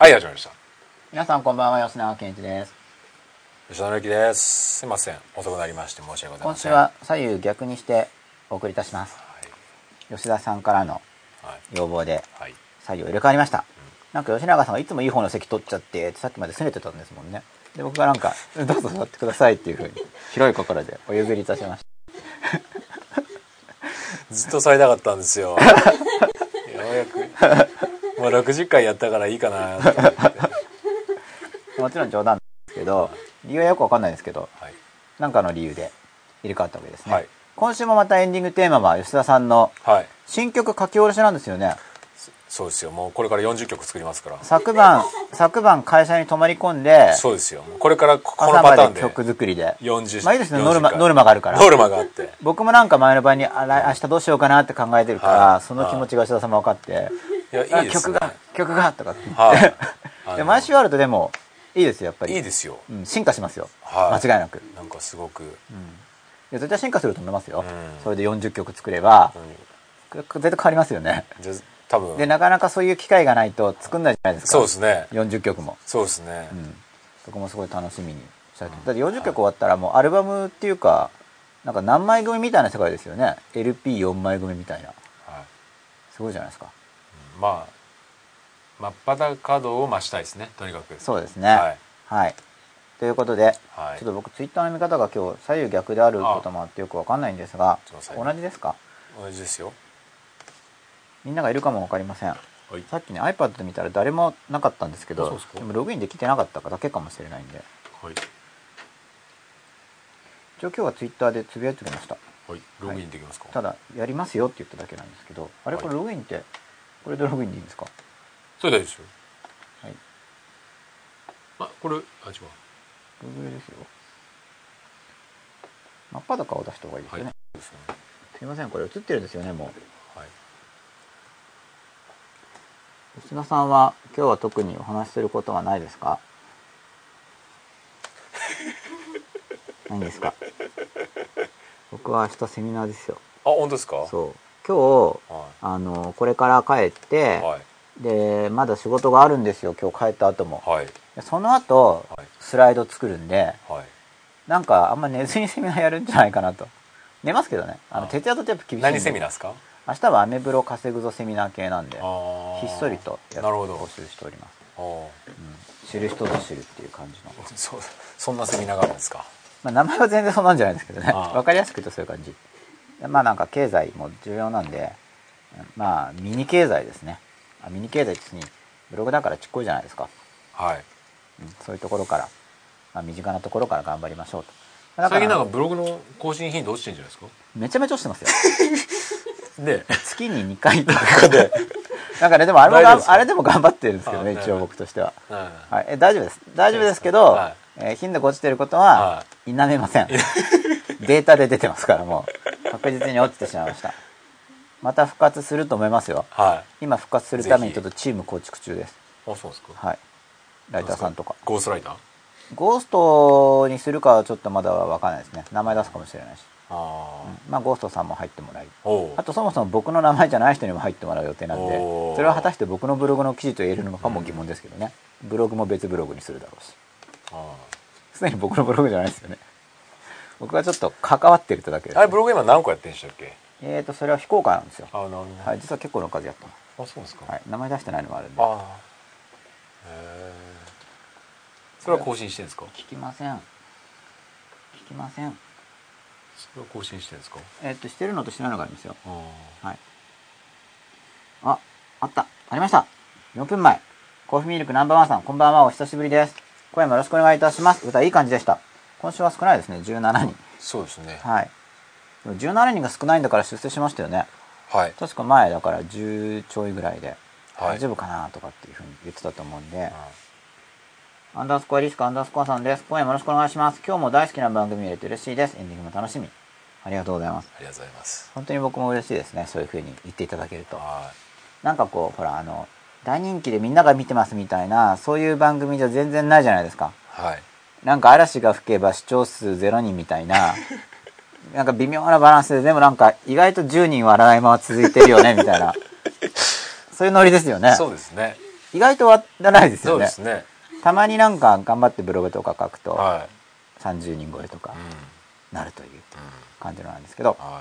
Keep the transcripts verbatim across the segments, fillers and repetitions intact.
はい、始まりました。 皆さんこんばんは、吉永健一です。 吉田之です。すいません、遅くなりまして申し訳ございません。 今週は左右逆にしてお送りいたします。はい、吉田さんからの要望で左右入れ替わりました。はい、なんか吉永さんがいつもいい方の席取っちゃってさっきまで拗ねてたんですもんね。で僕がなんかどうぞ座ってくださいっていう風に広い心でお譲りいたしましたずっと座りたかったんですよ。ようやくもうろくじゅっかいやったからいいかなと思ってもちろん冗談ですけど、理由はよくわかんないですけど、はい、なんかの理由で入れ替わったわけですね。はい、今週もまたエンディングテーマは吉田さんの新曲書き下ろしなんですよね。はい、 そうですよ。もうこれからよんじゅっきょく作りますから。 昨晩昨晩会社に泊まり込んで、 そうですよ。これからこのパターンで朝まで曲作りでよんじゅう、 まあいいですね、ノルマノルマがあるから。 ノルマがあって。 僕もなんか前の晩にあら明日どうしようかなって考えてるから、はい、その気持ちが吉田さんも分かって、 いやいいですね、 曲が曲がとかって言って、はい、で毎週あるとでもいいですよやっぱり。 いいですよ。 うん、進化しますよ。はい、間違いなく。 なんかすごく。うん、いや絶対進化すると思いますよ。うん、それでよんじゅっきょく作れば、うん、絶対変わりますよね。 多分でなかなかそういう機会がないと作んないじゃないですか。 そうですね。 よんじゅっきょくも。 そうですね。 うん、そこもすごい楽しみにしたい。だってよんじゅっきょく終わったらもうアルバムっていうかなんか何枚組みたいな世界ですよね。 エルピーよん 枚組みたいな、はい、すごいじゃないですか。 うん、まあ真っ裸度を増したいですね、とにかく。 そうですね。はい、はい、ということで、はい、ちょっと僕ツイッターの見方が今日左右逆であることもあってよくわかんないんですが、同じですか？ 同じですよ。 みんながいるかも分かりません。はい、さっきね iPad で見たら誰もなかったんですけど、でもログインできてなかっただけかもしれないんで、はい、一応今日はツイッターでつぶやいておきました。 はい、ログインできますか？はい、 ただやりますよって言っただけなんですけど、あれこれログインってこれでログインでいいんですか？ それでいいですよ。 はい、 あ、これあ違うログインですよ。真っ裸を出した方がいいですよね。はい、そうですね。すいません、これ映ってるんですよねもう。はい、吉田さんは今日は特にお話しすることはないですか？ないんですか？僕は明日セミナーですよ。 あ、本当ですか？ そう今日、はい、あのこれから帰って、はい、でまだ仕事があるんですよ今日帰った後も。はい、その後、はい、スライド作るんで、はい、なんかあんま寝ずにセミナーやるんじゃないかなと。寝ますけどね。あの徹夜とやっぱ厳しいんで。 何セミナーですか？ 明日はアメブロ稼ぐぞセミナー系なんでひっそりとや募集しております。うん、知る人ぞ知るっていう感じの。 そ, そんなセミナーがあるんですか？ まあ、名前は全然そんなんじゃないですけどね。分かりやすく言うとそういう感じ。まあなんか経済も重要なんで、まあミニ経済ですね。ミニ経済ってにブログだからちっこいじゃないですか。はい、うん、そういうところから、まあ、身近なところから頑張りましょうと。 最近なんかブログの更新頻度落ちてるんじゃないですか？ めちゃめちゃ落ちてますよ。 で月ににかいとかでなんかねでもあれもがあれでも頑張ってるんですけどね、一応僕としては、はい、え大丈夫です大丈夫ですけど、はい、えー、頻度が落ちてることは否めません。データで出てますからもう確実に落ちてしまいました。また復活すると思いますよ。はい、今復活するためにちょっとチーム構築中です。 あ、そうですか。 はい、ライターさんとか。 ゴーストライター？ ゴーストにするかはちょっとまだ分からないですね。名前出すかもしれないし。あ、うん、まあゴーストさんも入ってもらい、あとそもそも僕の名前じゃない人にも入ってもらう予定なんで、それは果たして僕のブログの記事と言えるのかも疑問ですけどね。ブログも別ブログにするだろうし、すでに僕のブログじゃないですよね。僕はちょっと関わってるとだけです、ね。 あれブログ今何個やってんでしたっけ？ えーとそれは非公開なんですよ。 あ、なるほど、ね、 はい、実は結構の数やってます。 あ、そうですか。 はい、名前出してないのもあるんで。 あ、へえ。それは更新してるんですか？ 聞きません聞きません。 それは更新してるんですか？ えっとしてるのとしてないのがありますよ。はい。あ、あった、ありました。よんぷんまえ。コーヒーミルクナンバーワンさん、こんばんは、お久しぶりです。今夜もよろしくお願いいたします。歌いい感じでした。今週は少ないですね、じゅうななにん。 そうですね。 はい。でもじゅうななにんが少ないんだから出世しましたよね。はい。確か前だからじゅうちょいぐらいで、はい、大丈夫かなとかっていうふうに言ってたと思うんで。アンダースコアリスクアンダースコアさんです。今夜もよろしくお願いします。今日も大好きな番組見れて嬉しいです。エンディングも楽しみ。ありがとうございます。 ありがとうございます。 本当に僕も嬉しいですね。そういう風に言っていただけると。なんかこうほらあの大人気でみんなが見てますみたいなそういう番組じゃ全然ないじゃないですか。はい。なんか嵐が吹けば視聴数ゼロにんみたいななんか微妙なバランスででもなんか意外とじゅうにん笑いまま続いてるよねみたいなそういうノリですよね。 そうですね。 意外と終わらないですよね。 そうですね。 たまになんか頑張ってブログとか書くと、 はい、 さんじゅうにん超えとかなるという感じなんですけど、 はい、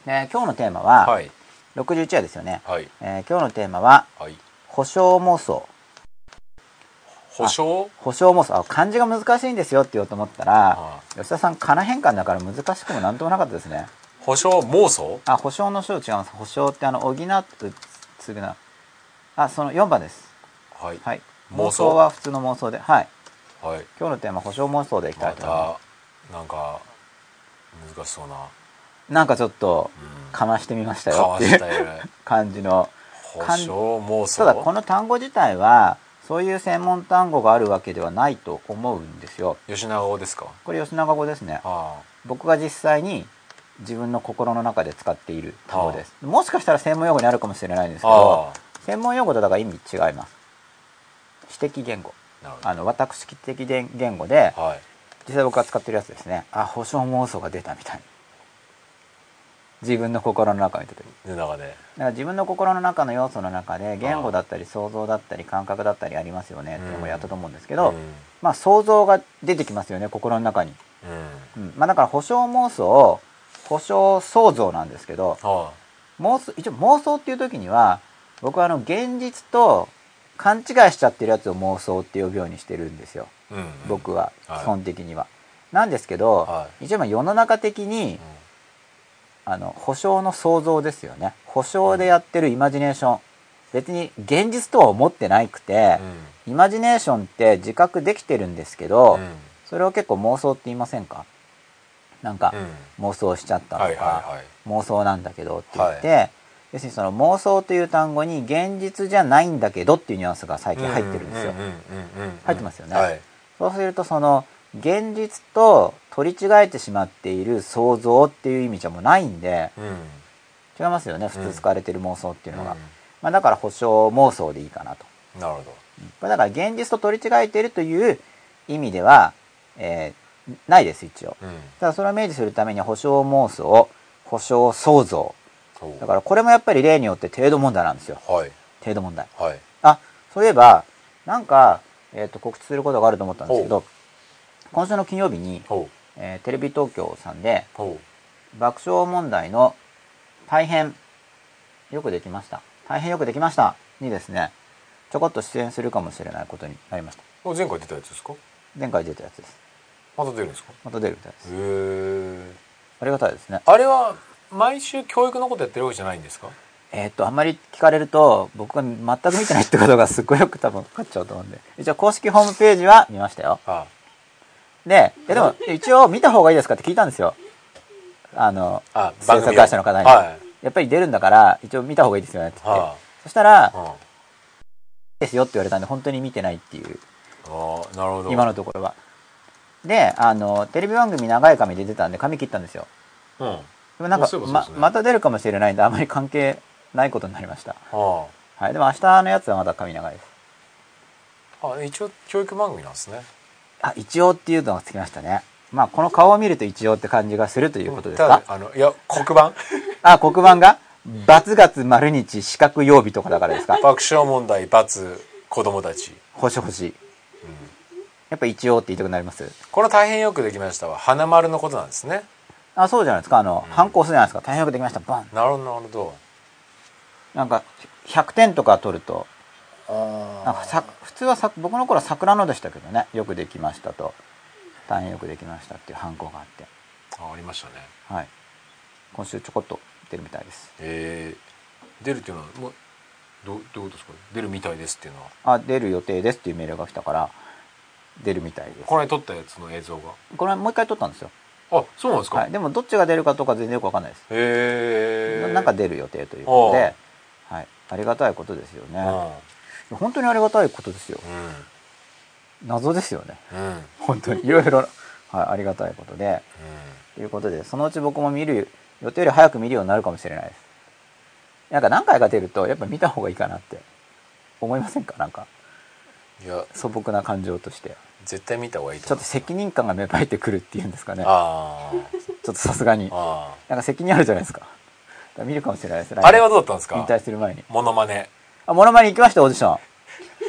えー、今日のテーマは、はい、ろくじゅういちわですよね、はい、えー、今日のテーマは、はい、保証妄想。 保証保証妄想。あ、漢字が難しいんですよって言おうと思ったら、吉田さん仮名変換だから難しくもなんともなかったですね。 保証妄想。 あ、保証の章違います。保証ってあの補うつぐな。あ、そのよんばんです。はい、はい、妄想は普通の妄想で、はい、はい、今日のテーマ保証妄想でいきたいと思います。 またなんか難しそうな、 なんかちょっとかましてみましたよっていう感じの保証妄想。 ただこの単語自体はそういう専門単語があるわけではないと思うんですよ。 吉永語ですか？ これ吉永語ですね。ああ、僕が実際に自分の心の中で使っている単語です。もしかしたら専門用語になるかもしれないんですけど、専門用語とだから意味違います。私的言語、あの私的言語で、はい、実際僕が使ってるやつですね。あ、保証妄想が出たみたいに自分の心の中を見た時に、だから自分の心の中の要素の中で言語だったり想像だったり感覚だったりありますよねっていうのをやったと思うんですけど、うん、まあ想像が出てきますよね、心の中に、うんうん、まあだから保証妄想、保証想像なんですけど、はあ、妄想、一応妄想っていう時には僕はあの現実と勘違いしちゃってるやつを妄想って呼ぶようにしてるんですよ、うんうん、僕は基本的には、はい、なんですけど、はい、一応世の中的に、うん、あの保証の想像ですよね。保証でやってるイマジネーション、別に現実とは思ってなくて、うん、イマジネーションって自覚できてるんですけど、うん、それを結構妄想って言いませんか？なんか、うん、妄想しちゃったとか、はいはいはい、妄想なんだけどって言って、はい、要するにその妄想という単語に現実じゃないんだけどっていうニュアンスが最近入ってるんですよ。入ってますよね、はい、そうするとその現実と取り違えてしまっている想像っていう意味じゃもうないんで、うん、違いますよね、普通使われている妄想っていうのが、うん、まあ、だから保証妄想でいいかなと。なるほど。これだから現実と取り違えているという意味では、えーないです一応、うん、ただそれを明示するためには保証妄想、保証想像だからこれもやっぱり例によって程度問題なんですよ、はい、程度問題、はい、あ、そういえばなんか、えー、と告知することがあると思ったんですけど、今週の金曜日に、えー、テレビ東京さんで爆笑問題の大変よくできました大変よくできましたにですね、ちょこっと出演するかもしれないことになりました。 前回出たやつですか？ 前回出たやつです。 また出るんですか？また出るみたいです。へー、ありがたいですね。 あれは毎週教育のことやってるわけじゃないんですか？ えー、っとあんまり聞かれると僕が全く見てないってことがすごいよく多分分かっちゃうと思うんで、一応公式ホームページは見ましたよ。ああでいやでも一応見た方がいいですかって聞いたんですよ、あのあ制作会社の方に、はい、やっぱり出るんだから一応見た方がいいですよねって言って、ああそしたら、ああですよって言われたんで本当に見てないっていう。ああ、なるほど。今のところはで、あのテレビ番組長い髪で出たんで髪切ったんですよ、うん、でもなんか、ね、ま, また出るかもしれないんであまり関係ないことになりました、はあ、はい、でも明日のやつはまだ髪長いです。 あ、一応教育番組なんですね。 あ、一応っていうのがつきましたね。まあこの顔を見ると一応って感じがするということですか？ あのいや黒板あ、黒板が罰月丸日四角曜日とかだからですか？ 爆笑問題罰子供たち星星、やっぱ一応って言いたくなります。 この大変よくできましたは花丸のことなんですね。 あ、そうじゃないですか。あの、うん、反抗するじゃないですか。大変よくできましたバン。 なるほどなるほど。 なんかひゃくてんとか取ると、あなんかさ普通はさ僕の頃は桜のでしたけどね、よくできましたと大変よくできましたっていう反抗があって、 あ、ありましたね。 はい、今週ちょこっと出るみたいです。 えー、出るっていうのはもう ど, どういうことですか？出るみたいですっていうのは。 あ、出る予定ですっていうメールが来たから出るみたいです。 これ撮ったやつの映像がこれもう一回撮ったんですよ。 あ、そうなんですか？ はい、でもどっちが出るかとか全然よく分かんないです。へえ。なんか出る予定ということで、はい、ありがたいことですよね。本当にありがたいことですよ、うん、謎ですよね、うん、本当にいろいろ、はい、ありがたいことで、と、うん、いうことでそのうち僕も見る予定より早く見るようになるかもしれないです。なんか何回か出るとやっぱ見た方がいいかなって思いませんか？なんかいや素朴な感情として絶対見た方がいいと思う。ちょっと責任感が芽生えてくるっていうんですかね。あちょっとさすがになんか責任あるじゃないですか。だから見るかもしれないです。 あれはどうだったんですか？ 引退する前にモノマネ。 あ、モノマネ行きました、オーディション。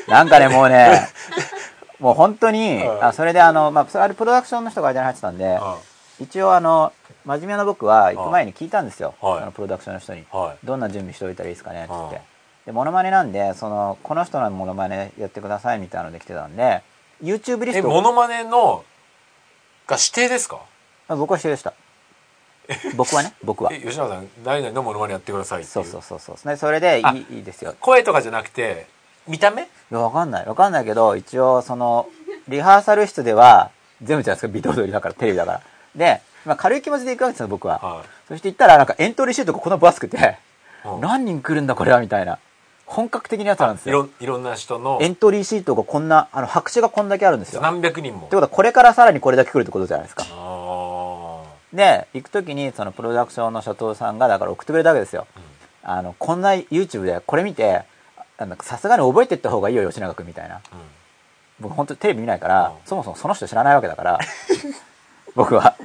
なんかねもうねもう本当に、うん、あそれであの、まあ、それあれプロダクションの人が間に入ってたんで、うん、一応あの真面目な僕は行く前に聞いたんですよ、はい、あのプロダクションの人に、はい、どんな準備しておいたらいいですかねって言って、うん、でモノマネなんでそのこの人のモノマネやってくださいみたいなので来てたんで YouTube リストえモノマネのが指定ですか？ 僕は指定でした僕はね僕はえ吉永さん誰々のモノマネやってくださいっていうそうそうそうそうそれでいいいいですよ声とかじゃなくて見た目？いやわかんないわかんないけど一応そのリハーサル室では全部じゃないですかビデオ撮りだからテレビだからで、まあ、軽い気持ちで行くわけですよ僕は、はい、そして行ったらなんかエントリーシートがこんな分厚くて、うん、何人来るんだこれはみたいな本格的なやつなんですよ。 いろ、いろんな人のエントリーシートがこんなあの白紙がこんだけあるんですよ。 何百人もってことはこれからさらにこれだけ来るってことじゃないですか。あで行く時にそのプロダクションの社長さんがだから送ってくれたわけですよ、うん、あのこんな YouTube でこれ見てさすがに覚えていった方がいいよ吉永君みたいな、うん、僕本当にテレビ見ないから、うん、そもそもその人知らないわけだから僕は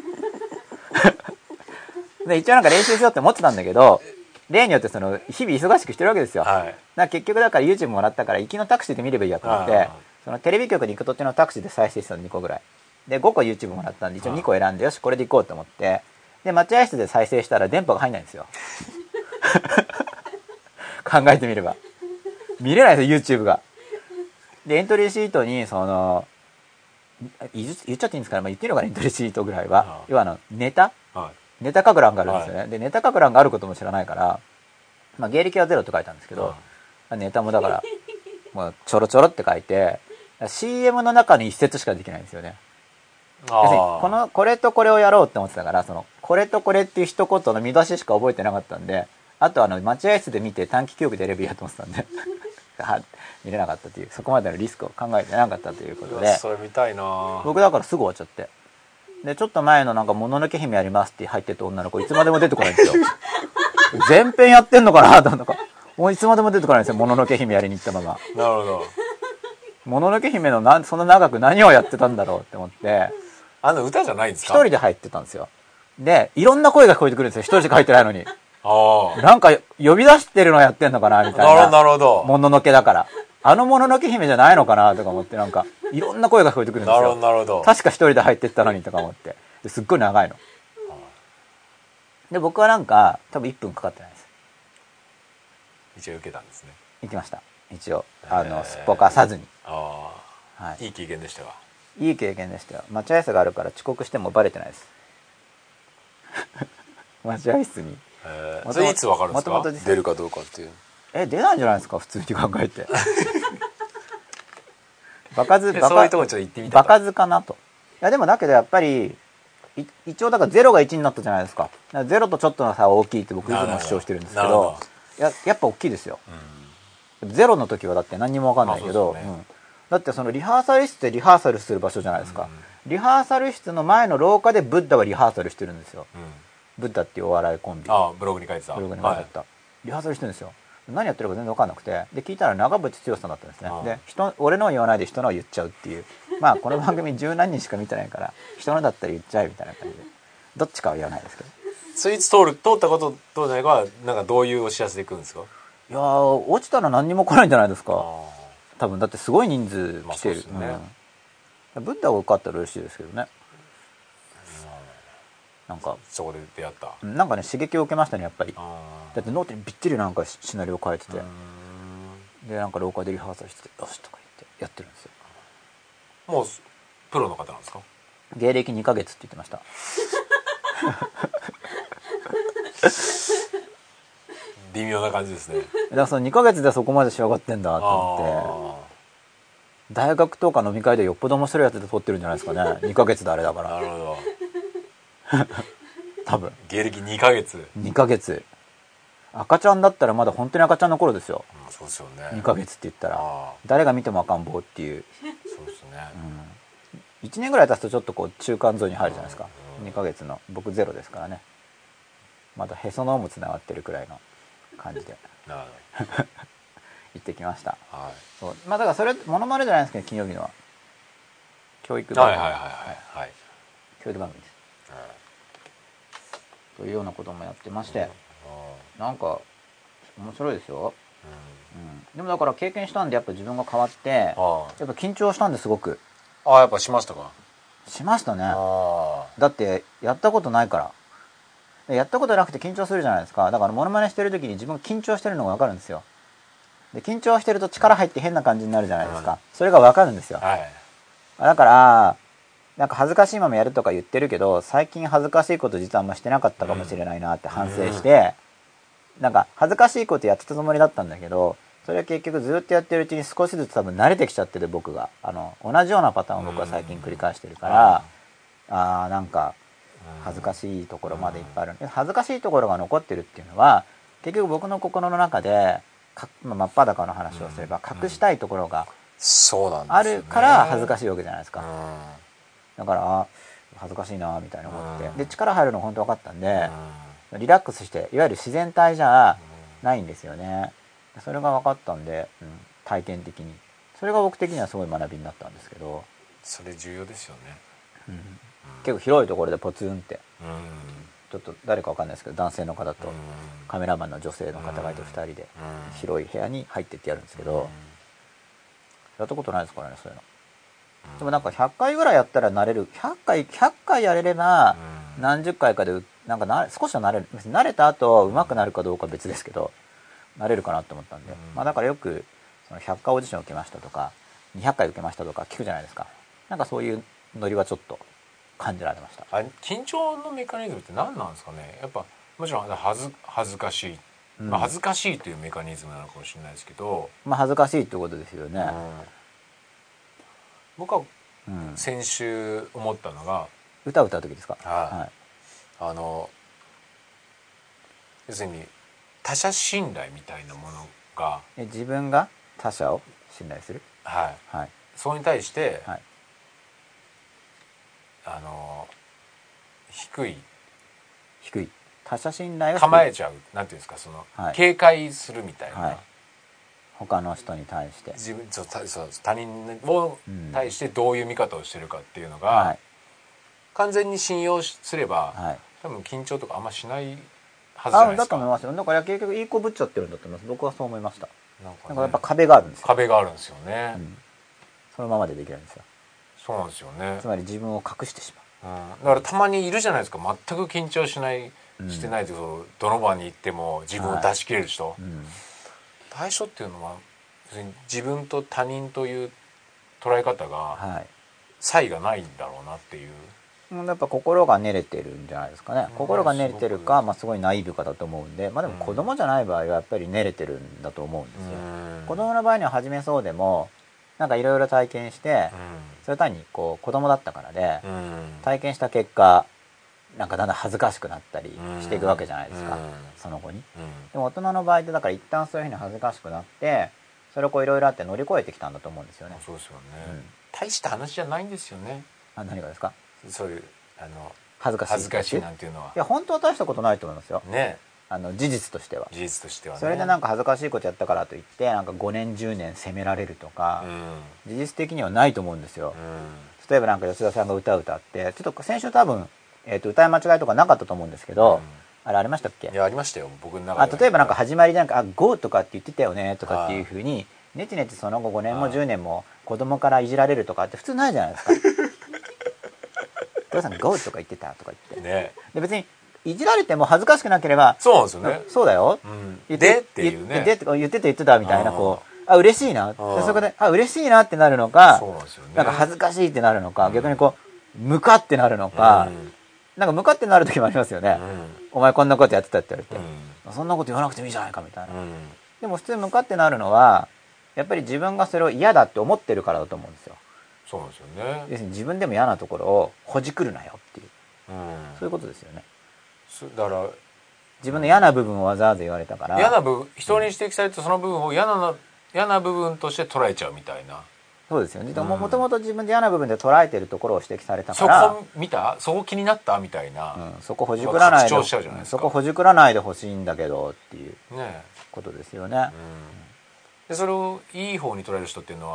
で一応なんか練習しようって思ってたんだけど例によってその日々忙しくしてるわけですよ、はい、だから結局だから YouTube もらったから行きのタクシーで見ればいいやと思ってそのテレビ局に行く途中のタクシーで再生してたのにこぐらいでごこ YouTube もらったんで一応にこ選んでよしこれで行こうと思ってで待合室で再生したら電波が入んないんですよ考えてみれば見れないですよ YouTube がでエントリーシートにその言っちゃっていいんですかね、まあ、言ってるのかなエントリーシートぐらいは、はい、要はあのネタ、はい、ネタ書く欄があるんですよね、はい、でネタ書く欄があることも知らないから、まあ、芸歴はゼロって書いたんですけど、はい、ネタもだからもうちょろちょろって書いて シーエム の中に一節しかできないんですよね。要するにこのこれとこれをやろうって思ってたからそのこれとこれっていう一言の見出ししか覚えてなかったんであとあの待合室で見て短期記憶でやればいいやと思ってたんで見れなかったというそこまでのリスクを考えてなかったということでそれ見たいな僕だからすぐ終わっちゃってでちょっと前のなんかもののけ姫やりますって入ってた女の子いつまでも出てこないんですよ全編やってんのかなと思ったもういつまでも出てこないんですよもののけ姫やりに行ったままなるほどもののけ姫のなそんな長く何をやってたんだろうって思ってあの歌じゃないんですか？ 一人で入ってたんですよでいろんな声が聞こえてくるんですよ一人しか入ってないのにあなんか呼び出してるのやってんのかなみたいななるほどもののけだからあのもののけ姫じゃないのかなとか思ってなんかいろんな声が聞こえてくるんですよ。 なるほど確か一人で入ってったのにとか思ってですっごい長いので僕はなんか多分いっぷんかかってないです一応受けたんですね。 行きました一応あのすっぽかさずにあ、はい、いい経験でしたわ。 いい経験でしたよ。待合室があるから遅刻してもバレてないです待合室にそれいつ分かるんですか？もともと出るかどうかっていうえ出ないんじゃないですか普通に考えて場数場そういうとこちょっと行ってみた場数かなと。いやでもだけどやっぱり一応だからゼロがいちになったじゃないですか。ゼロとちょっとの差は大きいって僕いつも主張してるんですけどや, やっぱ大きいですよ、うん、ゼロの時はだって何にも分かんないけど、ねうん、だってそのリハーサル室ってリハーサルする場所じゃないですか、うん、リハーサル室の前の廊下でブッダはリハーサルしてるんですよ、うん、ブッダっていうお笑いコンビああブログに書いてたブログに書いてた、はい、リハーサルしてるんですよ。何やってるか全然分かんなくてで聞いたら長渕剛さんだったんですね。で人俺のを言わないで人のを言っちゃうっていうまあこの番組十何人しか見てないから人のだったら言っちゃえみたいな感じでどっちかは言わないですけどスイーツ通る通ったことどうじゃないかなんかどういうお知らせでいくんですか？ いやー落ちたら何にも来ないんじゃないですか多分だってすごい人数来てる、まあねうん、ブッダが受かったら嬉しいですけどね、うん、なんかそこで出会ったなんかね刺激を受けましたねやっぱり。だってノートにびっちりなんかシナリオ書いててでなんか廊下でリハーサルしてよしとか言ってやってるんですよ。 もうプロの方なんですか？ 芸歴にかげつって言ってました微妙な感じですね。 だからそのにかげつでそこまで仕上がってんだと思って大学とか飲み会でよっぽど面白いやつで撮ってるんじゃないですかねにかげつであれだから。 なるほど多分芸歴にかげつにかげつ赤ちゃんだったらまだ本当に赤ちゃんの頃ですよ、 うん、そうですよね。にかげつって言ったら誰が見ても赤ん坊っていうそうですね、 うん、いちねんぐらい経つとちょっとこう中間ゾーンに入るじゃないですか、うんうん、にかげつの僕ゼロですからねまだへその緒もつながってるくらいの感じでなるほど行ってきました、はい、そうまあだからそれモノマネじゃないですけど金曜日のは教育番組、はいはいはいはい、はい、教育番組です、うん、というようなこともやってまして、うん、なんか面白いですよ。 うん、でもだから経験したんでやっぱ自分が変わって、やっぱ緊張したんですごく。 ああ、やっぱしましたか？ しましたね。だってやったことないから。やったことなくて緊張するじゃないですか。だからモノマネしてる時に自分が緊張してるのが分かるんですよ。で緊張してると力入って変な感じになるじゃないですか。それが分かるんですよ、はい、だからなんか恥ずかしいままやるとか言ってるけど、最近恥ずかしいこと実はあんましてなかったかもしれないなって反省して、なんか恥ずかしいことやってたつもりだったんだけど、それは結局ずっとやってるうちに少しずつ多分慣れてきちゃってて、僕があの同じようなパターンを僕は最近繰り返してるから、あーなんか恥ずかしいところまでいっぱいある。恥ずかしいところが残ってるっていうのは結局僕の心の中でか、まあ、真っ裸の話をすれば隠したいところがあるから恥ずかしいわけじゃないですか。だから恥ずかしいなみたいな思って、で力入るの本当分かったんで、リラックスしていわゆる自然体じゃないんですよね。それが分かったんで、うん、体験的にそれが僕的にはすごい学びになったんですけど。 それ重要ですよね、 うん、結構広いところでポツンって、うん、ちょっと誰か分かんないですけど男性の方とカメラマンの女性の方がいてふたりで広い部屋に入ってってやるんですけど、やったことないですからねそういうの。でもなんかひゃっかいぐらいやったら慣れる。ひゃっかいひゃっかいやれれば何十回かでなんかな少しは慣れる。慣れた後上手くなるかどうかは別ですけど慣れるかなと思ったんで、まあだからよくそのひゃっかいオーディション受けましたとかにひゃっかい受けましたとか聞くじゃないですか。なんかそういうノリはちょっと感じられました。 あ、緊張のメカニズムって何なんですかね。やっぱもちろん恥ず恥ずかしい、まあ、恥ずかしいというメカニズムなのかもしれないですけど、 まあ恥ずかしいってことですよね。うん、 僕は先週思ったのが、 うん、歌を歌う時ですか。 はい、あの要するに他者信頼みたいなものが、 え自分が他者を信頼する、 はい、はい、それに対して、はい、あの低い低い他者信頼が構えちゃう、なんていうんですか、その、はい、警戒するみたいな、はい、 他の人に対して自分そうそう他人を対してどういう見方をしてるかっていうのが、はい、完全に信用すれば、はい、多分緊張とかあんましないはずじゃないですか。 あだと思いますよ。だから結局いい子ぶっちゃってるんだと思います。僕はそう思いました。なんか、ね、なんかやっぱ壁があるんですよ。 壁があるんですよね、うん、 そのままでできるんですよ。 そうなんですよね。 つまり自分を隠してしまう、 うん、だからたまにいるじゃないですか、全く緊張しないしてないと、うん、どの場に行っても自分を出し切れる人、はい、うん、対処っていうのは自分と他人という捉え方が差異がないんだろうなっていう、 はい、やっぱ心が練れてるんじゃないですかね。心が練れてるか、まあ、すごいナイーブかだと思うんで、まあ、でも子供じゃない場合はやっぱり練れてるんだと思うんですよ、うん、子供の場合には初めそうでもなんかいろいろ体験して、うん、それ単にこう子供だったからで、うん、体験した結果なんかだんだん恥ずかしくなったりしていくわけじゃないですか、うん、その後に、うん、でも大人の場合ってだから一旦そういうふうに恥ずかしくなってそれをこういろいろあって乗り越えてきたんだと思うんですよね。 そうですよね、うん、大した話じゃないんですよね。 あ、何がですか。 そういうあの恥ずかしい恥ずかしいなんていうのは、 いや本当は大したことないと思いますよ、 ね、 あの事実としては事実としては、ね、 それでなんか恥ずかしいことやったからといってなんかごねんじゅうねん責められるとか、うん、事実的にはないと思うんですよ、うん、例えばなんか吉田さんが歌を歌ってちょっと先週多分、えー、と歌い間違いとかなかったと思うんですけど、うん、あれありましたっけ。 いやありましたよ僕の中で。 あ例えばなんか始まりでなんかあ ゴー とかって言ってたよねとかっていうふうにねちねちその後ごねんもじゅうねんも子供からいじられるとかって普通ないじゃないですか。お父さん ゴー とか言ってたとか言って、ね、で別にいじられても恥ずかしくなければそうなんですよね。 そうだよ、うん、言ってでっていうねでって言ってた言ってたみたいなこうあ嬉しいなでそこであ嬉しいなってなるのかそうなんですよね。なんか恥ずかしいってなるのか、うん、逆にこうムカってなるのか、うん、なんかムカってなる時もありますよね、うん、お前こんなことやってたって言われて、うん、そんなこと言わなくてもいいじゃないかみたいな、うん、でも普通ムカってなるのはやっぱり自分がそれを嫌だって思ってるからだと思うんですよ。 そうなんですよね。 要するに自分でも嫌なところをほじくるなよっていう、うん、そういうことですよね。 だから自分の嫌な部分をわざわざ言われたから、 嫌な部分人に指摘されてその部分を嫌な嫌な部分として捉えちゃうみたいな。 そうですよね。もともと自分で嫌な部分で捉えてるところを指摘されたから、 そこ見たそこ気になったみたいな、 うん、そこほじくらないで、まあ、そこほじくらないでほしいんだけどっていうことですよね。ね、うん、 でそれをいい方に捉える人っていうのは、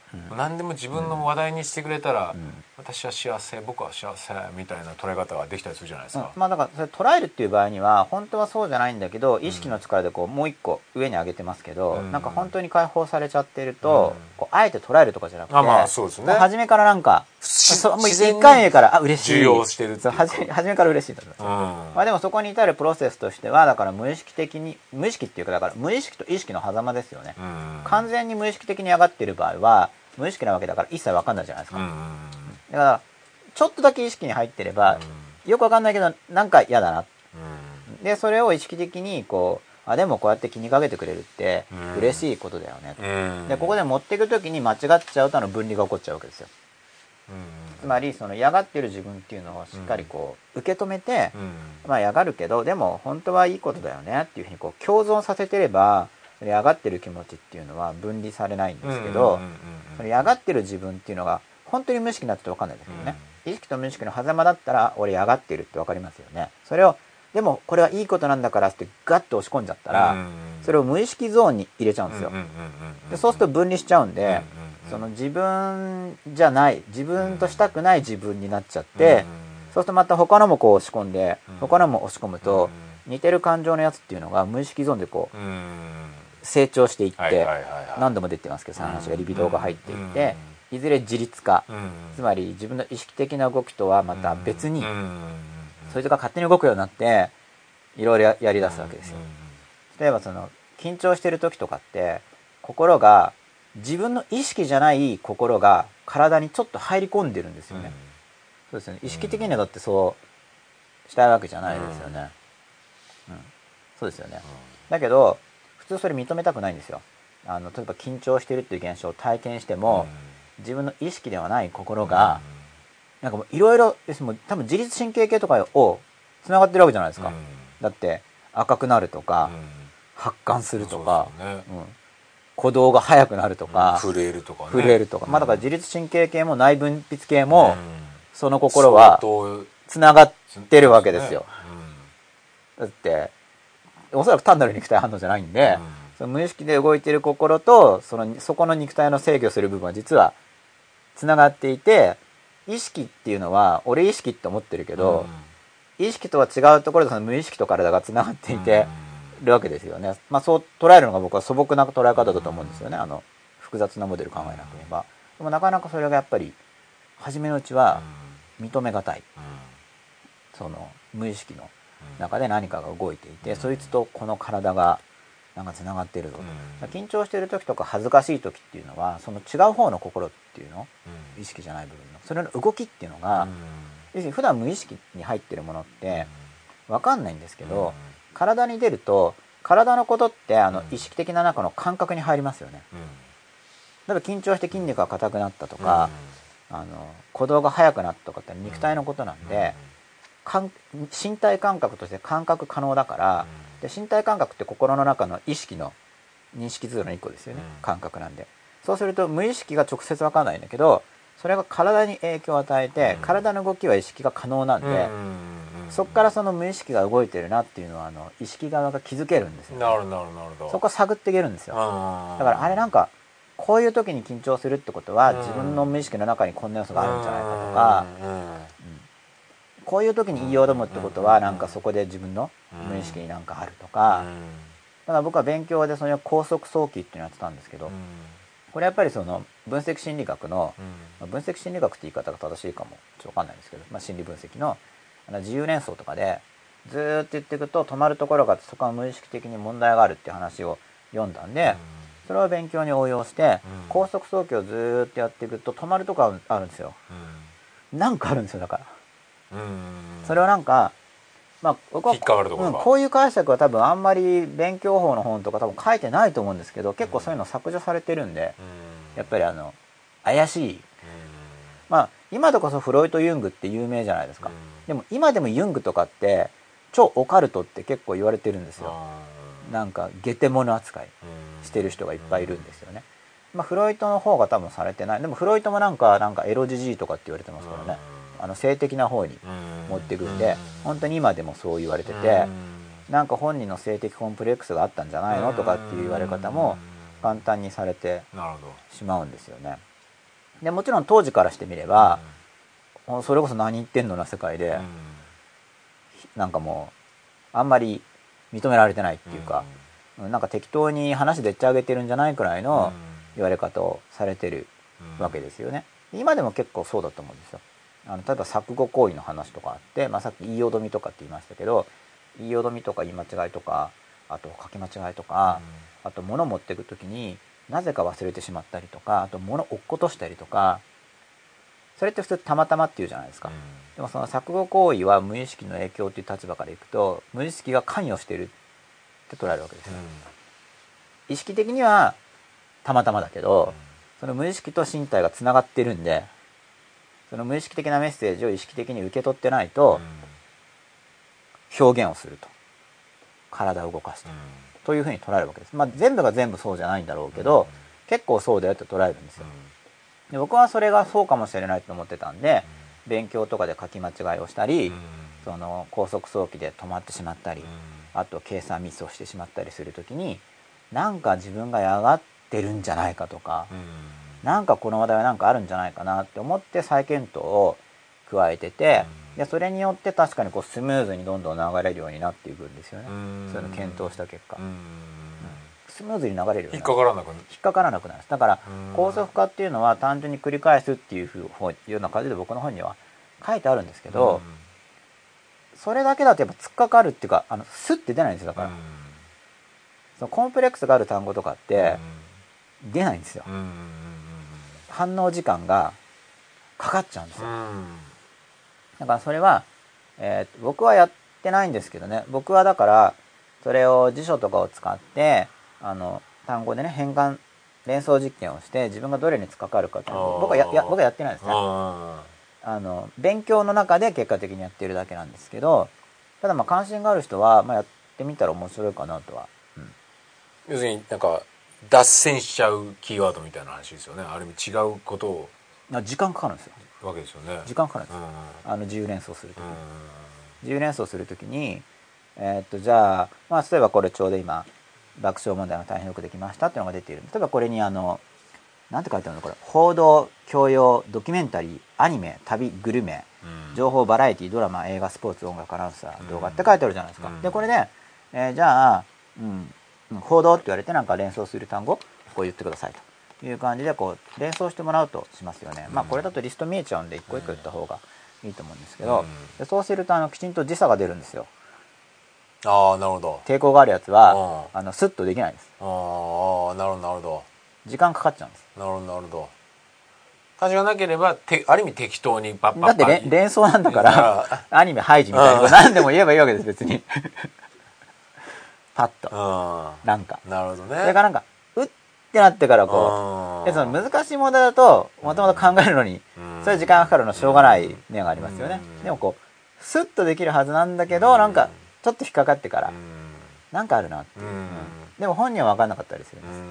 うん、何でも自分の話題にしてくれたら、うん、私は幸せ僕は幸せみたいな捉え方ができたりするじゃないですか、 うん、まあだからそれ捉えるっていう場合には本当はそうじゃないんだけど意識の力でこうもう一個上に上げてますけど、うん、なんか本当に解放されちゃってると、うん、こうあえて捉えるとかじゃなくて、 あ、まあそうですね、 もう初めからなんかそもう一回目からあ嬉しい受容してるっていうか初めから嬉しいんだと思います、うん、まあでもそこに至るプロセスとしてはだから無意識的に無意識っていうかだから無意識と意識の狭間ですよね、うん、完全に無意識的に上がっている場合は無意識なわけだから一切分かんないじゃないですか、うん、だからちょっとだけ意識に入ってれば、うん、よく分かんないけどなんか嫌だな、うん、でそれを意識的にこうあでもこうやって気にかけてくれるって嬉しいことだよね、うん、でここで持っていく時に間違っちゃうとあの分離が起こっちゃうわけですよ、うん、つまりその嫌がってる自分っていうのをしっかりこう受け止めて、うん、まあ嫌がるけどでも本当はいいことだよねっていうふうにこう共存させてれば嫌がってる気持ちっていうのは分離されないんですけど、その嫌がってる自分っていうのが本当に無意識になってて分かんないですけどね、うん、意識と無意識の狭間だったら俺嫌がってるって分かりますよね。それをでもこれはいいことなんだからってガッと押し込んじゃったら、うん、それを無意識ゾーンに入れちゃうんですよ。でそうすると分離しちゃうんで、その自分じゃない自分としたくない自分になっちゃって、そうするとまた他のもこう押し込んで他のも押し込むと似てる感情のやつっていうのが無意識ゾーンでこう成長していって何度も出てますけどその話がリビドーが入っていっていずれ自律化、つまり自分の意識的な動きとはまた別にそいつが勝手に動くようになっていろいろやりだすわけですよ。例えばその緊張してる時とかって心が自分の意識じゃない心が体にちょっと入り込んでるんですよね。そうですよね。意識的にはだってそうしたいわけじゃないですよね。うん、そうですよね。だけど普通それ認めたくないんですよ。あの例えば緊張してるっていう現象を体験しても、うん、自分の意識ではない心が、うん、なんかもういろいろ多分自律神経系とかをつながってるわけじゃないですか、うん、だって赤くなるとか、うん、発汗するとか、ねうん、鼓動が速くなるとか、 うん、震えるとかね震えるとか、まあだから自律神経系も内分泌系も、うん、その心はつながってるわけですよ、うん、だっておそらく単なる肉体反応じゃないんで、うん、その無意識で動いている心とそのそこの肉体の制御する部分は実はつながっていて、意識っていうのは俺意識って思ってるけど、うん、意識とは違うところでその無意識と体がつながっていてるわけですよね。まあそう捉えるのが僕は素朴な捉え方だと思うんですよね。あの複雑なモデル考えなければ。でもなかなかそれがやっぱり初めのうちは認めがたい。その無意識の中で何かが動いていて、そいつとこの体がなんかつながっているぞと。緊張している時とか恥ずかしい時っていうのはその違う方の心っていうの、意識じゃない部分のそれの動きっていうのが、要するに普段無意識に入ってるものって分かんないんですけど、体に出ると体のことってあの意識的な中の感覚に入りますよね。例えば緊張して筋肉が硬くなったとか、あの鼓動が速くなったとかって肉体のことなんで、身体感覚として感覚可能だから、で身体感覚って心の中の意識の認識図のいっこですよね、感覚なんで。そうすると無意識が直接分かんないんだけど、それが体に影響を与えて、体の動きは意識が可能なんで、そこからその無意識が動いてるなっていうのはあの意識側が気づけるんですよ、ね、 なるほどなるほど。 そこを探っていけるんですよ。だからあれなんかこういう時に緊張するってことは自分の無意識の中にこんな要素があるんじゃないかとか、うん、こういう時に言いよどむってことはなんかそこで自分の無意識になんかあるとか、だから僕は勉強でその高速早期っていうのをやってたんですけど、これやっぱりその分析心理学の、分析心理学って言い方が正しいかもちょっと分かんないんですけど、まあ、心理分析の自由連想とかでずーっと言っていくと止まるところがあって、そこは無意識的に問題があるっていう話を読んだんで、それを勉強に応用して高速早期をずーっとやっていくと止まるところがあるんですよ。なんかあるんですよ。だからそれはなんかまあ僕は、うん、こういう解釈は多分あんまり勉強法の本とか多分書いてないと思うんですけど、結構そういうの削除されてるんで、やっぱりあの怪しい、まあ今でこそフロイト・ユングって有名じゃないですか。でも今でもユングとかって超オカルトって結構言われてるんですよ。なんかゲテモノ扱いしてる人がいっぱいいるんですよね。まあフロイトの方が多分されてない。でもフロイトもなんかなんかエロジジイとかって言われてますからね。あの性的な方に持っていくんで、本当に今でもそう言われてて、なんか本人の性的コンプレックスがあったんじゃないのとかっていう言われ方も簡単にされてしまうんですよね。 でもちろん当時からしてみれば、うん、それこそ何言ってんのな世界で、うん、なんかもうあんまり認められてないっていうか、うん、なんか適当に話でっち上げてるんじゃないくらいの言われ方をされてるわけですよね。今でも結構そうだと思うんですよ。あの例えば錯誤行為の話とかあって、まあ、さっき言いよどみとかって言いましたけど、言いよどみとか言い間違いとか、あと書き間違いとか、うん、あと物を持っていく時になぜか忘れてしまったりとか、あと物を落っことしたりとか、それって普通たまたまっていうじゃないですか、うん、でもその錯誤行為は無意識の影響っていう立場からいくと、無意識が関与してるって捉えるわけですよ、うん、意識的にはたまたまだけど、うん、その無意識と身体がつながってるんで、その無意識的なメッセージを意識的に受け取ってないと、表現をすると、体を動かして、うん、というふうに捉えるわけです。まあ全部が全部そうじゃないんだろうけど、うん、結構そうだよと捉えるんですよ。で僕はそれがそうかもしれないと思ってたんで、うん、勉強とかで書き間違いをしたり、うん、その高速早期で止まってしまったり、うん、あと計算ミスをしてしまったりするときに、なんか自分がやがってるんじゃないかとか、うん、なんかこの話題はなんかあるんじゃないかなって思って再検討を加えてて、でそれによって確かにこうスムーズにどんどん流れるようになっていくんですよね。そういうの検討した結果、うん、スムーズに流れるようになる。 引っかからなくなる。 引っかからなくなる。だから高速化っていうのは単純に繰り返すっていうふうような感じで僕の本には書いてあるんですけど、それだけだとやっぱ突っかかるっていうか、あのスッて出ないんですよ。だからそのコンプレックスがある単語とかって出ないんですよ。反応時間がかかっちゃうんですよ。だからそれは、えー、僕はやってないんですけどね。僕はだからそれを辞書とかを使ってあの単語でね変換連想実験をして自分がどれに突っかかるかっていうのを僕はやや僕はやってないですね。あの勉強の中で結果的にやってるだけなんですけど、ただまあ関心がある人は、まあ、やってみたら面白いかなとは、うん、 要するになんか脱線しちゃうキーワードみたいな話ですよね。ある意味違うことを時間かかるんですよ。 わけですよね。 時間かかるんですよ、あの自由連想するときに、自由連想するときに、えー、っとじゃあ、まあ、例えばこれちょうど今爆笑問題が大変よくできましたっていうのが出ている。例えばこれにあのなんて書いてあるのこれ、報道、教養、ドキュメンタリー、アニメ、旅、グルメ、うん、情報、バラエティ、ドラマ、映画、スポーツ、音楽、アナウンサー、動画って書いてあるじゃないですか、うん、でこれで、えー、じゃあ、うん、報道って言われてなんか連想する単語こう言ってくださいという感じでこう連想してもらうとしますよね、うん、まあこれだとリスト見えちゃうんで一個一個言った方がいいと思うんですけど、うん、でそうするとあのきちんと時差が出るんですよ。 ああなるほど。 抵抗があるやつは、うん、あのスッとできないです。 ああなるほどなるほど。 時間かかっちゃうんです。 なるほどなるほど。感じがなければてある意味適当にバッバッバッだって連想なんだからアニメハイジみたいな何でも言えばいいわけです別にパッとなんかなるほどね。 それからなんかうってなってからこうでその難しい問題だともともと考えるのにそれ時間がかかるのしょうがない面がありますよね。でもこうスッとできるはずなんだけどなんかちょっと引っかかってからなんかあるなっていう、うん、でも本人は分かんなかったりするんです。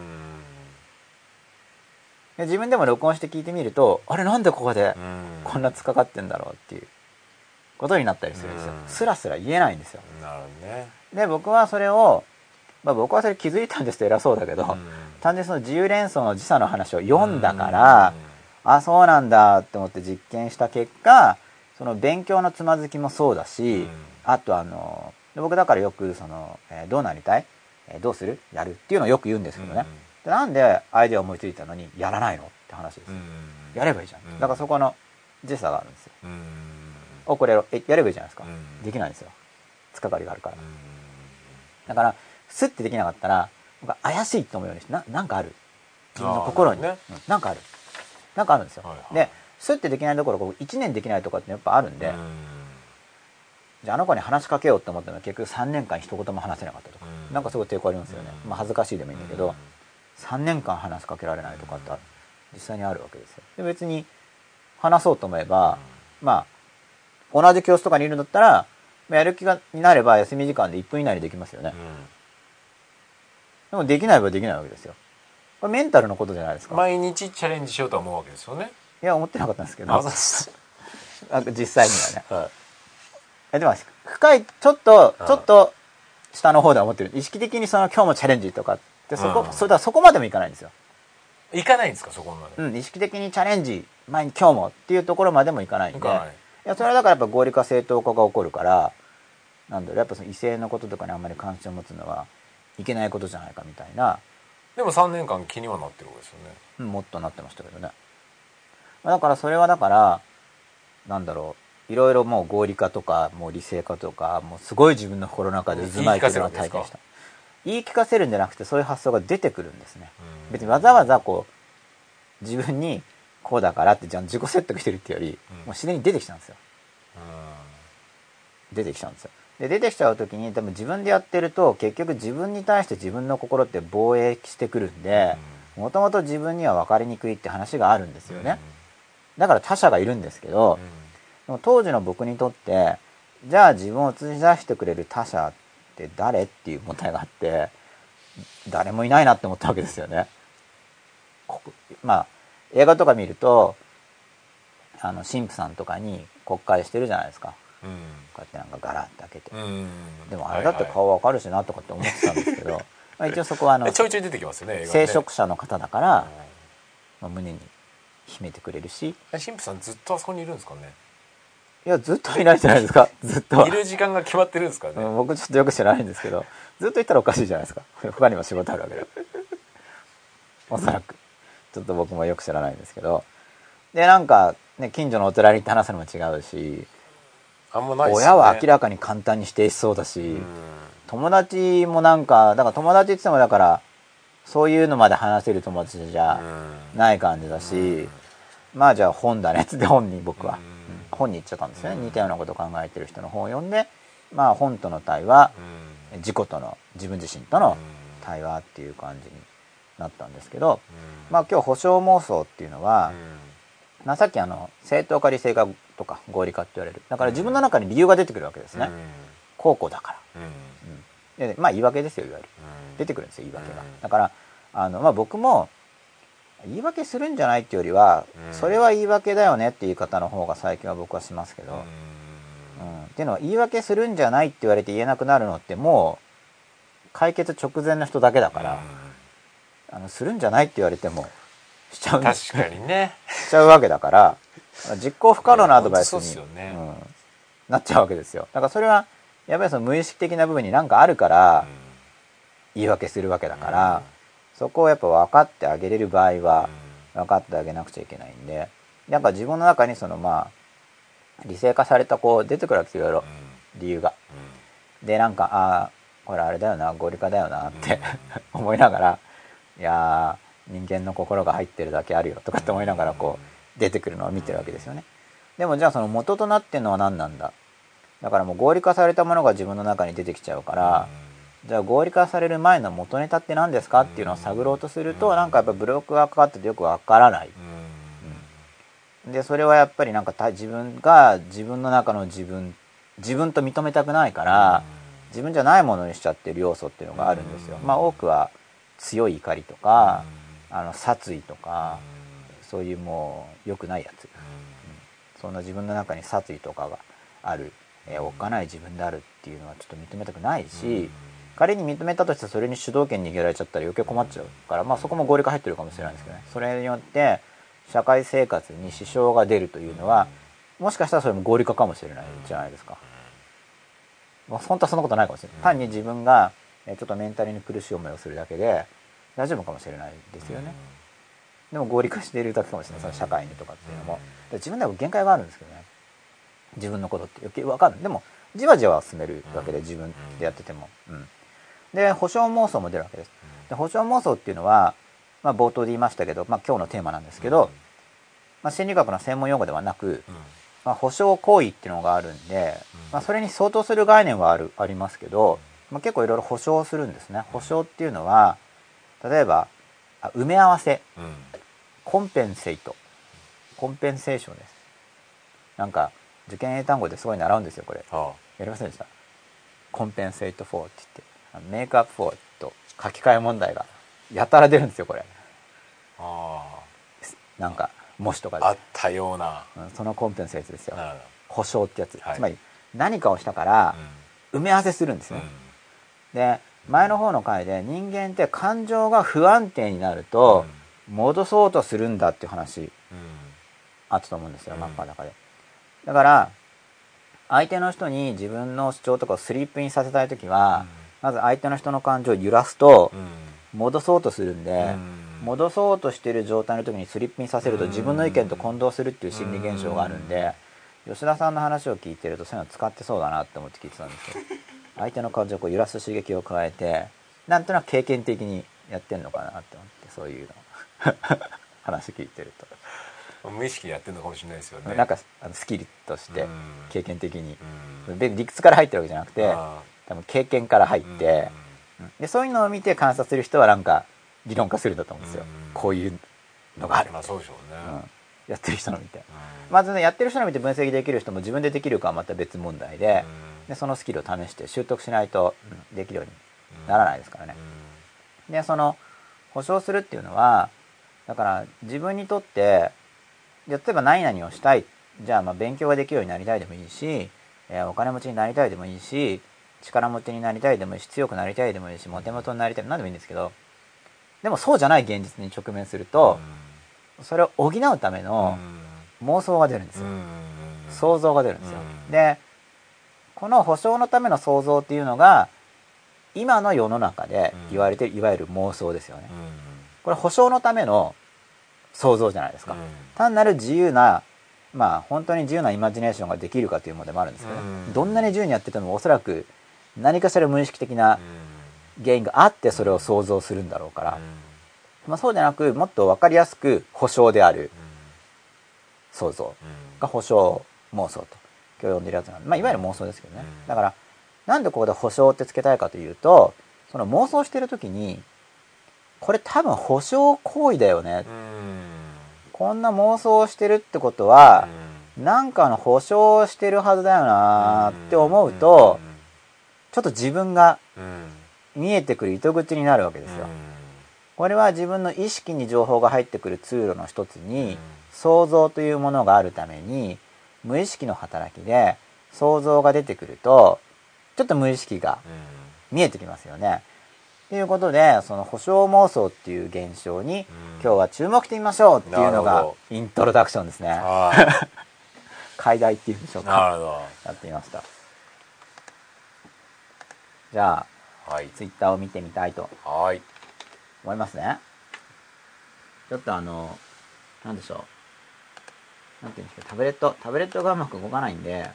で自分でも録音して聞いてみるとあれなんでここでこんな突っかかってんだろうっていうことになったりするんですよ。スラスラ言えないんですよ。 なるほどね。 で僕はそれを、まあ、僕はそれ気づいたんですって偉そうだけど、単純にその自由連想の時差の話を読んだからあそうなんだって思って実験した結果その勉強のつまずきもそうだし、あとあの僕だからよくその、えー、どうなりたい、えー、どうするやるっていうのをよく言うんですけどね、でなんでアイデア思いついたのにやらないのって話です。やればいいじゃん。だからそこの時差があるんですよ。おこれえやればいいじゃないですか。できないんですよ。つかかりがあるから。だからスッてできなかったら僕は怪しいと思うようにしてななんかある自分の心に、ねうん、なんかあるなんかあるんですよ。はいはい、でスッてできないところいちねんできないとかってやっぱあるんで、じゃああの子に話しかけようって思ったのは結局さんねんかん一言も話せなかったとか、なんかすごい抵抗ありますよね。まあ恥ずかしいでもいいんだけど、さんねんかん話しかけられないとかって実際にあるわけですよ。で別に話そうと思えば、まあ同じ教室とかにいるんだったらやる気がになれば休み時間でいっぷん以内にできますよね。でもできない場合できないわけですよ。これメンタルのことじゃないですか。 毎日チャレンジしようとは思うわけですよね。 いや思ってなかったんですけど実際にはね、はい、でも深いちょっとちょっと下の方では思ってる。意識的にその今日もチャレンジとかってそこ、うん、それだそこまでもいかないんですよ。 いかないんですかそこまで、 うん、意識的にチャレンジ前に今日もっていうところまでもいかないんで、いやそれはだからやっぱ合理化正当化が起こるから、なんだろうやっぱその異性のこととかにあんまり関心を持つのはいけないことじゃないかみたいな。 でもさんねんかん気にはなってるわけですよね。 うん、もっとなってましたけどね。だからそれはだからなんだろういろいろもう合理化とかもう理性化とかもうすごい自分の心の中で渦巻いてるのを体験した。言い聞かせるんじゃなくてそういう発想が出てくるんですね。別にわざわざこう自分にこうだからってじゃあ自己説得してるっていうより、うん、もう自然に出てきたんですよ。出てきちゃうんですよ。で出てきちゃう時に多分自分でやってると結局自分に対して自分の心って防衛してくるんで、もともと自分には分かりにくいって話があるんですよね。だから他者がいるんですけど、でも当時の僕にとってじゃあ自分を映し出してくれる他者って誰っていう問題があって、誰もいないなって思ったわけですよね。ここまあ映画とか見るとあの神父さんとかに告解してるじゃないですか、うん、こうやってなんかガラッて開けて、うん、でもあれだって顔わかるしなとかって思ってたんですけど、はいはい、まあ、一応そこはあのちょいちょい出てきますよね、映画ね。 聖職者の方だから、まあ、胸に秘めてくれるし。 神父さんずっとあそこにいるんですかね。 いやずっといないじゃないですか。ずっといる時間が決まってるんですかね、 うん、僕ちょっとよく知らないんですけど、ずっといたらおかしいじゃないですか。他にも仕事あるわけだおそらくちょっと僕もよく知らないんですけど、でなんかね近所のお寺に行って話すのも違うし、 あんまないっすよね。 親は明らかに簡単に否定しそうだし、うん、友達もなんかだから友達って言ってもだからそういうのまで話せる友達じゃない感じだし、うん、まあじゃあ本だねっつって本に僕は、うん、本に行っちゃったんですよね、うん、似たようなことを考えてる人の本を読んで、まあ本との対話、うん、自己との自分自身との対話っていう感じになったんですけど、うん、まあ今日保証妄想っていうのは、うん、まあ、さっきあの正当化理性化とか合理化って言われる、だから自分の中に理由が出てくるわけですね、うん、こうこうだから、うん、でまあ言い訳ですよ、いわゆる、うん、出てくるんですよ言い訳が。だからあの、まあ、僕も言い訳するんじゃないっていうよりは、うん、それは言い訳だよねっていう言い方の方が最近は僕はしますけど、うんうん、っていうのは言い訳するんじゃないって言われて言えなくなるのってもう解決直前の人だけだから、うん、あのするんじゃないって言われてもしちゃうんです。 確かにねしちゃうわけだから実行不可能なアドバイスに、ね、うん、なっちゃうわけですよ。だからそれはやっぱりその無意識的な部分に何かあるから言い訳するわけだから、うん、そこをやっぱ分かってあげれる場合は分かってあげなくちゃいけないんで、なんか自分の中にそのまあ理性化されたこう出てくるわけですよ、いろいろ理由が。でなんかああこれあれだよな合理化だよなって思いながら、いや人間の心が入ってるだけあるよとかって思いながらこう出てくるのを見てるわけですよね。でもじゃあその元となってるのは何なんだ。だからもう合理化されたものが自分の中に出てきちゃうから、じゃあ合理化される前の元ネタって何ですかっていうのを探ろうとすると、なんかやっぱブロックがかかっててよくわからない、うん、でそれはやっぱりなんか自分が自分の中の自分自分と認めたくないから自分じゃないものにしちゃってる要素っていうのがあるんですよ。まあ多くは強い怒りとかあの殺意とかそういうもう良くないやつ、うん、そんな自分の中に殺意とかがある、えー、おっかない自分であるっていうのはちょっと認めたくないし、仮に認めたとしてそれに主導権握られちゃったら余計困っちゃうから、まあそこも合理化入ってるかもしれないですけどね。それによって社会生活に支障が出るというのはもしかしたらそれも合理化かもしれないじゃないですか。まあ、本当はそんなことないかもしれない。単に自分がちょっとメンタルに苦しい思いをするだけで大丈夫かもしれないですよね。でも合理化しているだけかもしれない、その社会にとかっていうのも。自分でも限界があるんですけどね、自分のことって余計分かんない。でもじわじわ進めるわけで自分でやってても、うん、で保証妄想も出るわけです。で保証妄想っていうのは、まあ、冒頭で言いましたけど、まあ、今日のテーマなんですけど、まあ、心理学の専門用語ではなく、まあ、保証行為っていうのがあるんで、まあ、それに相当する概念はあるありますけど、まあ、結構いろいろ保証するんですね。保証っていうのは例えば埋め合わせ、コンペンセイト、コンペンセーションです。なんか受験英単語ですごい習うんですよこれ。やりませんでした？コンペンセイトフォーって言ってメイクアップフォーと書き換え問題がやたら出るんですよこれ。あなんか模試とかであったような、 うん、そのコンペンセイトですよ。保証ってやつ、はい、つまり何かをしたから埋め合わせするんですね、うん、で前の方の回で人間って感情が不安定になると戻そうとするんだっていう話、うん、あったと思うんですよ、うん、マッパーの中で。だから相手の人に自分の主張とかをスリープインさせたいときは、うん、まず相手の人の感情を揺らすと、うん、戻そうとするんで、うん、戻そうとしている状態の時にスリープインさせると自分の意見と混同するっていう心理現象があるんで、うん、吉田さんの話を聞いてるとそういうの使ってそうだなって思って聞いてたんですけど相手の感情をこう揺らす刺激を加えてなんとなく経験的にやってんのかなって思ってそういうの話聞いてると無意識でやってるのかもしれないですよね。 なんかあのスキルとして経験的に、うん、理屈から入ってるわけじゃなくて多分経験から入って、うん、でそういうのを見て観察する人はなんか理論化するんだと思うんですよ、うん、こういうのがある、 まあそうでしょうね、うん、 やってる人の見て、うん、まずねやってる人の見て分析できる人も自分でできるかはまた別問題で、うん、でそのスキルを試して習得しないと、うん、できるようにならないですからね、うん、でその保証するっていうのはだから自分にとって例えば何々をしたいじゃあまあ勉強ができるようになりたいでもいいし、えー、お金持ちになりたいでもいいし力持ちになりたいでもいいし強くなりたいでもいいしモテモテになりたい何でもいいんですけどでもそうじゃない現実に直面すると、うん、それを補うための妄想が出るんですよ、うん、想像が出るんですよ、うん、でこの保証のための想像っていうのが今の世の中で言われているいわゆる妄想ですよね、これ保証のための想像じゃないですか、うん、単なる自由なまあ本当に自由なイマジネーションができるかというものでもあるんですけど、ね、うん、どんなに自由にやっててもおそらく何かしら無意識的な原因があってそれを想像するんだろうから、うんまあ、そうじゃなくもっと分かりやすく保証である想像が保証妄想と今日呼んでるやつなんで、まあ、いわゆる妄想ですけどね、だからなんでここで保証ってつけたいかというとその妄想してる時にこれ多分保証行為だよね、うん、こんな妄想をしてるってことは、うん、なんかの保証をしてるはずだよなって思うと、うん、ちょっと自分が見えてくる糸口になるわけですよ、うん、これは自分の意識に情報が入ってくる通路の一つに、うん、想像というものがあるために無意識の働きで想像が出てくるとちょっと無意識が見えてきますよね、ということでその保証妄想っていう現象に、うん、今日は注目してみましょうっていうのがイントロダクションですね。解題っていうんでしょうか。なるほど。やってみました。じゃあ、はい、ツイッターを見てみたいと思いますね。ちょっとあのなんでしょうなんていうんですかタブレットタブレットがうまく動かないんで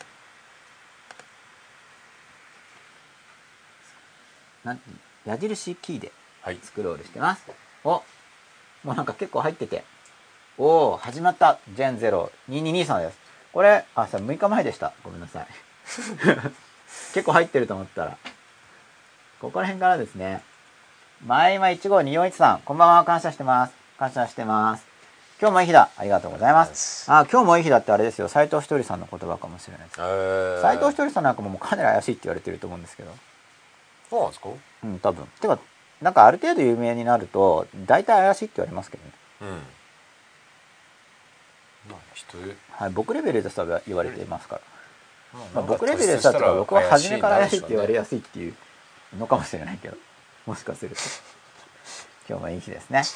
なんて矢印キーでスクロールしてます、はい、おもうなんか結構入ってておお始まったジェンゼロにににさんですこれあさむいかまえでしたごめんなさい結構入ってると思ったらここら辺からですね前今いちごによんいちさんこんばんは感謝してます感謝してます今日もいい日だありがとうございますあ今日もいい日だってあれですよ斉藤ひとりさんの言葉かもしれないです斉藤ひとりさんなんかももうかなり怪しいって言われてると思うんですけどそうなんですかうん多分てかなんかある程度有名になると大体怪しいって言われますけどねうんまあ人はい僕レベルでさ言われていますから、まあ、僕レベルでさとか僕は初めから怪しいって言われやすいっていうのかもしれないけどもしかすると今日もいい日ですね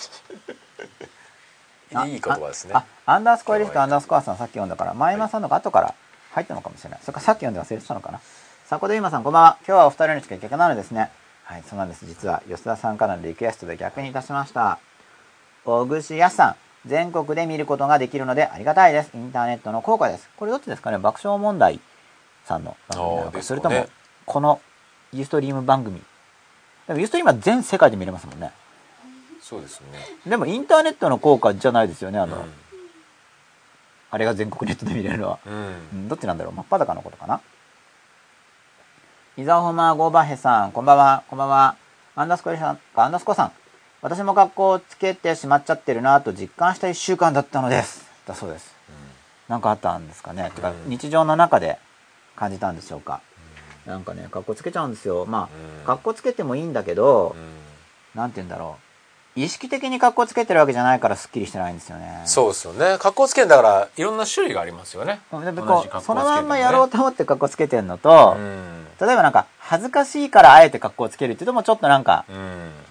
いい言葉ですね。 あアンダースコアリストアンダースコアさんさっき読んだから前山さんのが後から入ったのかもしれない、はい、それからさっき読んで忘れてたのかな。さこで今さんこんばんは今日はお二人にしか逆なのですね。はいそうなんです実は吉田さんからのリクエストで逆にいたしました。小串康さん全国で見ることができるのでありがたいですインターネットの効果です。これどっちですかね爆笑問題さんの番組なのかそれともこのユーストリーム番組でもユーストリームは全世界で見れますもんね。 そうですね。 でもインターネットの効果じゃないですよねあの、うん、あれが全国ネットで見れるのは、うん、どっちなんだろう真っ裸のことかな。イザホマゴバヘさんこんばんはこんばんはアンダースコさんアンダースコさん私も学校をつけてしまっちゃってるなと実感したいっしゅうかんだったのですだそうです、うん、なんかあったんですかね、うん、てか日常の中で感じたんでしょうか、うん、なんかね学校つけちゃうんですよまあ、うん、学校つけてもいいんだけど、うん、なんて言うんだろう意識的に格好つけてるわけじゃないからすっきりしてないんですよね。 そうですよね格好つけるんだからいろんな種類がありますよね。 でこうそのまんまやろうと思って格好つけてるのと、うん、例えばなんか恥ずかしいからあえて格好つけるっていうのもちょっとなんか、うん、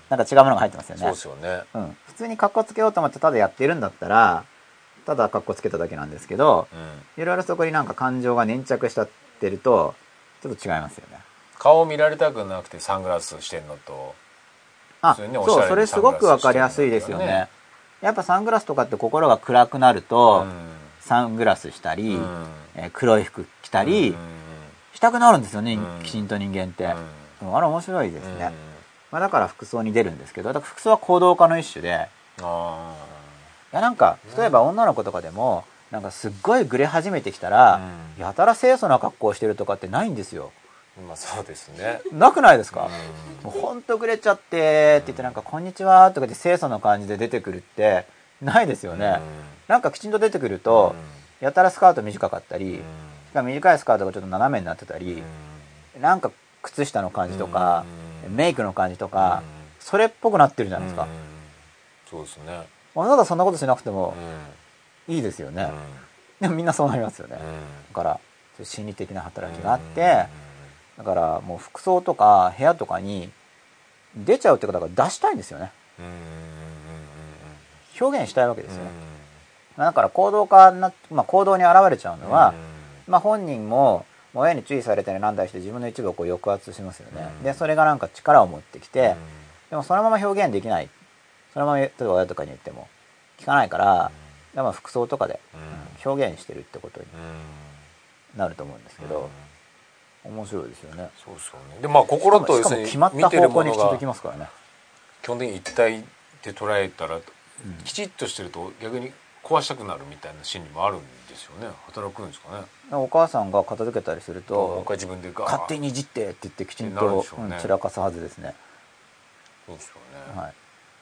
なんか違うものが入ってますよね。 そうですよね、 うん、普通にカッコつけようと思ってただやってるんだったらただカッコつけただけなんですけど、いろいろそこになんか感情が粘着しちゃってるとちょっと違いますよね。 顔を見られたくなくてサングラスしてんのと、 あ、そう、それすごくわかりやすいですよね。やっぱサングラスとかって心が暗くなると、うん、サングラスしたり、うん、えー、黒い服着たり、うん、したくなるんですよね、うん、きちんと人間って、うん、あれ面白いですね、うん、まあ、だから服装に出るんですけど、だから服装は行動化の一種で、あ、いやなんか例えば女の子とかでもなんかすっごいグレ始めてきたら、うん、やたら清楚な格好をしてるとかってないんですよ。 まあそうですね。 なくないですか？もうほんとグレちゃってって言ってなんかこんにちはとかで清楚な感じで出てくるってないですよね。なんかきちんと出てくるとやたらスカート短かったり、短いスカートがちょっと斜めになってたり、なんか靴下の感じとかメイクの感じとかそれっぽくなってるじゃないですか。 そうですね。 わざわざそんなことしなくてもいいですよね。でもみんなそうなりますよね。だから心理的な働きがあって、だからもう服装とか部屋とかに出ちゃうって方が出したいんですよね。表現したいわけですよね。だから行動化な、まあ、行動に現れちゃうのは、まあ、本人も親に注意されたりなんだりして自分の一部をこう抑圧しますよね。でそれがなんか力を持ってきて、でもそのまま表現できない、そのまま例えば親とかに言っても聞かないから、でも服装とかで表現してるってことになると思うんですけど、面白いですよね。 そうですよね。でまあ心と要するに決まった方向にきちんときますからね。 基本的に一体で捉えたら、うん、きちっとしてると逆に壊したくなるみたいな心理もあるんですよね。働くんですかね。 お母さんが片付けたりするともう一回自分で勝手にいじってって言ってきちんと、ね、うん、散らかすはずですね。 そうですよね。はい。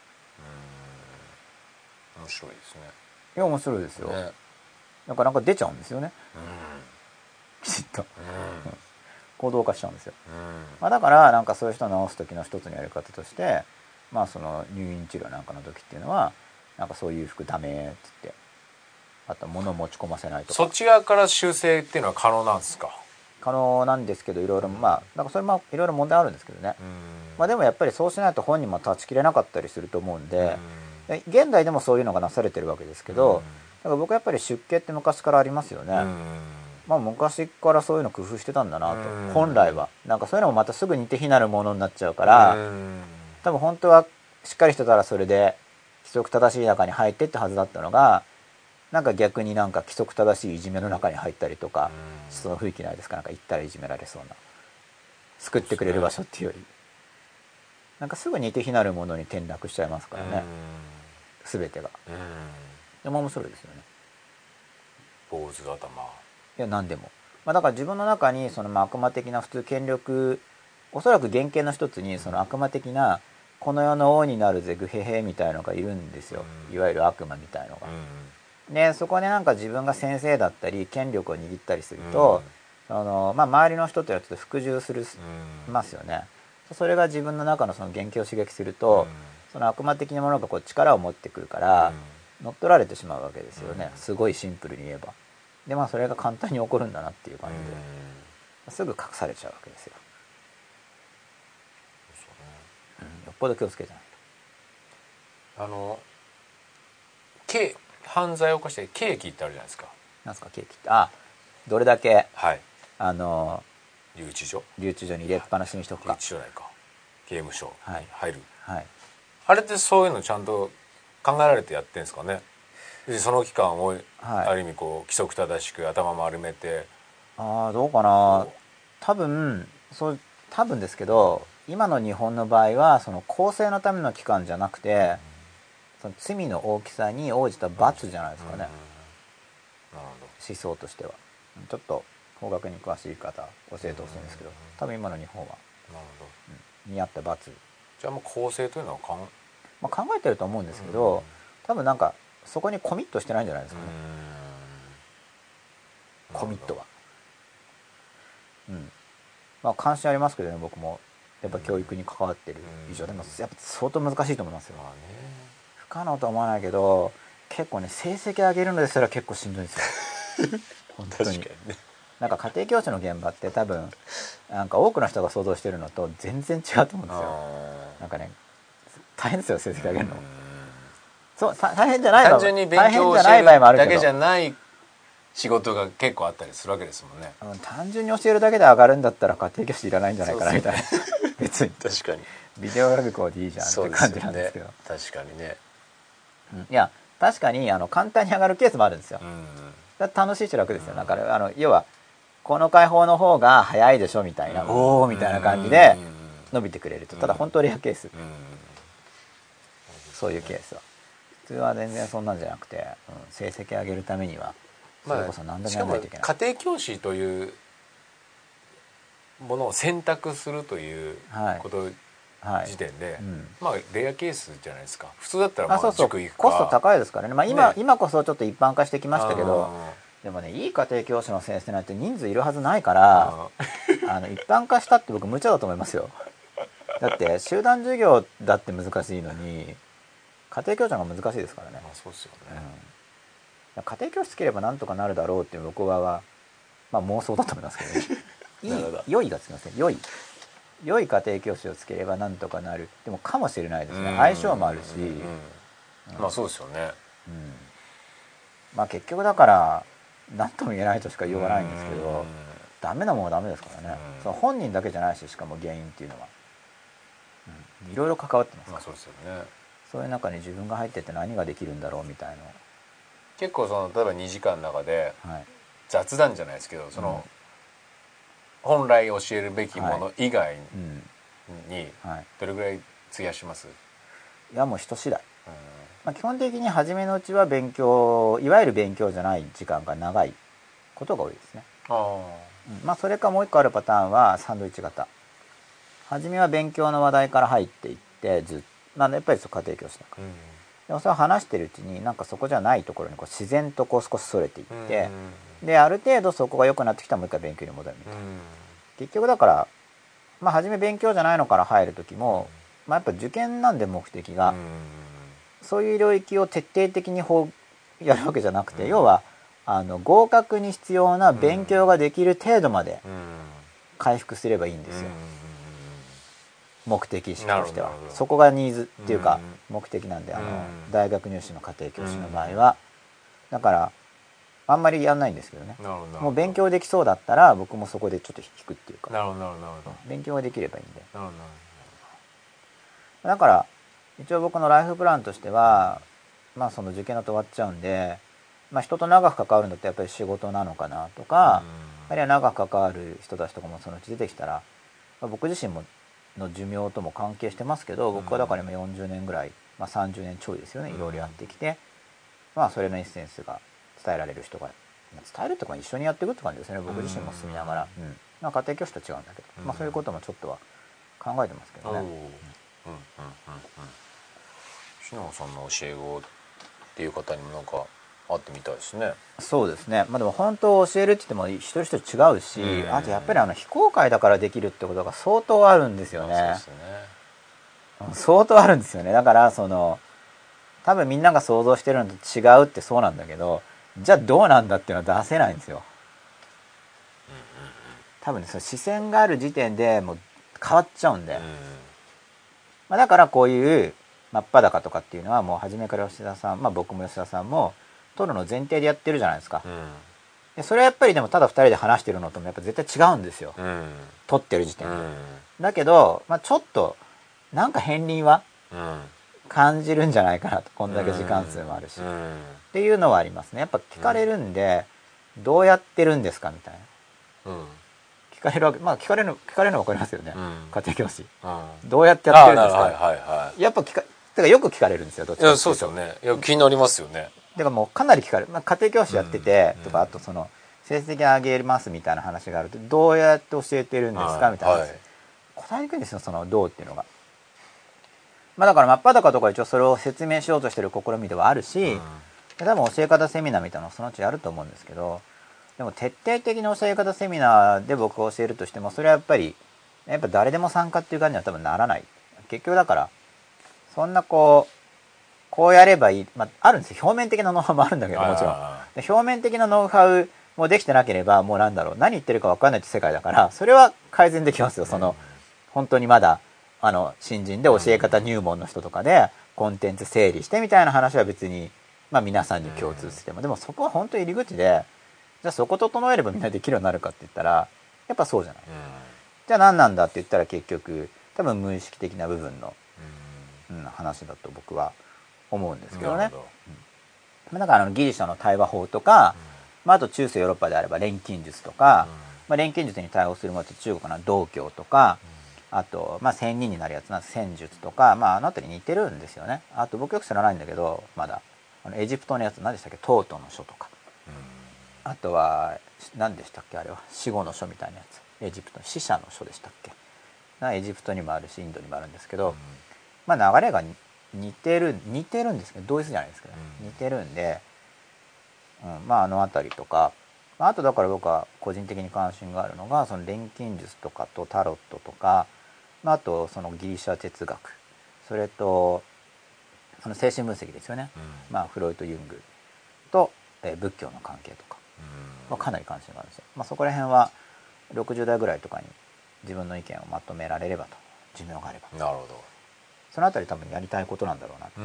うん、面白いですね。 いや面白いですよ。ね、なんかなんか出ちゃうんですよね。うん、きちっと。うんうん、行動化しちゃうんですよ、うん、まあ、だからなんかそういう人を治す時の一つのやり方として、まあその入院治療なんかの時っていうのはなんかそういう服ダメって言って、あと物を持ち込ませないとか。 そっち側から修正っていうのは可能なんですか？ 可能なんですけどいろいろ、まあなんかそれもいろいろ問題あるんですけどね、うん、まあ、でもやっぱりそうしないと本人も断ち切れなかったりすると思うんで、うん、現代でもそういうのがなされてるわけですけど、うん、だから僕はやっぱり出家って昔からありますよね、うん、まあ昔からそういうの工夫してたんだなと、うん、本来はなんかそういうのもまたすぐ似て非なるものになっちゃうから、うん、多分本当はしっかりしてたらそれで規則正しい中に入ってってはずだったのが、なんか逆になんか規則正しいいじめの中に入ったりとか、うん、その雰囲気ないですか？なんか行ったらいじめられそうな、救ってくれる場所っていうより、なんかすぐ似て非なるものに転落しちゃいますからね、うん、全てが、うん、でも面白いですよね。 坊主頭、 いや何でも、まあ、だから自分の中にそのまあ悪魔的な普通権力、おそらく原型の一つにその悪魔的なこの世の王になるぜグヘヘみたいのがいるんですよ、うん、いわゆる悪魔みたいのが、うん、でそこでなんか自分が先生だったり権力を握ったりすると、うん、そのまあ、周りの人とはちょっと服従する、うん、ますよね。それが自分の中のその原型を刺激すると、うん、その悪魔的なものがこう力を持ってくるから、うん、乗っ取られてしまうわけですよね、すごいシンプルに言えば。でまあそれが簡単に起こるんだなっていう感じで、うん、すぐ隠されちゃうわけですよ、うん、よっぽど気をつけじゃないと。あの刑犯罪を犯して刑期ってあるじゃないですか。 なんですか刑期って？あ、どれだけ、 はい、 あの留置所留置所に入れっぱなしにしとくか。 留置所ないか刑務所に入る、 はいはい、 あれってそういうのちゃんと考えられてやってんですかね。その期間を、はい、ある意味こう規則正しく頭丸めて。 ああどうかな、多分そう多分ですけど、今の日本の場合はその更生のための期間じゃなくて、うん、その罪の大きさに応じた罰じゃないですかね、うんうん、なるほど。思想としてはちょっと法学に詳しい方教えてほしいんですけど、多分今の日本はなるほど、うん、に合った罰。 じゃあもう更生というのはかん、 まあ、考えてると思うんですけど、うん、多分なんかそこにコミットしてないんじゃないですかね、コミットは。うん、まあ関心ありますけどね、僕もやっぱ教育に関わってる以上でもやっぱ相当難しいと思いますよ、まあね、不可能とは思わないけど結構ね成績上げるのですら結構しんどいんですよ本当に。確かにね、なんか家庭教師の現場って多分なんか多くの人が想像してるのと全然違うと思うんですよ。なんかね大変ですよ成績上げるの。そう大変じゃない単純に勉強を教えるだけじゃない仕事が結構あったりするわけですもんね。 うん、単純に教えるだけで上がるんだったら家庭教師いらないんじゃないかなみたいな。別に確かにビデオ学校でいいじゃんって感じなんですけど。 ね、確かにね、 うん、いや確かにあの簡単に上がるケースもあるんですよ。うん、だ楽しいし楽ですよ。だからあの要はこの解放の方が早いでしょみたいな、うん、おおみたいな感じで伸びてくれると。ただ本当レアケース、うん、そういうケースは普通は全然そんなんじゃなくて、うん、成績上げるためにはそれこそ何でもやらないといけない、 まあ、家庭教師というものを選択するということ、はい、時点で、はい、うん、まあレアケースじゃないですか。普通だったらまあ塾行くか、 コスト高いですからね、まあ、今, ね今こそちょっと一般化してきましたけど、でもねいい家庭教師の先生なんて人数いるはずないからあの一般化したって僕無茶だと思いますよ。だって集団授業だって難しいのに家庭教師が難しいですからね。 まあ、そうですよね、 うん、家庭教師つければなんとかなるだろうっていう僕は、まあ、妄想だと思いますけど、ね、いい良いがつきません。良い良い家庭教師をつければなんとかなる。でもかもしれないですね。相性もあるし、うんうん、 まあそうですよね、 うん、まあ結局だから何とも言えないとしか言いようがないんですけど、ダメなものはダメですからね。その本人だけじゃないし、しかも原因っていうのは、うん、いろいろ関わってますから、 まあ、そうですよね。 そういう中に自分が入ってって何ができるんだろうみたいな。 結構その例えばにじかんの中で雑談じゃないですけど、その、うん、本来教えるべきもの以外にどれぐらい費やします？ いやもう人次第、うん、まあ、基本的に初めのうちは勉強、いわゆる勉強じゃない時間が長いことが多いですね。あ、うん、まあそれかもう一個あるパターンはサンドイッチ型。初めは勉強の話題から入っていってずっと、まあ、やっぱり家庭教師だから、うん、でもそれを話してるうちになんかそこじゃないところにこう自然とこう少しそれていって、うん、である程度そこが良くなってきたらもう一回勉強に戻るみたいな、うん、結局だから、まあ、初め勉強じゃないのから入る時も、まあ、やっぱ受験なんで目的が、うん、そういう領域を徹底的にやるわけじゃなくて、うん、要はあの合格に必要な勉強ができる程度まで回復すればいいんですよ、うん、目的意識としては。そこがニーズっていうか目的なんで、うん、あの大学入試の家庭教師の場合は、だからあんまりやんないんですけどね。もう勉強できそうだったら僕もそこでちょっと引くっていうか、 なるほどなるほど、 勉強ができればいいんで。 なるほど。だから一応僕のライフプランとしては、まあその受験だと終わっちゃうんで、まあ、人と長く関わるんだってやっぱり仕事なのかなとか、うん、あるいは長く関わる人たちとかもそのうち出てきたら、まあ、僕自身もの寿命とも関係してますけど、僕はだから今よんじゅうねんぐらい、まあ、さんじゅうねんちょいですよね、いろいろやってきて、まあそれのエッセンスが伝えられる人が、伝えるっていうか一緒にやっていくって感じですね。僕自身も進みながら、うん、まあ、家庭教師と違うんだけど、まあ、そういうこともちょっとは考えてますけどね。 篠野さんの教え子っていう方にもなんか会ってみたいですね。 そうですね。まあでも本当教えるって言っても一人一人違うし、うん、あとやっぱりあの非公開だからできるってことが相当あるんですよね。そうですね。相当あるんですよね。だからその多分みんなが想像してるのと違うってそうなんだけど、じゃあどうなんだっていうのは出せないんですよ。多分ね、その視線がある時点でもう変わっちゃうんで、うん、まあ、だからこういう真っ裸とかっていうのはもう初めから吉田さん、まあ僕も吉田さんも撮るの前提でやってるじゃないですか、うん、でそれはやっぱりでもただふたりで話してるのともやっぱ絶対違うんですよ、うん、撮ってる時点で、うん、だけど、まあ、ちょっとなんか片鱗は感じるんじゃないかなと、こんだけ時間数もあるし、うん、っていうのはありますね。やっぱ聞かれるんで、どうやってるんですかみたいな、うん、聞かれるわけ、まあ聞かれるの聞かれるの分かりますよね、うん、家庭教師、うん、どうやってやってるんですか、はいはいはい、やっぱ聞かてかよく聞かれるんですよ。どっちかっていうと。いやそうですよね。いや気になりますよね。だからもうかなり聞かれる、まあ、家庭教師やってて、うん、とかあとその成績上げますみたいな話があると、どうやって教えてるんですかみたいな話、はい、答えにくいんですよ、そのどうっていうのが。まあだから真っ裸とか一応それを説明しようとしてる試みではあるし、うん、多分教え方セミナーみたいなのそのうちやると思うんですけど、でも徹底的に教え方セミナーで僕が教えるとしても、それはやっぱりやっぱ誰でも参加っていう感じには多分ならない。結局だからそんなこうこうやればいい、まあ、あるんですよ。表面的なノウハウもあるんだけど、もちろんで表面的なノウハウもできてなければもうなんだろう、何言ってるか分かんないって世界だから、それは改善できますよ。その、うん、本当にまだあの新人で教え方入門の人とかでコンテンツ整理してみたいな話は別に、まあ、皆さんに共通しても、でもそこは本当に入り口で、じゃあそこ整えればみんなできるようになるかって言ったらやっぱそうじゃない、じゃあ何なんだって言ったら結局多分無意識的な部分の、うん、話だと僕は思うんですけどね。うん、だからあのギリシャの対話法とか、うん、まあ、あと中世ヨーロッパであれば錬金術とか、うん、まあ、錬金術に対応するものって中国の道教とか、うん、あと、まあ、仙人になるやつな戦術とか、まあ、あの辺り似てるんですよね。あと僕よく知らないんだけどまだあのエジプトのやつ何でしたっけ、トートの書とか、うん、あとは何でしたっけ、あれは死後の書みたいなやつ、エジプトの死者の書でしたっけ、エジプトにもあるしインドにもあるんですけど、うん、まあ流れが似てる似てるんですけど同一じゃないですけど、ね、うん、似てるんで、うん、まああの辺りとか、あとだから僕は個人的に関心があるのがその錬金術とかとタロットとか、まあ、あとそのギリシャ哲学、それとその精神分析ですよね、うん、まあフロイト・ユングと、えー、仏教の関係とかはかなり関心があるんですよ。まあ、そこら辺はろくじゅう代ぐらいとかに自分の意見をまとめられればと、寿命があれば。 なるほど。 そのあたり多分やりたいことなんだろうなと。うん、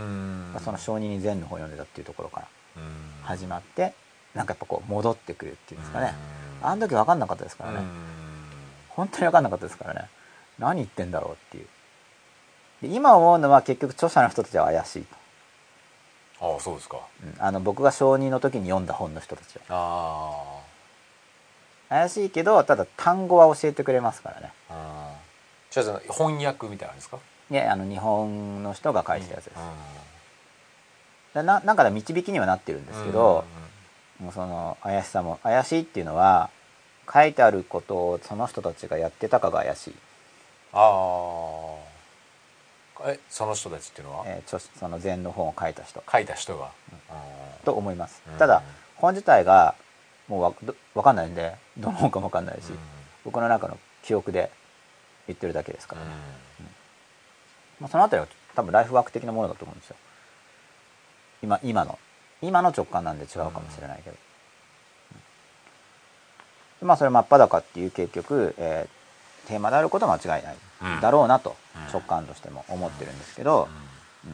その小児に禅の本を読んでたっていうところから始まって、なんかやっぱこう戻ってくるっていうんですかね。あの時分かんなかったですからね。本当に分かんなかったですからね。何言ってんだろうっていう。で今思うのは結局著者の人たちは怪しいと。 ああ、そうですか。 うん、あの僕が小児の時に読んだ本の人たちは。ああ。怪しいけどただ単語は教えてくれますからね。 ああ。じゃあ翻訳みたいなんですか？ いや、あの日本の人が書いてたやつです。うん、ななんかで導きにはなってるんですけど、うん、もうその怪しさも怪しいっていうのは書いてあることをその人たちがやってたかが怪しい。 ああ。え、その人たちっていうのは？ えー、その禅の本を書いた人。 書いた人が。 うん、と思います。ただ本自体がもうわ分かんないんでどの本かも分かんないし、うん、僕の中の記憶で言ってるだけですからね。うん、まあ、そのあたりは多分ライフワーク的なものだと思うんですよ。今今の今の直感なんで違うかもしれないけど、うん、まあそれ真っ裸っていう結局、えー、テーマであることは間違いない、うん、だろうなと直感としても思ってるんですけど、うんうん、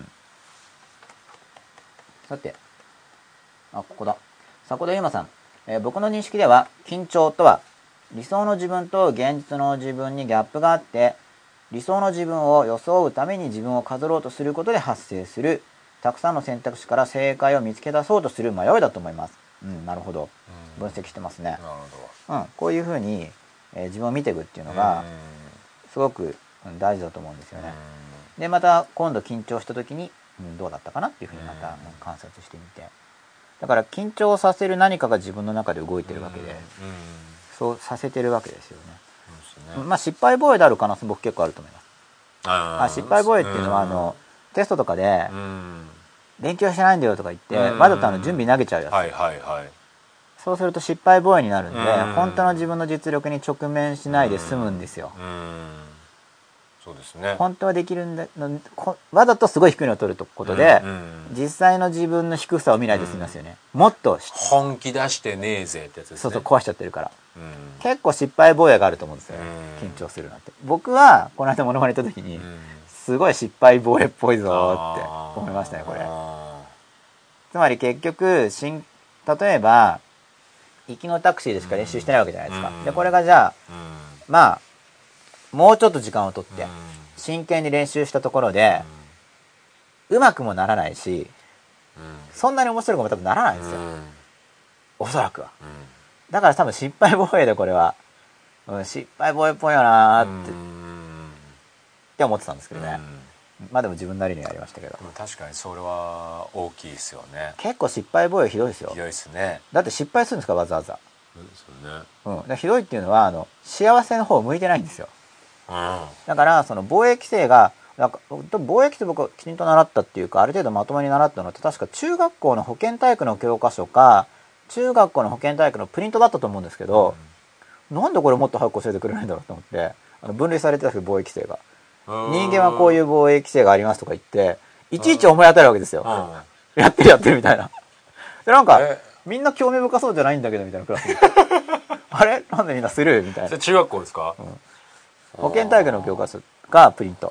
さて、あ、ここだ。迫田悠馬さん、えー、僕の認識では緊張とは理想の自分と現実の自分にギャップがあって、理想の自分を装うために自分を飾ろうとすることで発生するたくさんの選択肢から正解を見つけ出そうとする迷いだと思います。うん、なるほど。分析してますね。なるほど。うん、こういうふうに、えー、自分を見ていくっていうのがすごく、うん、大事だと思うんですよね。でまた今度緊張した時に、うん、どうだったかなっていうふうにまた、うん、観察してみて、だから緊張させる何かが自分の中で動いてるわけで、そうさせてるわけですよね。まあ失敗防衛である可能性僕結構あると思います。ああ、失敗防衛っていうのはあのテストとかで勉強してないんだよとか言ってわざとあの準備投げちゃうやつ、はいはいはい、そうすると失敗防衛になるんで本当の自分の実力に直面しないで済むんですよ。 そうですね。 本当はできるんだわざとすごい低いのを取ることで実際の自分の低さを見ないで済みますよね。もっと本気出してねえぜってやつですね。 そうそう、壊しちゃってるから。結構失敗防衛があると思うんですよ、緊張するなんて。僕はこの間モノマネ行った時にすごい失敗防衛っぽいぞって思いましたね、これ。つまり結局しん例えば行きのタクシーでしか練習してないわけじゃないですか。でこれがじゃあまあもうちょっと時間をとって真剣に練習したところでうまくもならないしそんなに面白くも多分ならないんですよ、おそらくは。だから多分失敗防衛でこれは、うん、失敗防衛っぽいよなーってって思ってたんですけどね。まあでも自分なりにやりましたけど。 確かにそれは大きいですよね。 結構失敗防衛ひどいですよ。 ひどいですね。 だって失敗するんですかわざわざ。そうですよね。うん。でひどいっていうのはあの幸せの方を向いてないんですよ。うん、だからその防衛規制がなんか防衛規制僕はきちんと習ったっていうかある程度まともに習ったのって確か中学校の保健体育の教科書か中学校の保健体育のプリントだったと思うんですけど、うん、なんでこれもっと早く教えてくれないんだろうと思ってあの分類されてたけど防衛規制が人間はこういう防衛規制がありますとか言っていちいち思い当たるわけですよ、うん、やってるやってるみたいな。でなんかみんな興味深そうじゃないんだけどみたいなクラスにあれなんでみんなするみたいな。 それ中学校ですか？うん、 保健体育の教科書がプリント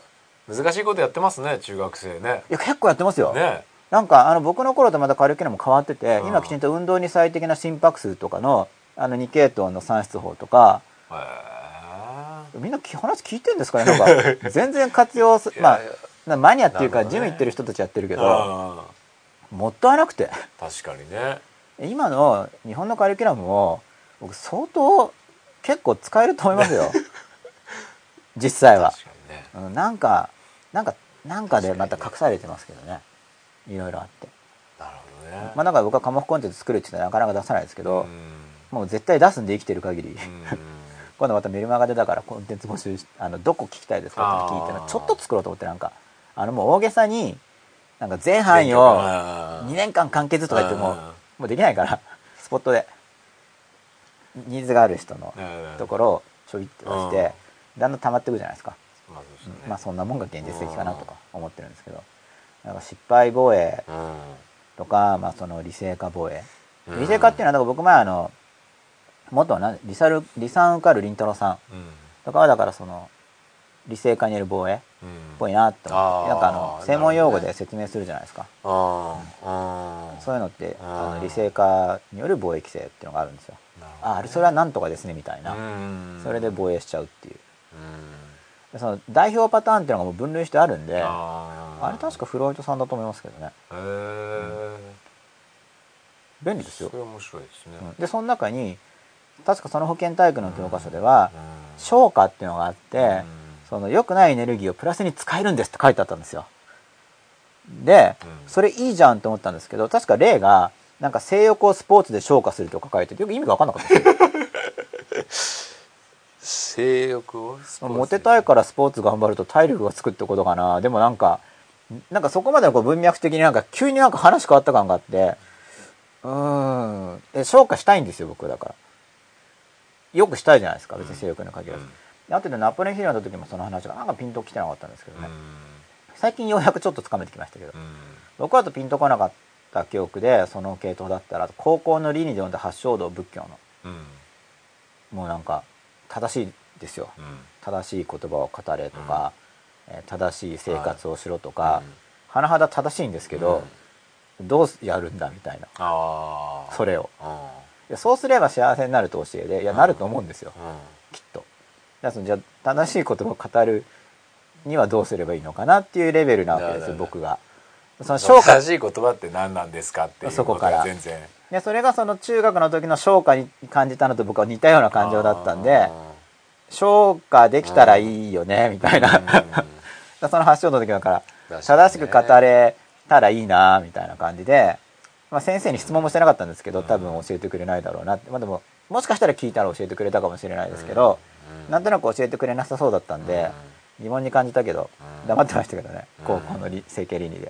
難しいことやってますね中学生ね。 いや結構やってますよ、 ね、 なんかあの僕の頃とまたカリキュラム変わってて、うん、今きちんと運動に最適な心拍数とかのあのに系統の算出法とか、みんな話聞いてんですかね。なんか全然活用すまあマニアっていうか、ね、ジム行ってる人たちやってるけどもったいなくて。 確かにね。 今の日本のカリキュラムを僕相当結構使えると思いますよ実際は。確かにね、うん、なんかなんかなんかでまた隠されてますけどね、いろいろあって。 なるほどね。 まあだから僕は科目コンテンツ作るって言ったらなかなか出さないですけど、もう絶対出すんで生きてる限り今度またメルマガでだからコンテンツ募集しあのどこ聞きたいですかって聞いてのちょっと作ろうと思って、なんかあのもう大げさになんか全範囲をにねんかん完結とか言ってももうできないからスポットでニーズがある人のところをちょいって出してだんだん溜まっていくじゃないですか。まあそうですね、まあそんなもんが現実的かなとか思ってるんですけど、なんか失敗防衛とか、まあその理性化防衛、理性化っていうのはだから僕前あの元はリサルリサン受かるりんたろーさんとかはだからその理性化による防衛っぽいなって思って、なんかあの専門用語で説明するじゃないですか。あ、うん、そういうのってあの理性化による防衛規制っていうのがあるんですよ。ああそれはなんとかですねみたいな、それで防衛しちゃうっていう、でその代表パターンっていうのがもう分類してあるんで、ああれ確かフロイトさんだと思いますけどね。へえ、うん、便利ですよ。 それ面白いですね、 うん、でその中に確かその保健体育の教科書では消化っていうのがあって、その良くないエネルギーをプラスに使えるんですって書いてあったんですよ。でそれいいじゃんと思ったんですけど、確か例がなんか性欲をスポーツで消化するとか書いててよく意味が分かんなかったです性欲をスポーツモテたいからスポーツ頑張ると体力がつくってことかな。でもなんかなんかそこまでのこう文脈的になんか急になんか話変わった感があって、うーんえ消化したいんですよ僕だから。よくしたいじゃないですか別に性欲に限らず、うん、あとでナポレオンヒルの時もその話がなんかピンときてなかったんですけどね、うん、最近ようやくちょっとつかめてきましたけど、うん、僕だとピンとこなかった記憶でその系統だったら高校の理にで読んだ八正道仏教の、うん、もうなんか正しいですよ、うん、正しい言葉を語れとか、うん、正しい生活をしろとか、はい、甚だ正しいんですけど、うん、どうやるんだみたいな、あそれをいやそうすれば幸せになると教えで、いやなると思うんですよ、うん、きっと。だからじゃあ正しい言葉を語るにはどうすればいいのかなっていうレベルなわけですよ僕が。 その正しい言葉って何なんですかっていうそこから全然でそれがその中学の時の昇華に感じたのと僕は似たような感情だったんで、昇華できたらいいよねみたいな、うん、その発祥の時だから正しく語れたらいいなみたいな感じで、まあ、先生に質問もしてなかったんですけど多分教えてくれないだろうなって、まあ、でももしかしたら聞いたら教えてくれたかもしれないですけど、うん、なんとなく教えてくれなさそうだったんで、うん、疑問に感じたけど黙ってましたけどね、うん、高校の整形倫理で、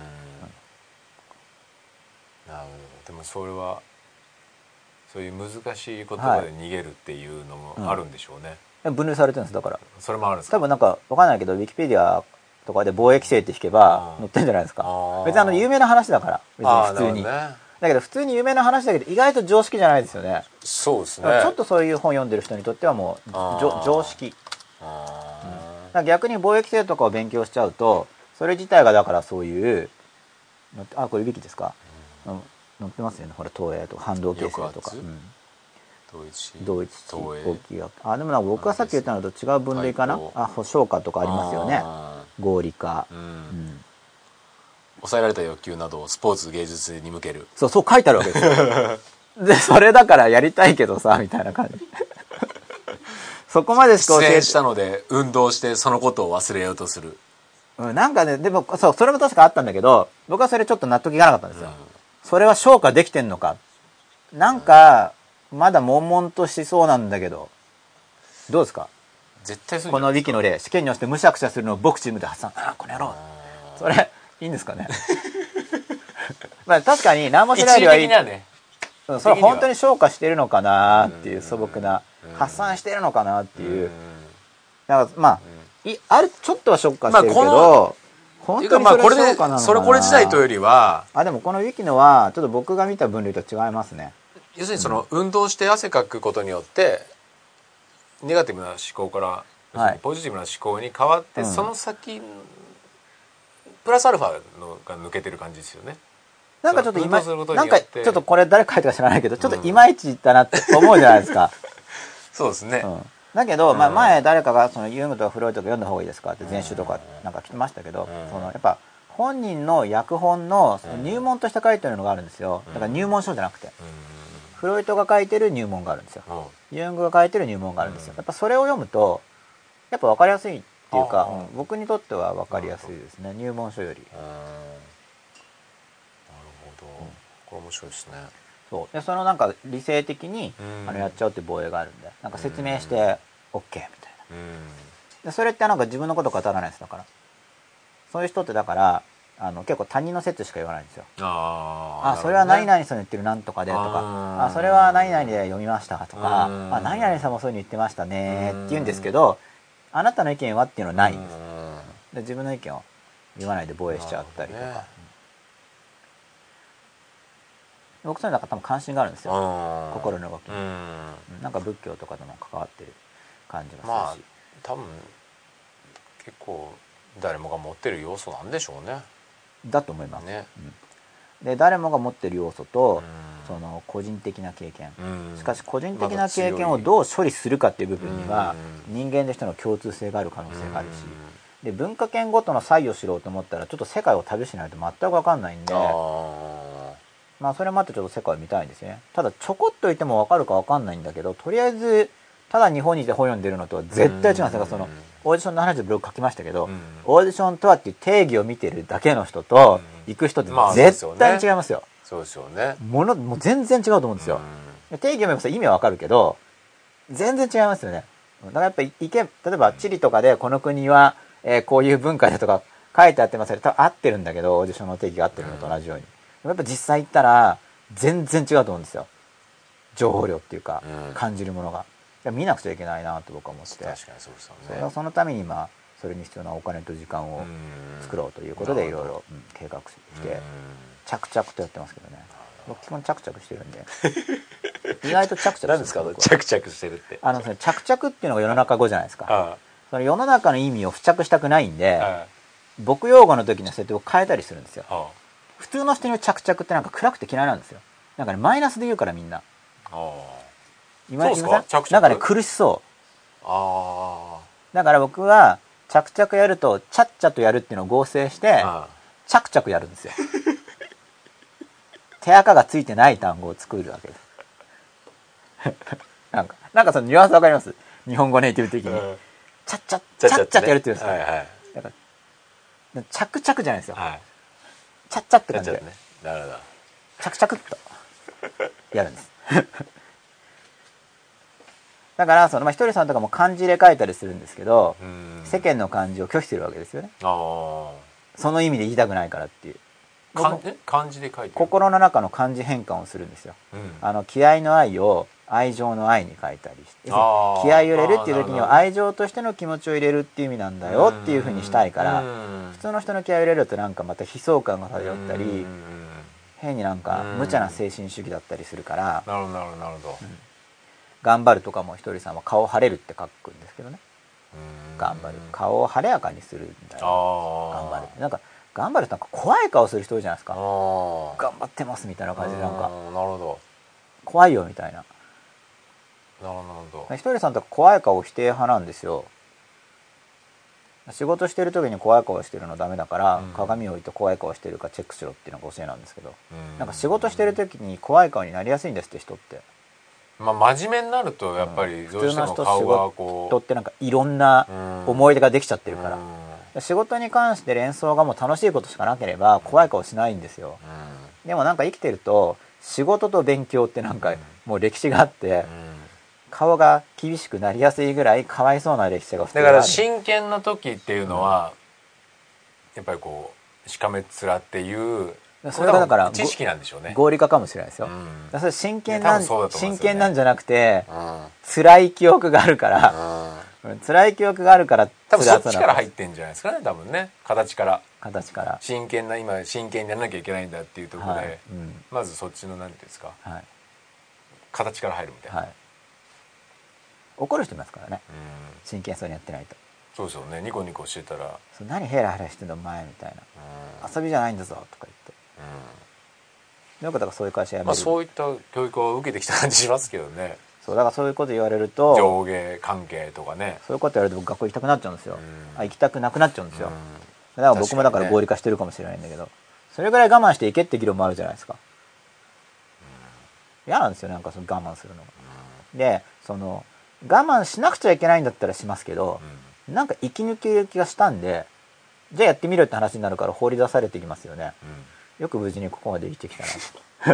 うん、なるほど。でもそれはそういう難しい言葉で逃げるっていうのもあるんでしょうね、 はい、うん、分類されてるんです。だからそれもあるんですか。 多分なんか分かんないけどウィキペディアとかで貿易規制って引けば載ってるんじゃないですか。別にあの有名な話だから別に普通に、ね、だけど普通に有名な話だけど意外と常識じゃないですよね。 そうですね。 ちょっとそういう本読んでる人にとってはもう常識、うん、逆に貿易規制とかを勉強しちゃうとそれ自体がだからそういうあこれウィキですか、うん、載ってますよね。ほら東映とか反動形成とか、うん、同一高気学、あでもなんか僕がさっき言ったのと違う分類かな。あ保証化とかありますよね。合理化、うんうん、 抑えられた欲求などをスポーツ芸術に向ける、 そうそう書いてあるわけですよでそれだからやりたいけどさみたいな感じそこまでしか教えて出演したので運動してそのことを忘れようとする、 うん、なんかねでもそうそれも確かあったんだけど僕はそれちょっと納得いかなかったんですよ、うん、それは消化できてんのかなんか、うん、まだ悶々としそうなんだけどどうですか。 絶対そうこのウィキの例試験に押してむしゃくしゃするのを僕チームで発散、あこの野郎それいいんですかねまあ確かに何もしないよりはいい、ね、それ本当に消化してるのかなっていう素朴な発散してるのかなっていう、だからまあいあるちょっとは消化してるけど、まあ、 本当にそれ消化なのかな。それこれ自体というよりはあでもこのウィキのはちょっと僕が見た分類と違いますね。 要するにその運動して汗かくことによってネガティブな思考からはい、 ポジティブな思考に変わって、うん、その先プラスアルファのが抜けてる感じですよね。 なんかちょっと今なんかちょっとこれ誰書いたか知らないけど、ちょっといまいちだなって思うじゃないですか。 そうですね、 うん、だけど、まあ、前誰かがそのユングとかフロイトとか読んだ方がいいですかって全集とかなんか来てましたけど、そのやっぱ本人の訳本のその入門として書いてるのがあるんですよ。だから入門書じゃなくて、フロイトが書いてる入門があるんですよ。ユングが書いてる入門があるんですよ。やっぱそれを読むとやっぱ分かりやすいっていうか、うん、僕にとっては分かりやすいですね、入門書より。なるほど、これ面白いですね。 そうでそのなんか理性的にあのやっちゃうっていう防衛があるんで、なんか説明して OK みたいな。でそれってなんか自分のこと語らないです。だからそういう人ってだからあの結構他人の説しか言わないんですよ。ああそれは何々さんの言ってるなんとかでとか、ああそれは何々で読みましたとか、あ何々さんもそういうの言ってましたねって言うんですけど、あなたの意見はっていうのはないんです。で自分の意見を言わないで防衛しちゃったりとか、ね、僕そういうの多分関心があるんですよ、心の動きに。なんか仏教とかとも関わってる感じがするし、まあ多分結構誰もが持ってる要素なんでしょうね。 だと思います、ね、うん、で誰もが持ってる要素とその個人的な経験、しかし個人的な経験をどう処理するかっていう部分には人間としての共通性がある可能性があるし、で文化圏ごとの差異を知ろうと思ったらちょっと世界を旅しないと全く分かんないんで、あまあそれもあってちょっと世界を見たいんですね。ただちょこっといても分かるか分かんないんだけど、とりあえずただ日本にいて本読んでるのとは絶対違うんです。だからそのオーディションの話でブログ書きましたけど、オーディションとはっていう定義を見てるだけの人と行く人って絶対に違いますよ。 そうですよね。 ものもう全然違うと思うんですよ。定義を見れば意味は分かるけど全然違いますよね。だからやっぱり行け例えば地理とかでこの国は、えー、こういう文化だとか書いてあってますけど多分合ってるんだけど、オーディションの定義が合ってるのと同じように、やっぱ実際行ったら全然違うと思うんですよ。情報量っていうか、うん、感じるものが見なくちゃいけないなと僕は思ってて、 確かにそうですよね。 それはそのために今それに必要なお金と時間を作ろうということでいろいろ計画して着々とやってますけどね。僕基本着々してるんで意外と着々してる。 何ですか着々してるって。 あのその着々っていうのが世の中語じゃないですか。ああその世の中の意味を付着したくないんで、ああ僕用語の時の設定を変えたりするんですよ。ああ普通の人に着々ってなんか暗くて嫌いなんですよ。なんかねマイナスで言うからみんな。ああ今そうですか？着々なんかね苦しそう。ああだから僕は着々やるとちゃっちゃとやるっていうのを合成して着々やるんですよ。手垢がついてない単語を作るわけです。なんかなんかそのニュアンスわかります？日本語ネイティブ的に、うん、ちゃっちゃちゃっちゃってやるっていうんですか、はいはい、だから着々じゃないですよ、はい、ちゃっちゃって感じで、ね、なるほど着々っとやるんです。だからその、まあ、ひとりさんとかも漢字で書いたりするんですけど、世間の漢字を拒否するわけですよね。あその意味で言いたくないからっていう漢字で書いてる心の中の漢字変換をするんですよ、うん、あの気合の愛を愛情の愛に書いたりして、気合を入れるっていう時には愛情としての気持ちを入れるっていう意味なんだよっていうふうにしたいから、普通の人の気合を入れるとなんかまた悲壮感が漂ったり変になんか無茶な精神主義だったりするから、 なるほどなるほどなるほど、うん、 頑張るとかもひとりさんは顔晴れるって書くんですけどね、頑張る顔を晴れやかにするんだよ、頑張るなんか頑張るとなんか怖い顔する人いるじゃないですか。頑張ってますみたいな感じでなんかなるほど怖いよみたいな。 なるほど。 ひとりさんとか怖い顔否定派なんですよ。仕事してる時に怖い顔してるのダメだから、うん、鏡を置いて怖い顔してるかチェックしろっていうのが教えなんですけど、うん、なんか仕事してる時に怖い顔になりやすいんですって人って。 まあ真面目になるとやっぱりどうしても顔がこう、 普通の人仕事ってなんかいろんな思い出ができちゃってるから、うん、仕事に関して連想がもう楽しいことしかなければ怖い顔しないんですよ、うん、でもなんか生きてると仕事と勉強ってなんかもう歴史があって、うん、顔が厳しくなりやすいぐらいかわいそうな歴史が普通にある。 だから真剣な時っていうのは、うん、やっぱりこうしかめっ面っていうそれがだから知識なんでしょうね。 合理化かもしれないですよ、うん、だそれ真剣なん、ね、真剣なんじゃなくて、うん、辛い記憶があるから、うん、辛い記憶があるから多分そっちから入ってんじゃないですかね、多分ね、形から形から真剣な今真剣にやらなきゃいけないんだっていうところで、はいうん、まずそっちの何ていうんですか、はい、形から入るみたいな、はい、 怒る人いますからね、 うん、 真剣そうにやってないと。 そうですよね。ニコニコしてたらそう何ヘラヘラしてんのお前みたいな、うん、遊びじゃないんだぞとか言って、うん、よくだからそういう会社辞める、 まあ、そういった教育を受けてきた感じしますけどね。 そうだからそういうこと言われると上下関係とかね、 そういうこと言われると僕学校行きたくなっちゃうんですよ、 うん、 あ行きたくなくなっちゃうんですよ、 うん、 だから僕もだから合理化してるかもしれないんだけど、ね、それぐらい我慢していけって議論もあるじゃないですか、うん、嫌なんですよなんかその我慢するのが、うん、でその我慢しなくちゃいけないんだったらしますけど、うん、なんか息抜き気がしたんでじゃあやってみろって話になるから放り出されてきますよね、うん、よく無事にここまで生きてきたな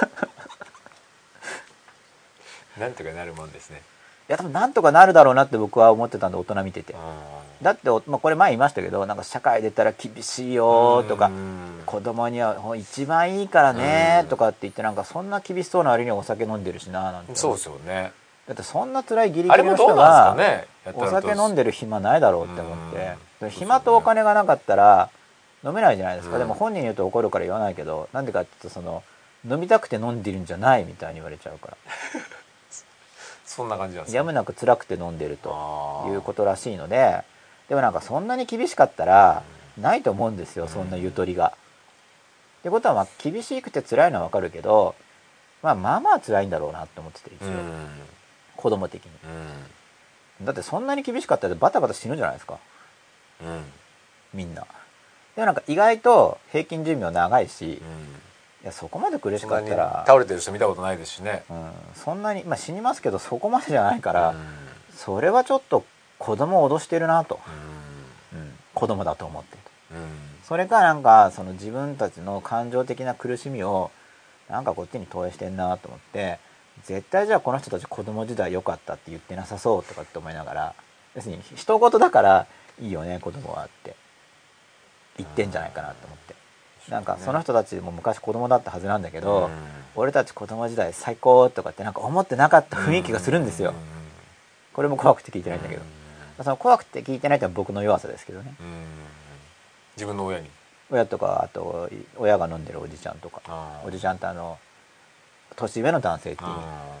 なんとかなるもんですね。 いや多分なんとかなるだろうなって僕は思ってたんで大人見てて、だって、まあ、これ前言いましたけどなんか社会出たら厳しいよとか子供には一番いいからねとかって言ってなんかそんな厳しそうな割にはお酒飲んでるしななんて。 そうですよね。 だってそんな辛いギリギリの人がお酒飲んでる暇ないだろうって思って暇とお金がなかったら飲めないじゃないですか。でも本人に言うと怒るから言わないけどなんでかって言うとその飲みたくて飲んでるんじゃないみたいに言われちゃうからそんな感じなんですか。 やむなく辛くて飲んでるということらしいのででもなんかそんなに厳しかったらないと思うんですよそんなゆとりが。ってことはまあ厳しくて辛いのはわかるけど、まあ、まあまあ辛いんだろうなって思ってて一応子供的にだってそんなに厳しかったらバタバタ死ぬじゃないですか、うん、みんな。でもなんか意外と平均寿命長いし、うん、いやそこまで苦しかったら倒れてる人見たことないですしね、 うん、そんなに、まあ、死にますけどそこまでじゃないから、うん、それはちょっと子供を脅してるなと、うんうん、子供だと思ってると、うん、それかなんかその自分たちの感情的な苦しみをなんかこっちに投影してんなと思って絶対じゃあこの人たち子供時代良かったって言ってなさそうとかって思いながら要するに一言だからいいよね子供はって言ってんじゃないかなと思って。なんかその人たちも昔子供だったはずなんだけど、うん、俺たち子供時代最高とかってなんか思ってなかった雰囲気がするんですよ、うん、これも怖くて聞いてないんだけど、うん、その怖くて聞いてないってのは僕の弱さですけどね、うん、 自分の親に親とかあと親が飲んでるおじちゃんとかおじちゃんとあの年上の男性っていう、うん、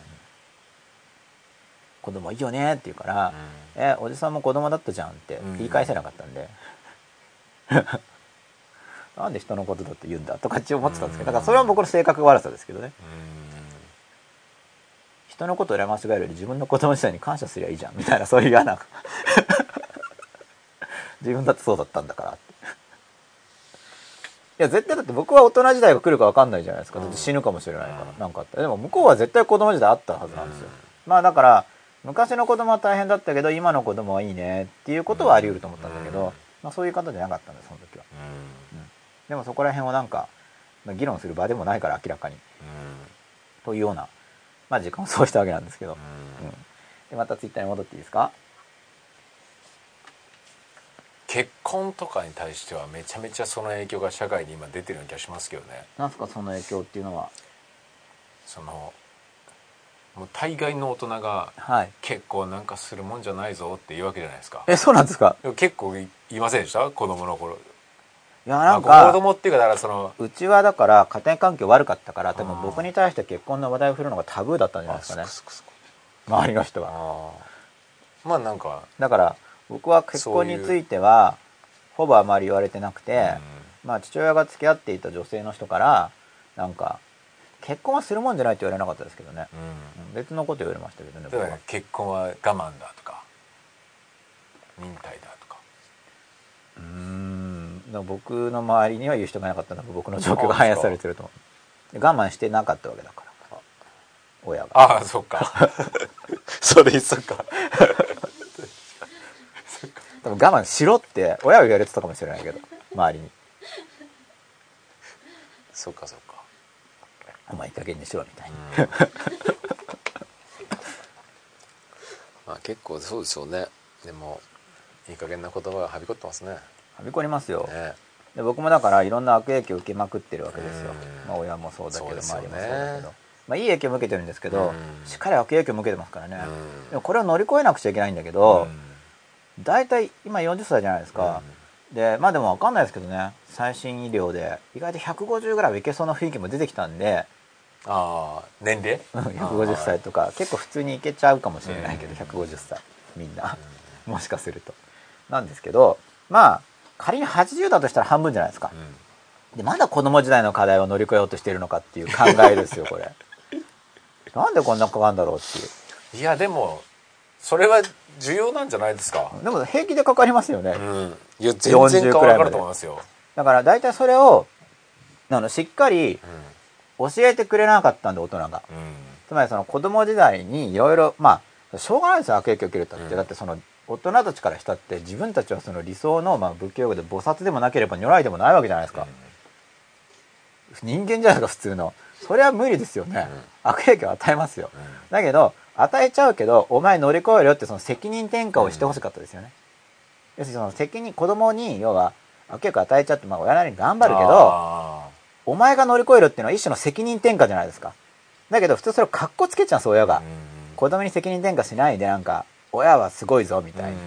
子供いいよねって言うから、うん、えおじさんも子供だったじゃんって言い返せなかったんで、うんなんで人のことだって言うんだとかって思ってたんですけどだからそれは僕の性格悪さですけどね。人のことを羨ましがるより自分の子供時代に感謝すりゃいいじゃんみたいなそういう嫌な自分だってそうだったんだからっていや絶対だって僕は大人時代が来るか分かんないじゃないですか。だって死ぬかもしれないからなんかあったでも向こうは絶対子供時代あったはずなんですよ。まあだから昔の子供は大変だったけど今の子供はいいねっていうことはあり得ると思ったんだけど、まあ、そういう方じゃなかったんですその時は。でもそこら辺をなんか議論する場でもないから明らかに、うん、というような、まあ、時間を過ごしたわけなんですけど、うんうん、でまたツイッターに戻っていいですか。 結婚とかに対してはめちゃめちゃその影響が社会に今出てるような気がしますけどね。 なんすかその影響っていうのは。そのもう大概の大人が、はい、結構なんかするもんじゃないぞって言うわけじゃないですか。 えそうなんですか。 結構言いませんでした子供の頃。 いやなんか、まあ、 子供っていうかだからそのうちはだから家庭環境悪かったから多分僕に対して結婚の話題を振るのがタブーだったんじゃないですかね周りの人は。 あまあなんかだから僕は結婚についてはほぼあまり言われてなくて、まあ父親が付き合っていた女性の人からなんか結婚はするもんじゃないって言われなかったですけどね、うん、別のこと言われましたけどね。 僕は結婚は我慢だとか忍耐だとかうーん僕の周りには言う人がいなかったのが僕の状況が反映されてると思う。我慢してなかったわけだから親が。 ああそっかそれそっか多分我慢しろって親は言われてたかもしれないけど周りにそっかそっかお前いい加減にしろみたいなまあ結構そうですよね。でもいい加減な言葉がはびこってますね。 はびこりますよ、ね、で僕もだからいろんな悪影響を受けまくってるわけですよ、まあ、親もそうだけど、ね、周りもそうだけど、まあ、いい影響を受けてるんですけどしっかり悪影響を受けてますからね。でもこれを乗り越えなくちゃいけないんだけどだいたい今よんじゅっさいじゃないですか。でまあでも分かんないですけどね最新医療で意外とひゃくごじゅうぐらいはいけそうな雰囲気も出てきたんでああ年齢ひゃくごじゅっさいとか結構普通にいけちゃうかもしれないけど、うん、ひゃくごじゅっさいみんな、うん、もしかするとなんですけど、まあ仮にはちじゅうだとしたら半分じゃないですか、うん、でまだ子供時代の課題を乗り越えようとしているのかっていう考えですよこれなんでこんなかかるんだろうっていう。 いやでもそれは重要なんじゃないですか。 でも平気でかかりますよね、 うん、いや全然かかると思いますよ。 だから大体それをあのしっかり教えてくれなかったんで大人が、うん、つまりその子供時代にいろいろまあしょうがないですよ悪影響を受けるったって、うん、だってその大人たちからしたって自分たちはその理想の、まあ、仏教用語で菩薩でもなければ如来でもないわけじゃないですか、うん、人間じゃないですか普通の。それは無理ですよね、うん、悪影響を与えますよ、うん、だけど与えちゃうけどお前乗り越えるよってその責任転嫁をしてほしかったですよね、うん、要するにその責任子供に要は悪影響を与えちゃって、まあ、親なりに頑張るけどお前が乗り越えるっていうのは一種の責任転嫁じゃないですか。だけど普通それをカッコつけちゃうんです親が、うん、子供に責任転嫁しないでなんか親はすごいぞみたいに、うん、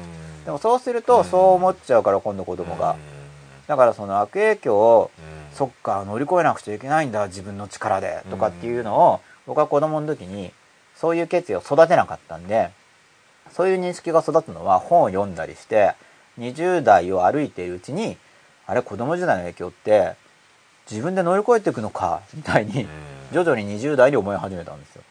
でもそうするとそう思っちゃうから今度子供が、うん、だからその悪影響を、うん、そっか乗り越えなくちゃいけないんだ自分の力でとかっていうのを僕は子供の時にそういう決意を育てなかったんで、そういう認識が育つのは本を読んだりしてにじゅう代を歩いているうちにあれ子供時代の影響って自分で乗り越えていくのかみたいに徐々ににじゅう代に思い始めたんですよ。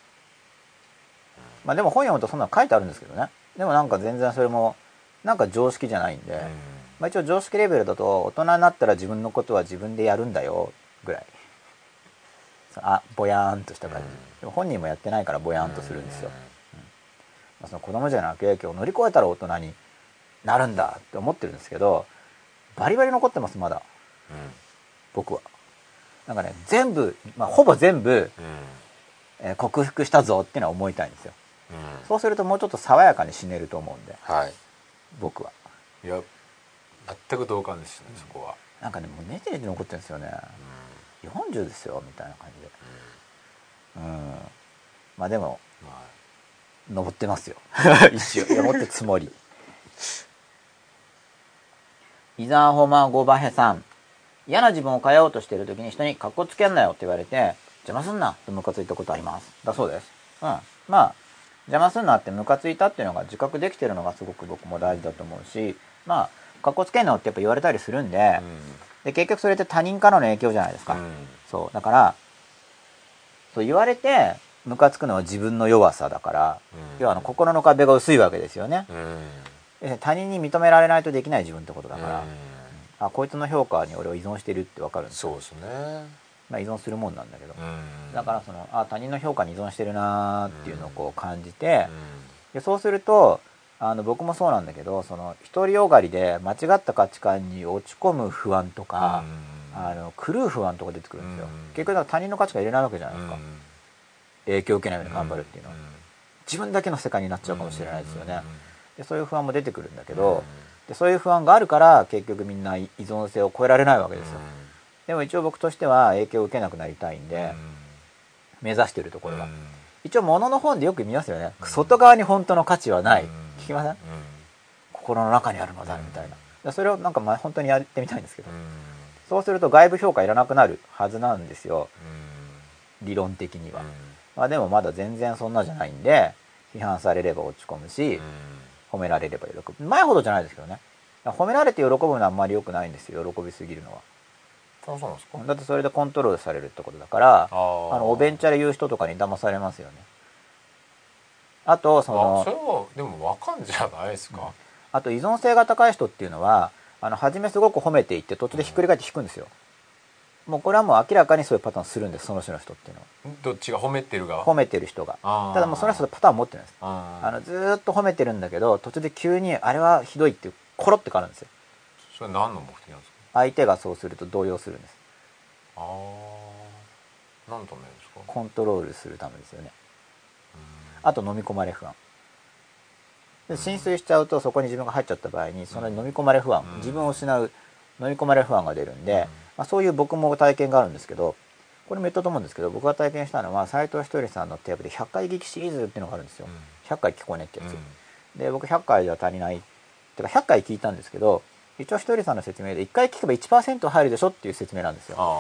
まあでも本読むとそんなの書いてあるんですけどね。でもなんか全然それもなんか常識じゃないんで、まあ一応常識レベルだと大人になったら自分のことは自分でやるんだよぐらい、あぼやーんとした感じ。でも本人もやってないからぼやーんとするんですよ。うんまあ、その子供時代の悪影響を乗り越えたら大人になるんだって思ってるんですけど、バリバリ残ってますまだ。うん僕はなんかね全部、まあ、ほぼ全部、うんえー、克服したぞっていうのは思いたいんですよ、うん、そうするともうちょっと爽やかに死ねると思うんで、はい、僕はいや全く同感ですね、うん、そこはなんかねもうネチネチ残ってるんですよね、うん、よんじゅうですよみたいな感じで、うん、うん、まあでも、まあ、登ってますよ一瞬登ってつもり伊沢ホマゴバヘさん、嫌な自分を変えようとしている時に人にカッコつけんなよって言われて邪魔すんなってムカついたことあります。だそうです。うん。まあ邪魔すんなってムカついたっていうのが自覚できてるのがすごく僕も大事だと思うし、まあカッコつけんなよってやっぱ言われたりするんで、うん、で結局それって他人からの影響じゃないですか。うん、そうだからそう言われてムカつくのは自分の弱さだから、うん、要はあの心の壁が薄いわけですよね。うん、他人に認められないとできない自分ってことだから。うんあこいつの評価に俺を依存してるって分かるんですよ。そうですね。まあ依存するもんなんだけど、だからそのあ他人の評価に依存してるなっていうのをこう感じて、でそうするとあの僕もそうなんだけどその独りよがりで間違った価値観に落ち込む不安とかあの狂う不安とか出てくるんですよ。結局だから他人の価値観入れないわけじゃないですか。影響を受けないように頑張るっていうのは自分だけの世界になっちゃうかもしれないですよね。でそういう不安も出てくるんだけど。でそういう不安があるから結局みんな依存性を超えられないわけですよ、うん、でも一応僕としては影響を受けなくなりたいんで、うん、目指しているところは、うん、一応物の本でよく見ますよね、うん、外側に本当の価値はない、うん、聞きません、うん、心の中にあるのだみたいな、それをなんかまあ本当にやってみたいんですけど、そうすると外部評価いらなくなるはずなんですよ、理論的には、まあ、でもまだ全然そんなじゃないんで批判されれば落ち込むし、褒められれば喜ぶ。前ほどじゃないですけどね。褒められて喜ぶのはあんまり良くないんですよ。喜びすぎるのは。 あ、そうなんですか。 だってそれでコントロールされるってことだから、あのおべんちゃら言う人とかに騙されますよね。あとその。 あ、それはでもわかんじゃないですか。うん、 あと依存性が高い人っていうのは、あの初めすごく褒めていって途中でひっくり返って引くんですよ。うん、もうこれはもう明らかにそういうパターンするんです。その種の人っていうのは。 どっちが褒めてる側？ 褒めてる人が。ただもうその人パターン持ってるんです。ああのずーっと褒めてるんだけど途中で急にあれはひどいってコロって変わるんですよ。 それ何の目的なんですか？ 相手がそうすると動揺するんです。 ああ、何のためですか？ コントロールするためですよね。あと飲み込まれ不安で浸水しちゃうとそこに自分が入っちゃった場合にその飲み込まれ不安、自分を失う飲み込まれ不安が出るんで、まあ、そういう僕も体験があるんですけど、これも言ったと思うんですけど、僕が体験したのは斉藤ひとりさんのテープでひゃっかい劇シリーズっていうのがあるんですよ。ひゃっかい聞こえねってやつで、僕ひゃっかいでは足りないってかひゃっかい聞いたんですけど、一応ひとりさんの説明でいっかい聞けば いちパーセント 入るでしょっていう説明なんですよ。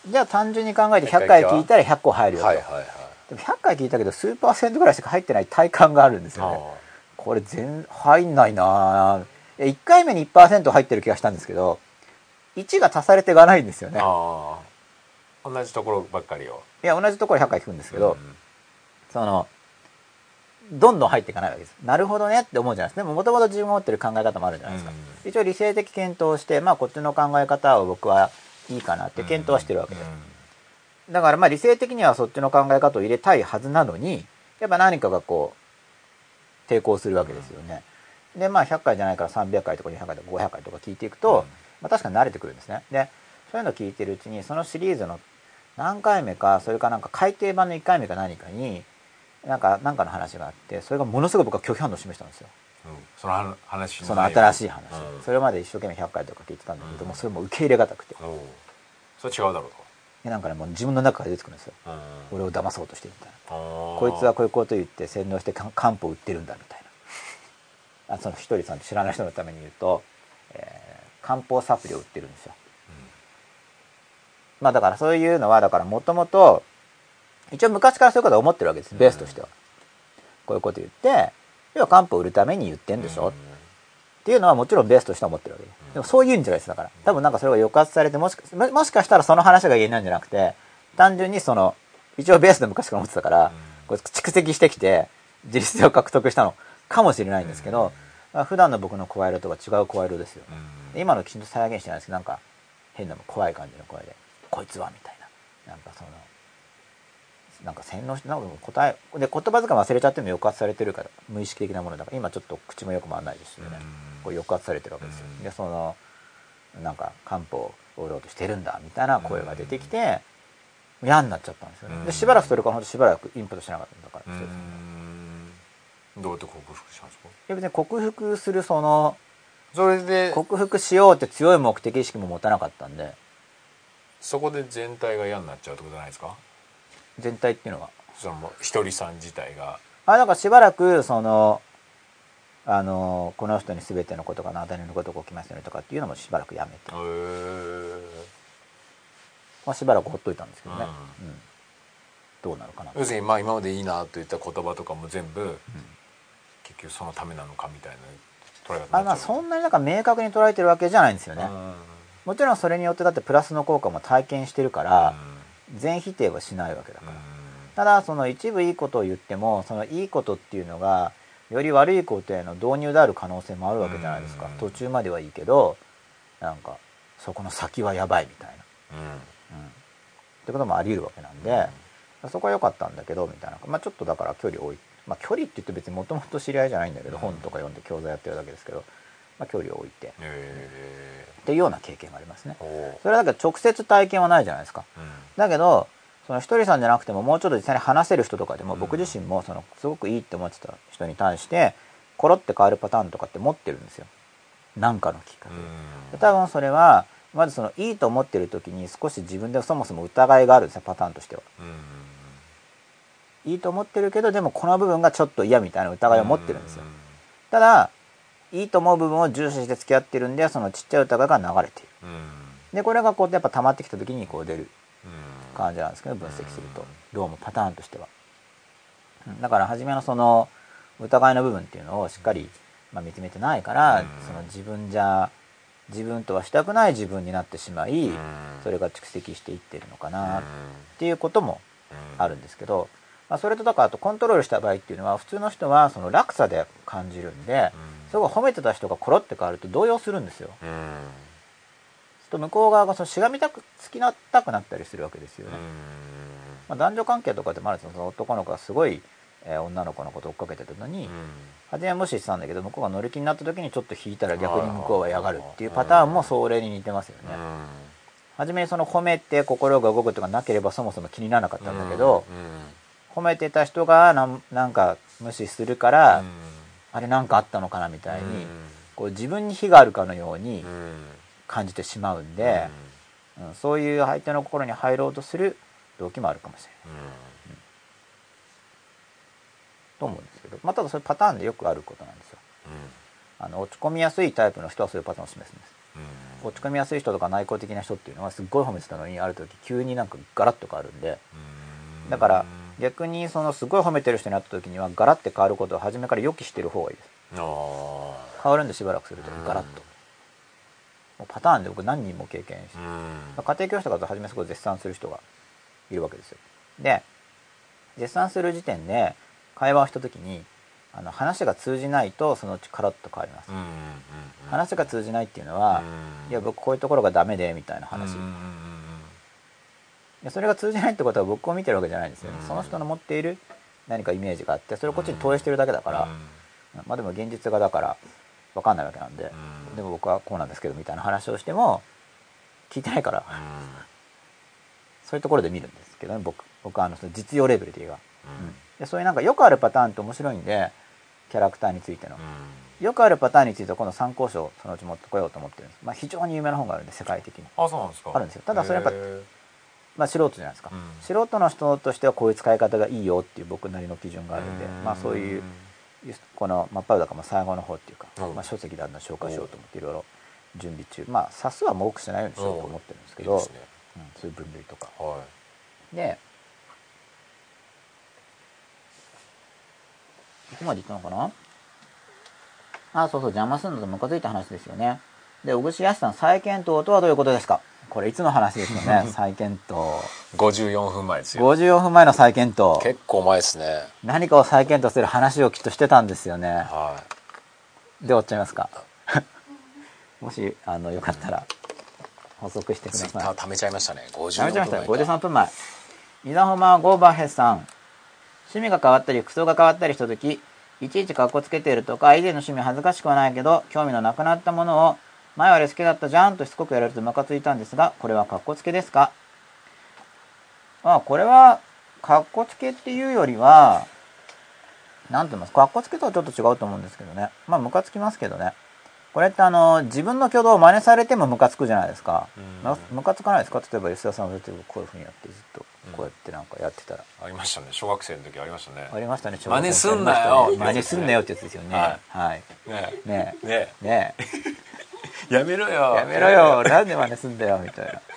じゃあ単純に考えてひゃっかい聞いたらひゃっこ入るよと、はいはいはい、でもひゃっかい聞いたけど数パーセントぐらいしか入ってない体感があるんですよね。これ全入んないな。いっかいめに いちパーセント 入ってる気がしたんですけどいちが足されていかないんですよね。 あ同じところばっかりをいや同じところひゃっかい聞くんですけど、うん、そのどんどん入っていかないわけです。なるほどねって思うじゃないですか。でももともと自分が持ってる考え方もあるじゃないですか、うん、一応理性的検討をしてまあこっちの考え方を僕はいいかなって検討はしてるわけです、うん、だからまあ理性的にはそっちの考え方を入れたいはずなのにやっぱ何かがこう抵抗するわけですよね、うん、でまあひゃっかいじゃないからさんびゃっかいとかにひゃっかいとかごひゃっかいとか聞いていくと、うんまあ、確かに慣れてくるんですね。でそういうのを聞いてるうちにそのシリーズの何回目かそれかなんか改訂版のいっかいめか何かになんかなんかの話があってそれがものすごい僕は拒否反応を示したんですよ、 うん、その話その新しい話、 うん、 それまで一生懸命ひゃっかいとか聞いてたんだけど、うん、もうそれも受け入れがたくて、うん、 それ違うだろうとでなんかねもう自分の中から出てくるんですよ、うん、俺を騙そうとしてるみたいな、こいつはこういうこと言って洗脳して漢方売ってるんだみたいなあそのひとりさんって知らない人のために言うと、えー、漢方サプリを売ってるんですよ、うん、まあだからそういうのはだからもともと一応昔からそういうことは思ってるわけです、ベースとしては、うん、こういうこと言って要は漢方を売るために言ってんでしょ、うん、っていうのはもちろんベースとしては思ってるわけで、うん、でもそういうんじゃないです。だから多分なんかそれが抑圧されてもしか、もしかしたらその話が原因なんじゃなくて単純にその一応ベースで昔から思ってたから、うん、これ蓄積してきて自律性を獲得したのかもしれないんですけど、うん、普段の僕の声色とは違う声色ですよね、うん、今のきちんと再現してないですけどなんか変な怖い感じの声でこいつはみたいななんかそのなんか洗脳してなんか答えで言葉遣い忘れちゃっても抑圧されてるから無意識的なものだから今ちょっと口もよく回らないですよね、こう抑圧されてるわけですよ。でそのなんか漢方を売ろうとしてるんだみたいな声が出てきて嫌になっちゃったんですよね。でしばらくそれからほんとしばらくインプットしなかったんだから。 どうやって克服したんですか？ いや別に克服するそのそれで克服しようって強い目的意識も持たなかったんでそこで全体が嫌になっちゃうってことじゃないですか？ 全体っていうのはそのひとりさん自体があだからしばらくそのあのこの人に全てのことがあなたのことが起きますよねとかっていうのもしばらくやめて、へー、まあ、しばらくほっといたんですけどね、うんうん、どうなるかな要するにまあ今までいいなと言った言葉とかも全部、うん、結局そのためなのかみたいな捉え方になっちゃう。 あまあそんなになんか明確に捉えてるわけじゃないんですよね、うん、もちろんそれによってだってプラスの効果も体験してるから、うん、全否定はしないわけだから、うん、ただその一部いいことを言ってもそのいいことっていうのがより悪いことへの導入である可能性もあるわけじゃないですか、うん、途中まではいいけどなんかそこの先はやばいみたいな、うんうん、ってこともあり得るわけなんで、うん、そこは良かったんだけどみたいな、まあ、ちょっとだから距離を置いまあ距離って言って別にもともと知り合いじゃないんだけど、うん、本とか読んで教材やってるだけですけど、まあ、距離を置いて、えー、っていうような経験がありますね。それだけど直接体験はないじゃないですか、うん、だけどそのひとりさんじゃなくてももうちょっと実際に話せる人とかでも、うん、僕自身もそのすごくいいって思ってた人に対してコロって変わるパターンとかって持ってるんですよ、何かのきっかけで、うん、多分それはまずそのいいと思ってる時に少し自分でそもそも疑いがあるんですよ、パターンとしては、うん、いいと思ってるけどでもこの部分がちょっと嫌みたいな疑いを持ってるんですよ、うん、ただいいと思う部分を重視して付き合ってるんでそのちっちゃい疑いが流れている、うん、でこれがこうやっぱ溜まってきた時にこう出る感じなんですけど分析するとどうもパターンとしては、だから初めのその疑いの部分っていうのをしっかりまあ見つめてないから、その自分じゃ自分とはしたくない自分になってしまいそれが蓄積していってるのかなっていうこともあるんですけど、まあ、それとだからあとコントロールした場合っていうのは普通の人はその落差で感じるんで、そこを褒めてた人がコロって変わると動揺するんですよ。と向こう側がそのしがみたくつきなったくなったりするわけですよね。まあ、男女関係とかでもあるんですよ。その男の子がすごい、えー、女の子のことを追っかけてたのに、初めは無視してたんだけど向こうが乗り気になった時にちょっと引いたら逆に向こうは嫌がるっていうパターンもそれに似てますよね。初めにその褒めて心が動くとかなければそもそも気にならなかったんだけど、褒めてた人がな ん, なんか無視するから、あれなんかあったのかなみたいに、こう自分に非があるかのように感じてしまうんで、うんうん、そういう相手の心に入ろうとする動機もあるかもしれない、うんうん、と思うんですけど、まあ、ただそういうパターンでよくあることなんですよ、うん、あの落ち込みやすいタイプの人はそういうパターンを示すんです、うん、 落ち込みやすい人とか内向的な人っていうのはすっごい褒めてたのにある時急になんかガラッと変わるんで、だから逆にそのすごい褒めてる人になった時にはガラッて変わることを初めから予期してる方がいいです。変わるんでしばらくするとガラッともうパターンで僕何人も経験して、家庭教師とかと初めすごい絶賛する人がいるわけですよ。で絶賛する時点で会話をした時にあの話が通じないとそのうちカラッと変わります。話が通じないっていうのは、いや僕こういうところがダメでみたいな話、いやそれが通じないってことは僕を見てるわけじゃないんですよね。その人の持っている何かイメージがあってそれをこっちに投影してるだけだから、まあでも現実がだから分かんないわけなんで、でも僕はこうなんですけどみたいな話をしても聞いてないからそういうところで見るんですけどね、僕僕はあのその実用レベルで言えば、うん、でそういうなんかよくあるパターンって面白いんで、キャラクターについての、うん、よくあるパターンについては今度参考書をそのうち持ってこようと思ってるんです。まあ非常に有名な本があるんで世界的に。 あ、そうなんですか。 あるんですよ。ただそれやっぱ、まあ、素人じゃないですか、うん、素人の人としてはこういう使い方がいいよっていう僕なりの基準があるんで、まあそういうこの真っ只中も最後の方っていうか、まあ、書籍であるのを紹介しようと思っていろいろ準備中、まあ冊数はもう多くしないようにしようと思ってるんですけど、いいですね、うん、そういう分類とか、はい、でどこまで言ったのかなあ、そうそう、邪魔するのとムカついた話ですよね。で、小串康さん、再検討とはどういうことですか。これいつの話ですよね再検討。 ごじゅうよんふんまえですよ。 ごじゅうよんふんまえの再検討。 結構前ですね。 何かを再検討する話をきっとしてたんですよね。はい。で終わっちゃいますかもしあのよかったら補足してください。 ツイッター貯めちゃいましたね。ごじゅうよんふんまえ。 ごじゅうさんぷんまえ。伊沢浜ゴーバヘさん、趣味が変わったり服装が変わったりした時、いちいちカッコつけているとか、以前の趣味恥ずかしくはないけど興味のなくなったものを前はあれ好きだったじゃんとしつこくやられるとムカついたんですが、これはカッコつけですか。まあこれはカッコつけっていうよりは何て言いますか、カッコつけとはちょっと違うと思うんですけどね。まあムカつきますけどね。これってあの自分の挙動を真似されてもムカつくじゃないですか。ムカつかないですか。例えば吉田さんはこういうふうにやってずっとこうやってなんかやってたら、 うん、ありましたね。小学生の時ありましたね。 ありましたね。 真似すんなよ、 真似すんなよってやつですよね。はい、はい、 ねえねえねえねえやめろよやめろよなんで真似すんだよみたいな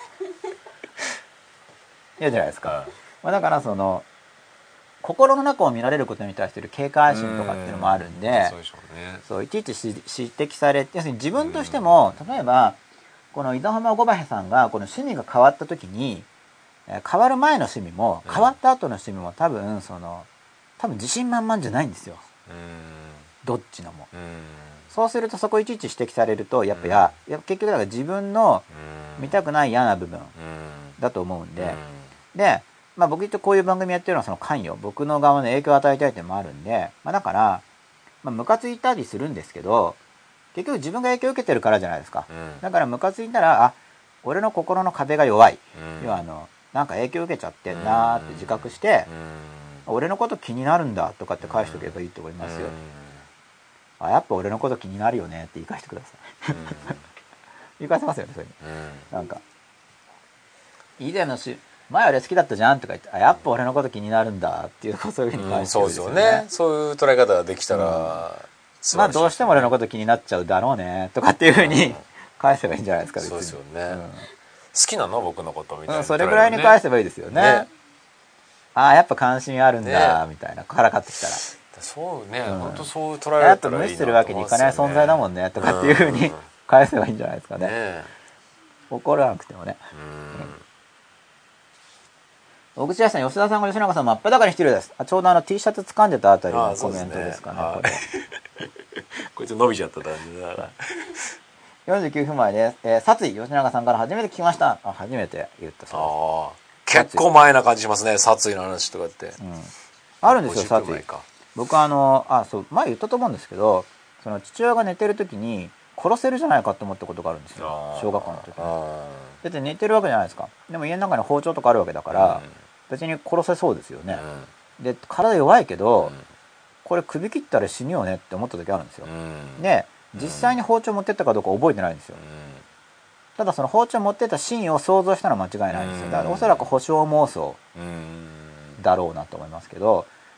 嫌じゃないですか。まあ、だからその心の中を見られることに対してる警戒心とかっていうのもあるんで、そうでしょうね。そういちいち指摘されて、要するに自分としても例えばこの伊沢浜五馬さんがこの趣味が変わった時に、変わる前の趣味も変わった後の趣味も多分その多分自信満々じゃないんですよ。どっちのも。そうするとそこいちいち指摘されるとやっぱや、やっぱ結局だから自分の見たくない嫌な部分だと思うんで、で、まあ、僕一応こういう番組やってるのはその関与、僕の側の影響を与えたいっていうのもあるんで、まあ、だから、まあ、ムカついたりするんですけど、結局自分が影響を受けてるからじゃないですか。だからムカついたら、あ、俺の心の壁が弱い、要はあのなんか影響を受けちゃってんなーって自覚して、俺のこと気になるんだとかって返しておけばいいと思いますよ。あ、やっぱ俺のこと気になるよねって言い返してください言い返せますよね、それに。なんか以前のし前あれ好きだったじゃんとか言って、あ、やっぱ俺のこと気になるんだっていう、そういうふうに返してくるんですよね。そうですよね。そういう捉え方ができたら、うん、まあどうしても俺のこと気になっちゃうだろうねとかっていうふうに返せばいいんじゃないですか。別にそうですよね、うん、好きなの僕のことみたいな、うん、それぐらいに返せばいいですよね。ね、ああやっぱ関心あるんだ、ね、みたいなからかってきたら、そうね、うん、本当そう捉えられたらいいなと思いますよね。やっぱ無視するわけにいかない存在だもんねとかっていうふうに返せばいいんじゃないですかね。ね、怒らなくてもね。うん、小口屋さん、吉田さんが吉永さん真っ裸にしてるです。あ、ちょうどあの T シャツ掴んでたあたりのコメントですかね。これこいつ伸びちゃった感じだからよんじゅうきゅうふんまえです。えー、殺意吉永さんから初めて聞きました。あ、初めて言ったそうです。あ、結構前な感じしますね、殺意の話とかって、うん、あるんですよ殺意。僕あのあそう前言ったと思うんですけど、その父親が寝てる時に殺せるじゃないかと思ったことがあるんですよ、小学校の時に。だって寝てるわけじゃないですか。でも家の中に包丁とかあるわけだから、うん、別に殺せそうですよね、うん、で体弱いけど、うん、これ首切ったら死ぬよねって思った時あるんですよ、うん、で実際に包丁持ってったかどうか覚えてないんですよ、うん、ただその包丁持ってったシーンを想像したのは間違いないんですよ。だからおそらく保証妄想だろうなと思いますけど、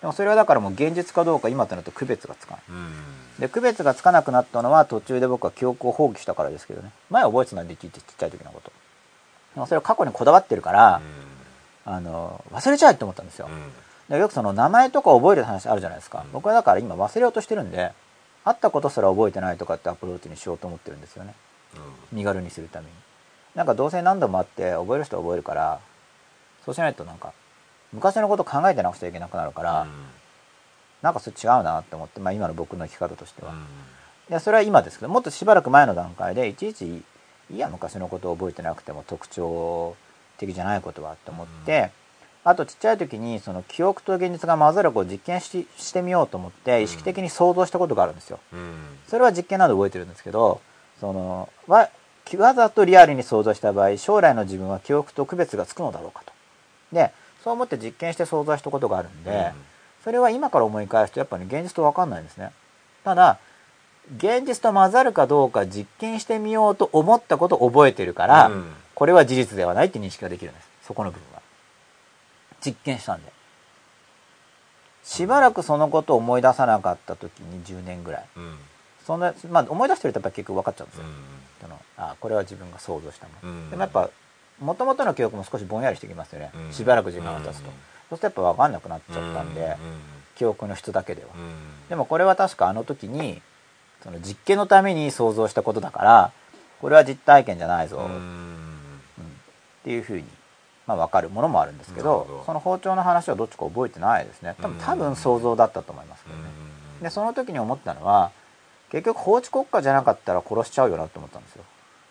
でもそれはだからもう現実かどうか今となると区別がつかない、うん、で区別がつかなくなったのは途中で僕は記憶を放棄したからですけどね。前は覚えてたんで、ちっちゃい時のこと。でもそれは過去にこだわってるから、うん、あの忘れちゃえって思ったんですよ、うん、でよくその名前とか覚える話あるじゃないですか、うん、僕はだから今忘れようとしてるんで、会ったことすら覚えてないとかってアプローチにしようと思ってるんですよね、うん、身軽にするために。なんかどうせ何度もあって覚える人は覚えるから、そうしないとなんか昔のこと考えてなくちゃいけなくなるから、うん、なんかそれ違うなって思って、まあ、今の僕の生き方としては、うん、いやそれは今ですけど、もっとしばらく前の段階でいちいちいや昔のことを覚えてなくても特徴的じゃないことはって思って、うん、あとちっちゃい時にその記憶と現実が混ざるこう実験 し, してみようと思って意識的に想像したことがあるんですよ、うん、それは実験など覚えてるんですけど、そのわわざとリアルに想像した場合、将来の自分は記憶と区別がつくのだろうかと。でそう思って実験して想像したことがあるんで、うん、それは今から思い返すとやっぱり、ね、現実と分かんないんですね。ただ現実と混ざるかどうか実験してみようと思ったことを覚えてるから、うん、これは事実ではないって認識ができるんです。そこの部分は実験したんで。しばらくそのことを思い出さなかった時にじゅうねんぐらい、うん、そんな、まあ、思い出してるとやっぱ結局分かっちゃうんですよ、うん、そのあこれは自分が想像したもの、うん、でもやっぱ元々の記憶も少しぼんやりしてきますよね、うん、しばらく時間が経つと、うん、そうするとやっぱ分かんなくなっちゃったんで、うん、記憶の質だけでは、うん、でもこれは確かあの時にその実験のために想像したことだから、これは実体験じゃないぞ、うんうん、っていうふうに、まあ、分かるものもあるんですけど、どその包丁の話はどっちか覚えてないですね。多分多分想像だったと思いますけどね。でその時に思ったのは、結局法治国家じゃなかったら殺しちゃうよなと思ったんですよ。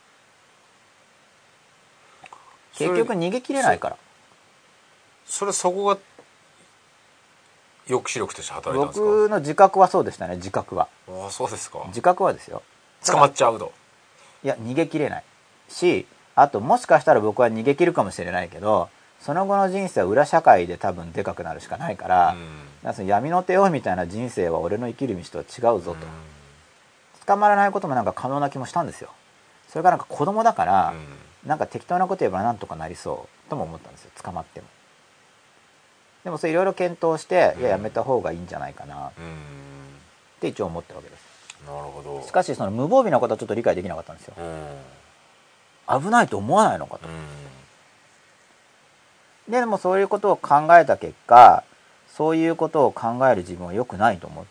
結局逃げきれないから。 それそこが抑止力として働いたんですか？ 僕の自覚はそうでしたね。自覚は。 ああ、そうですか。 自覚はですよ。 捕まっちゃうと。 いや逃げきれないし、あともしかしたら僕は逃げ切るかもしれないけど、その後の人生は裏社会で多分でかくなるしかないから、うん、その闇の帝王みたいな人生は俺の生きる道とは違うぞと、うん、捕まらないこともなんか可能な気もしたんですよ。それからなんか子供だから、うん、なんか適当なこと言えばなんとかなりそうとも思ったんですよ、捕まっても。でもそれいろいろ検討して、いややめた方がいいんじゃないかなって一応思ったわけです。 なるほど。 しかしその無防備なことはちょっと理解できなかったんですよ。危ないと思わないのかと。でもそういうことを考えた結果、そういうことを考える自分は良くないと思って、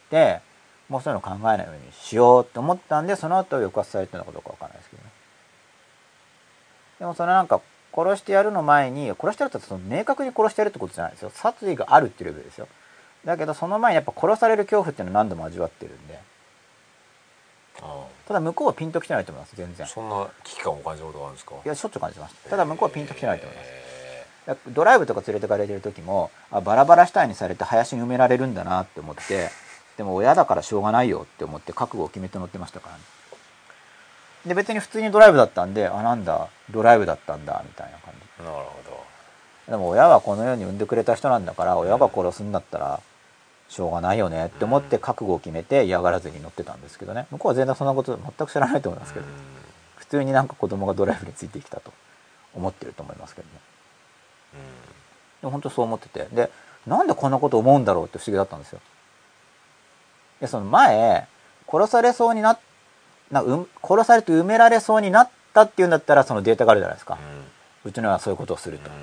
もうそういうの考えないようにしようと思ったんで、その後抑圧されてるのかどうかわからないですけどね。でもそのなんか殺してやるの前に、殺してやるってその明確に殺してやるってことじゃないですよ。殺意があるっていうレベルですよ。だけどその前にやっぱ殺される恐怖っていうのを何度も味わってるんで。ああ、ただ向こうはピンときてないと思います。全然。 そんな危機感を感じたことがあるんですか？ いやしょっちゅう感じました。ただ向こうはピンときてないと思います。えー、ドライブとか連れてかれてる時も、あバラバラ死体にされて林に埋められるんだなって思って、でも親だからしょうがないよって思って覚悟を決めて乗ってましたからね。で別に普通にドライブだったんで、あなんだドライブだったんだみたいな感じ。 なるほど。 でも親はこの世に産んでくれた人なんだから、親が殺すんだったらしょうがないよねって思って覚悟を決めて嫌がらずに乗ってたんですけどね。向こうは全然そんなこと全く知らないと思いますけど、普通になんか子供がドライブについてきたと思ってると思いますけどね。でも本当そう思ってて、でなんでこんなこと思うんだろうって不思議だったんですよ。でその前殺されそうになっなう殺されて埋められそうになったっていうんだったらそのデータがあるじゃないですか、うん、うちのはそういうことをすると、うん、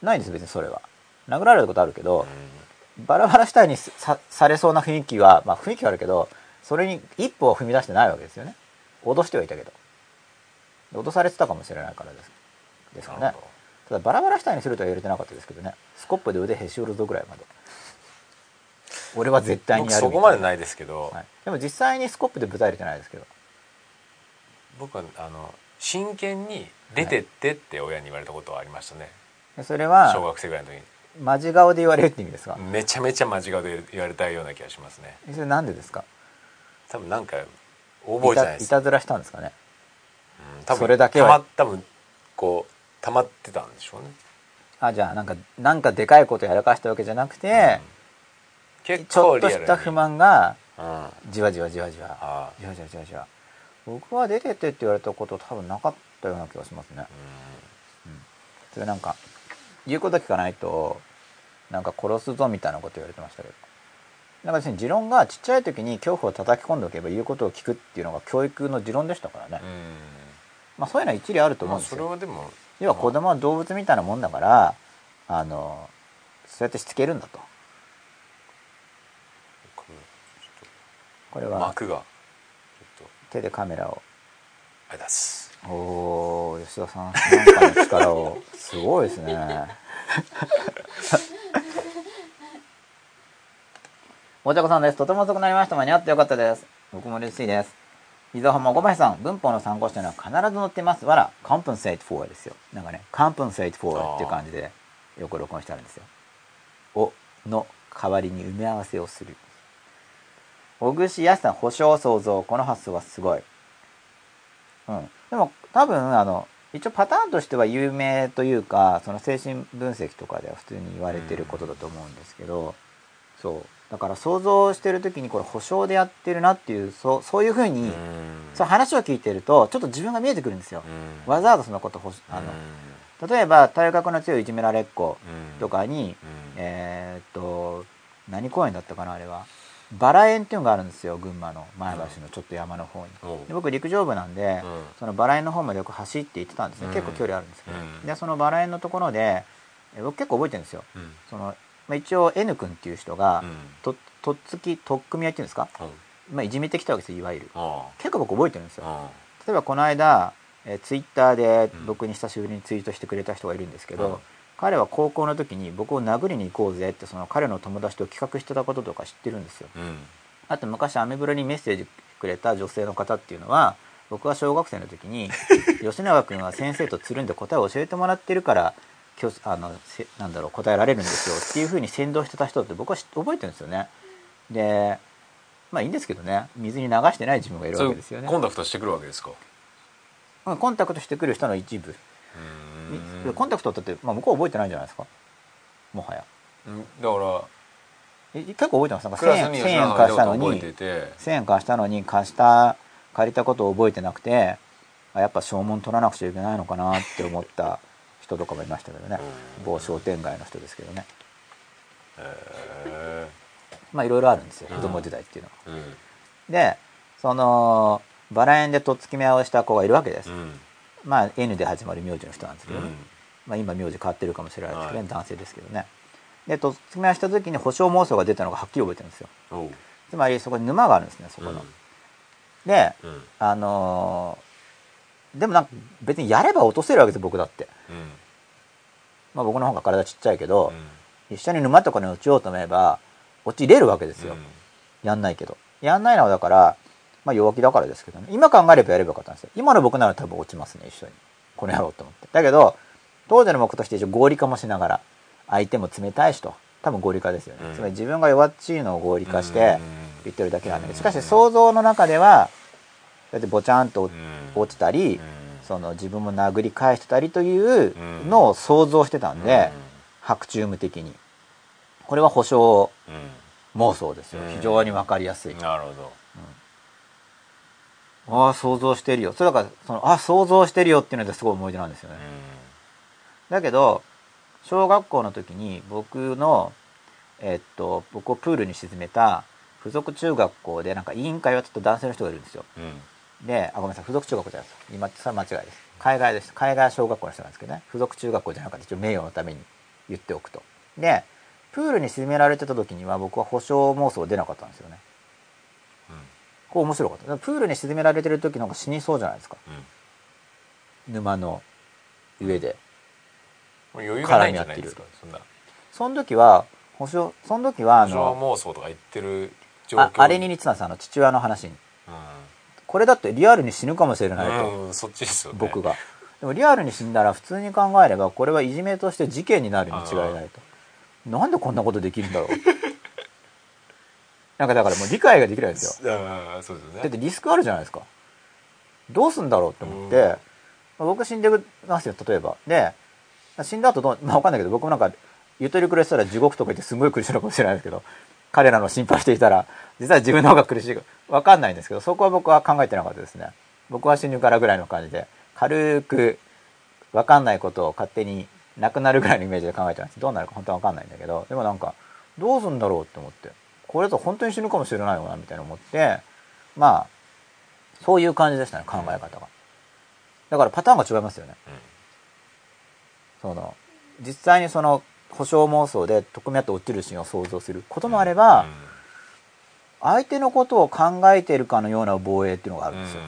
ないです別に。それは殴られることあるけど、うん、バラバラ死体に さ, されそうな雰囲気はまあ雰囲気はあるけど、それに一歩を踏み出してないわけですよね。脅してはいたけど、脅されてたかもしれないからですですかね。ただバラバラ死体にするとは言われてなかったですけどね。スコップで腕へし折るぞぐらいまで俺は絶対にやるみたいな。 僕そこまでないですけど、 はい、でも実際にスコップでぶた入れてないですけど、 僕はあの真剣に出てってって親に言われたことはありましたね、 はい、それは小学生ぐらいの時にマジ顔で言われるって意味ですか？ めちゃめちゃマジ顔で言われたような気がしますね。 それなんでですか？ 多分なんか覚えてないです。 いたずらしたんですかね、 うん、多分それだけはたま多分こう溜まってたんでしょうね。 あじゃあなんかなんかでかいことやらかしたわけじゃなくて、うん、結構ちょっとした不満がじわじわじわじわ、うん、じわじわじわじわ。僕は出てってって言われたこと多分なかったような気がしますね、うんうん、それなんか言うこと聞かないとなんか殺すぞみたいなこと言われてましたけど、 だから持論がちっちゃい時に恐怖を叩き込んでおけば言うことを聞くっていうのが教育の持論でしたからね、うん、まあ、そういうのは一理あると思うんですよ、まあ、それはでも要は子供は動物みたいなもんだからあのそうやってしつけるんだと。これは幕が手でカメラをありがとうございます。 おお、吉田さんなんかの力をすごいですねお茶子さんです。とても遅くなりました。間に合ってよかったです。僕も嬉しいです。伊沢浜ごばいさん、文法の参考書には必ず載ってます。わら compensate for ですよ。なんかね compensate for っていう感じでよく録音してあるんですよ。おの代わりに埋め合わせをする。小串康さん、保証創造、この発想はすごい。うん、でも多分あの一応パターンとしては有名というか、その精神分析とかでは普通に言われてることだと思うんですけど、そうだから想像してる時にこれ保証でやってるなっていう、そうそういうふうにそう話を聞いてるとちょっと自分が見えてくるんですよ。わざわざそのことあの例えば体格の強いいじめられっ子とかにえー、っと何公園だったかな、あれはバラ園っていうのがあるんですよ、群馬の前橋のちょっと山の方に。で僕陸上部なんで、うん、そのバラ園の方までよく走って行ってたんですね、うん、結構距離あるんですけど、うん、でそのバラ園のところで僕結構覚えてるんですよ、うん、そのまあ、一応 N 君っていう人が、うん、と, とっつき取っ組み合いっていうんですか、まあ、いじめてきたわけですよ、いわゆる。結構僕覚えてるんですよ。例えばこの間えツイッターで僕に久しぶりにツイートしてくれた人がいるんですけど、うん、彼は高校の時に僕を殴りに行こうぜってその彼の友達と企画してたこととか知ってるんですよ、うん、あと昔アメブロにメッセージくれた女性の方っていうのは、僕は小学生の時に吉永君は先生とつるんで答えを教えてもらってるから今日あのなんだろう答えられるんですよっていう風に先導してた人って僕は覚えてるんですよね。でまあいいんですけどね、水に流してない自分がいるわけですよね。 コンタクトしてくるわけですか。 コンタクトしてくる人の一部。うん、コンタクトだって、まあ、向こう覚えてないんじゃないですか、もはや。 だからえ結構覚えてます。なんかせんえん貸したのにせんえん貸したのに貸した借りたことを覚えてなくて、あやっぱ証文取らなくちゃいけないのかなって思った人とかもいましたけどね。某商店街の人ですけどね。へまあいろいろあるんですよ、子供時代っていうのは、うん、でそのバラ園でとっつき目をした子がいるわけです、うん、まあ N で始まる名字の人なんですけどね、うん、まあ、今名字変わってるかもしれないですけどね、はい、男性ですけどね。でとっつき目をした時に保証妄想が出たのがはっきり覚えてるんですよ。つまりそこに沼があるんですね、そこの、うん、で、うん、あのー、でもなんか別にやれば落とせるわけですよ、僕だって、うん、まあ僕の方が体ちっちゃいけど、一緒に沼とかに落ちようと思えば落ちれるわけですよ、やんないけど。やんないのはだからまあ弱気だからですけどね。今考えればやればよかったんですよ。今の僕なら多分落ちますね、一緒に。この野郎と思って。だけど当時の僕として一応合理化もしながら、相手も冷たいしと、多分合理化ですよね、うん、つまり自分が弱っちいのを合理化して言ってるだけなんだけど、しかし想像の中ではだってボチャンと落ちたり、その自分も殴り返してたりというのを想像してたんで、白チューム的にこれは保証妄想ですよ。非常に分かりやすい。 なるほど、 うん、ああ想像してるよ、それだからそのあ想像してるよっていうのですごい思い出なんですよね。だけど小学校の時に僕のえっと僕をプールに沈めた附属中学校でなんか委員会をちょっと男性の人がいるんですよ、うん、であごめんなさい、附属中学校じゃないです今それは間違いです。海外です。海外小学校の人なんですけどね、附属中学校じゃなくて一応名誉のために言っておくと。でプールに沈められてた時には僕は保証妄想出なかったんですよね、うん、こう面白かった。プールに沈められてる時なんか死にそうじゃないですか、うん、沼の上で余裕がないんじゃないですか。そんなその時は保証その時はあの保証妄想とか言ってる状況あ, あれに似てたんです、あの父親の話に、うん、これだってリアルに死ぬかもしれないと、 うん、そっちですよね。 僕がでもリアルに死んだら普通に考えればこれはいじめとして事件になるに違いないと。なんでこんなことできるんだろうなんかだからもう理解ができないですよ。 あそうですね、 だってリスクあるじゃないですか。どうすんだろうって思って、うん、僕死んでますよ例えば。で死んだ後どう、まあ、分かんないけど僕もなんかゆとりくれしたら地獄とか言ってすごい苦しいのかもしれないですけど、彼らの心配していたら実は自分の方が苦しいか分かんないんですけど、そこは僕は考えてなかったですね。僕は死ぬからぐらいの感じで軽く分かんないことを勝手になくなるぐらいのイメージで考えてます。どうなるか本当は分かんないんだけど、でもなんかどうすんだろうって思って、 これだと本当に死ぬかもしれないよなみたいな思って、まあそういう感じでしたね、考え方が。だからパターンが違いますよね、うん、その実際にその保証妄想で取っ組み合って落ちるシーンを想像することもあれば、うん、相手のことを考えているかのような防衛っていうのがあるんですよ、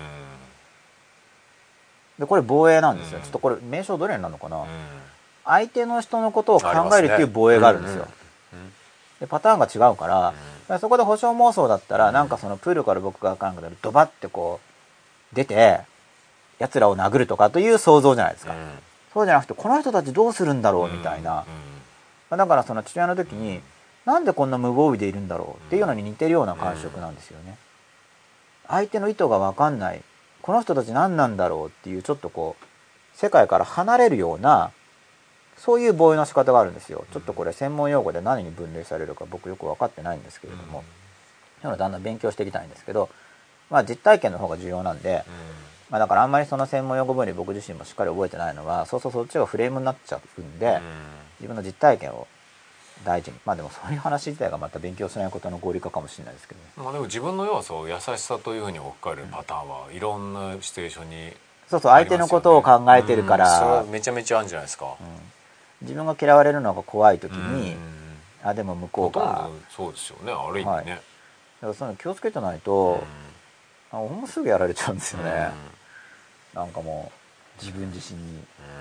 うん、でこれ防衛なんですよ、うん、ちょっとこれ名称どれになるのかな、うん、相手の人のことを考えるっていう防衛があるんですよ、うんうん、でパターンが違うから、うん、そこで保証妄想だったら、うん、なんかそのプールから僕が考えたらドバッてこう出て奴らを殴るとかという想像じゃないですか、うん、そうじゃなくてこの人たちどうするんだろうみたいな、うん、だからその父親の時に、うん、なんでこんな無防備でいるんだろうっていうのに似てるような感触なんですよね、うん、相手の意図が分かんない、この人たち何なんだろうっていうちょっとこう世界から離れるようなそういう防衛の仕方があるんですよ。ちょっとこれ専門用語で何に分類されるか僕よく分かってないんですけれども、うん、だんだん勉強していきたいんですけど、まあ実体験の方が重要なんで、うん、まあ、だからあんまりその専門用語分類僕自身もしっかり覚えてないのは、そうそうそっちがフレームになっちゃうんで、うん、自分の実体験を大事に、まあでもそういう話自体がまた勉強しないことの合理化かもしれないですけどね。 まあでも自分の要素を優しさというふうに置き換えるパターンはいろんなシチュエーションに、ね、 そうそう、相手のことを考えてるから、 うん、それはめちゃめちゃあるんじゃないですか、うん、 自分が嫌われるのが怖い時に、あでも向こうがそうですよね、ある意味ね、はい、だからそういうの気をつけてないと、うん、あもうすぐやられちゃうんですよね、うん、なんかもう自分自身に、うん、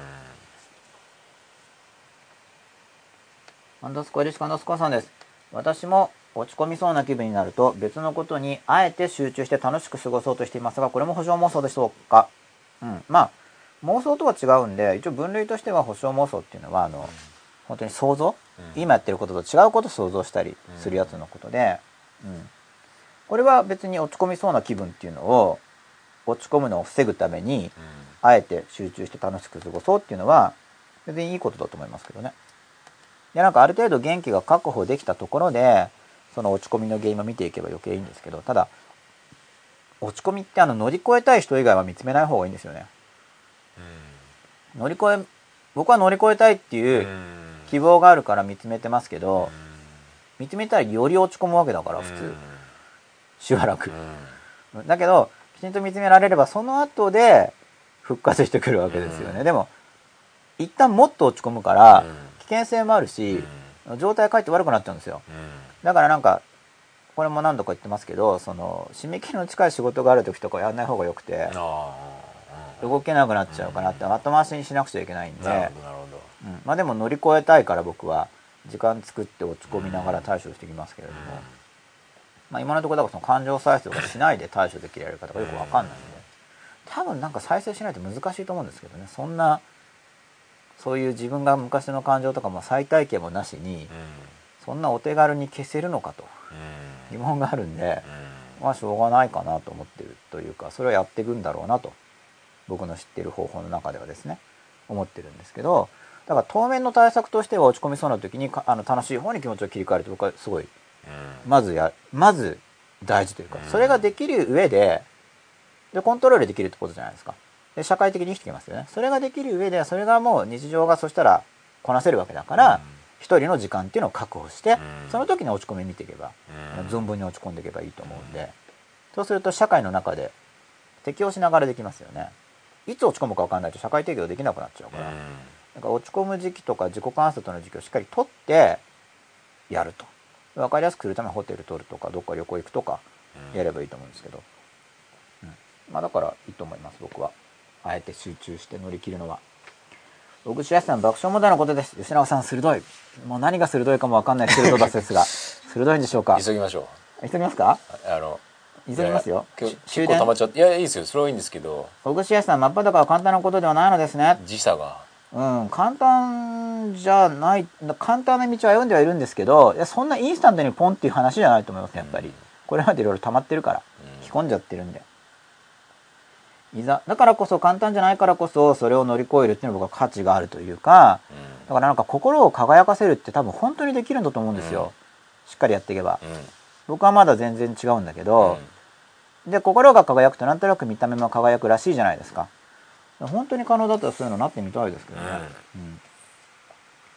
アンダースコアリシカアンダースコアさんです。私も落ち込みそうな気分になると別のことにあえて集中して楽しく過ごそうとしていますが、これも保証妄想でしょうか。うん、まあ妄想とは違うんで、一応分類としては保証妄想っていうのはあの、うん、本当に想像、うん、今やってることと違うことを想像したりするやつのことで、うん、これは別に落ち込みそうな気分っていうのを落ち込むのを防ぐために、うん、あえて集中して楽しく過ごそうっていうのは別にいいことだと思いますけどね。でなんかある程度元気が確保できたところでその落ち込みの原因を見ていけば余計いいんですけど、ただ落ち込みってあの乗り越えたい人以外は見つめない方がいいんですよね。うん、乗り越え僕は乗り越えたいっていう希望があるから見つめてますけど、見つめたらより落ち込むわけだから普通しばらくだけどきちんと見つめられればその後で復活してくるわけですよね。でも一旦もっと落ち込むから危険性もあるし状態かえって悪くなっちゃうんですよ。だからなんかこれも何度か言ってますけど、その締め切りの近い仕事がある時とかやんない方がよくて動けなくなっちゃうかなって後回しにしなくちゃいけないんで、なるほどなるほど、うん、まあでも乗り越えたいから僕は時間作って落ち込みながら対処してきますけれども、まあ、今のところだからその感情再生をしないで対処できるやり方がよく分かんないんで、多分なんか再生しないと難しいと思うんですけどね。そんなそういう自分が昔の感情とかも再体験もなしにそんなお手軽に消せるのかと疑問があるんで、まあしょうがないかなと思ってるというか、それはやっていくんだろうなと僕の知っている方法の中ではですね思ってるんですけど、だから当面の対策としては落ち込みそうな時にあの楽しい方に気持ちを切り替えると僕はすごいまずやまず大事というか、それができる上ででコントロールできるってことじゃないですか。で社会的に生きてきますよね。それができる上でそれがもう日常がそしたらこなせるわけだから、一人の時間っていうのを確保してその時に落ち込み見ていけば存分に落ち込んでいけばいいと思うんで、そうすると社会の中で適応しながらできますよね。いつ落ち込むか分かんないと社会適応できなくなっちゃうから、だから落ち込む時期とか自己観察の時期をしっかり取ってやると。分かりやすくするためにホテル取るとかどっか旅行行くとかやればいいと思うんですけど、うん、まあだからいいと思います僕は。あえて集中して乗り切るのは。小口康さん爆笑問題のことです。吉永さん鋭い。もう何が鋭いかも分かんない鋭さですが鋭いんでしょうか。 急ぎましょう。 急ぎますか。 あの急ぎますよ。 結構溜まっちゃって、いやいいですよ、それはいいんですけど、 小口康さん真っ裸は簡単なことではないのですね。 時差がうん簡単じゃない、簡単な道を歩んではいるんですけど、いやそんなインスタントにポンっていう話じゃないと思いますやっぱり、うん、これまでいろいろ溜まってるから、うん、着込んじゃってるんで、いざだからこそ簡単じゃないからこそそれを乗り越えるっていうのは僕は価値があるというか、うん、だからなんか心を輝かせるって多分本当にできるんだと思うんですよ、うん、しっかりやっていけば、うん、僕はまだ全然違うんだけど、うん、で心が輝くとなんとなく見た目も輝くらしいじゃないですか。本当に可能だったらそういうのなってみたいですけどね、うんうん、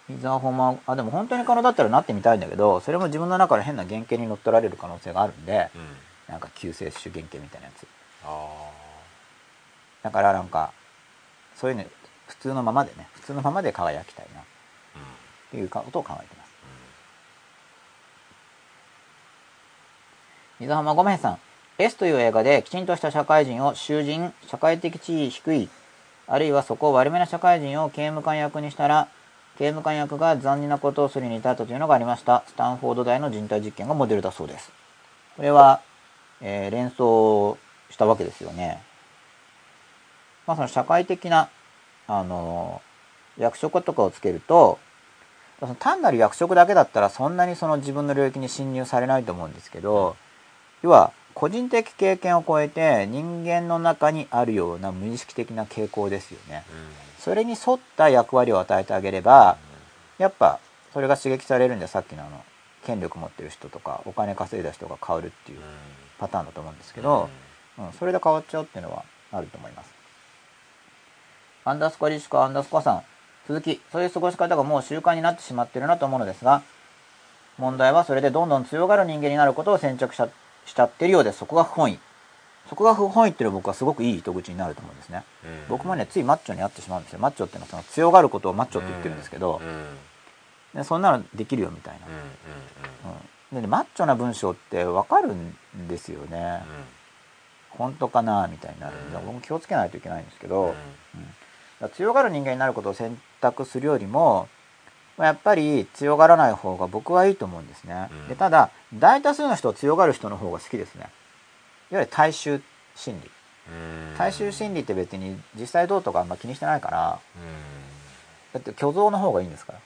伊沢ホマあでも本当に可能だったらなってみたいんだけど、それも自分の中で変な原型に乗っ取られる可能性があるんで、うん、なんか救世主原型みたいなやつ。あだからなんかそういうの普通のままでね普通のままで輝きたいなっていうことを考えてます。水浜ごめんさん、 S という映画できちんとした社会人を囚人、社会的地位低い、あるいはそこを悪めな社会人を刑務官役にしたら刑務官役が残忍なことをするに至ったというのがありました。スタンフォード大の人体実験がモデルだそうです。これは、えー、連想したわけですよね。まあその社会的なあの役職とかをつけると、単なる役職だけだったらそんなにその自分の領域に侵入されないと思うんですけど、要は個人的経験を超えて人間の中にあるような無意識的な傾向ですよね。それに沿った役割を与えてあげれば、やっぱそれが刺激されるんで、さっきのあの権力持ってる人とかお金稼いだ人が変わるっていうパターンだと思うんですけど、うん、それで変わっちゃうっていうのはあると思います。アンダースコリシコアンダースコさん、続き、そういう過ごし方がもう習慣になってしまっているなと思うのですが、問題はそれでどんどん強がる人間になることを選択ししちゃってるようです。そこが不本意。そこが不本意っていうのは僕はすごくいい糸口になると思うんですね。うん、僕もね、ついマッチョに会ってしまうんですよ。マッチョっていうのはその強がることをマッチョって言ってるんですけど、うん、でそんなのできるよみたいな。うんうん、でね、マッチョな文章って分かるんですよね。うん、本当かなみたいになるんで、僕も気をつけないといけないんですけど、うんうん、だから強がる人間になることを選択するよりも、やっぱり強がらない方が僕はいいと思うんですね。でただ大多数の人は強がる人の方が好きですね。いわゆる大衆心理。大衆心理って別に実際どうとかあんま気にしてないから、だって虚像の方がいいんですから。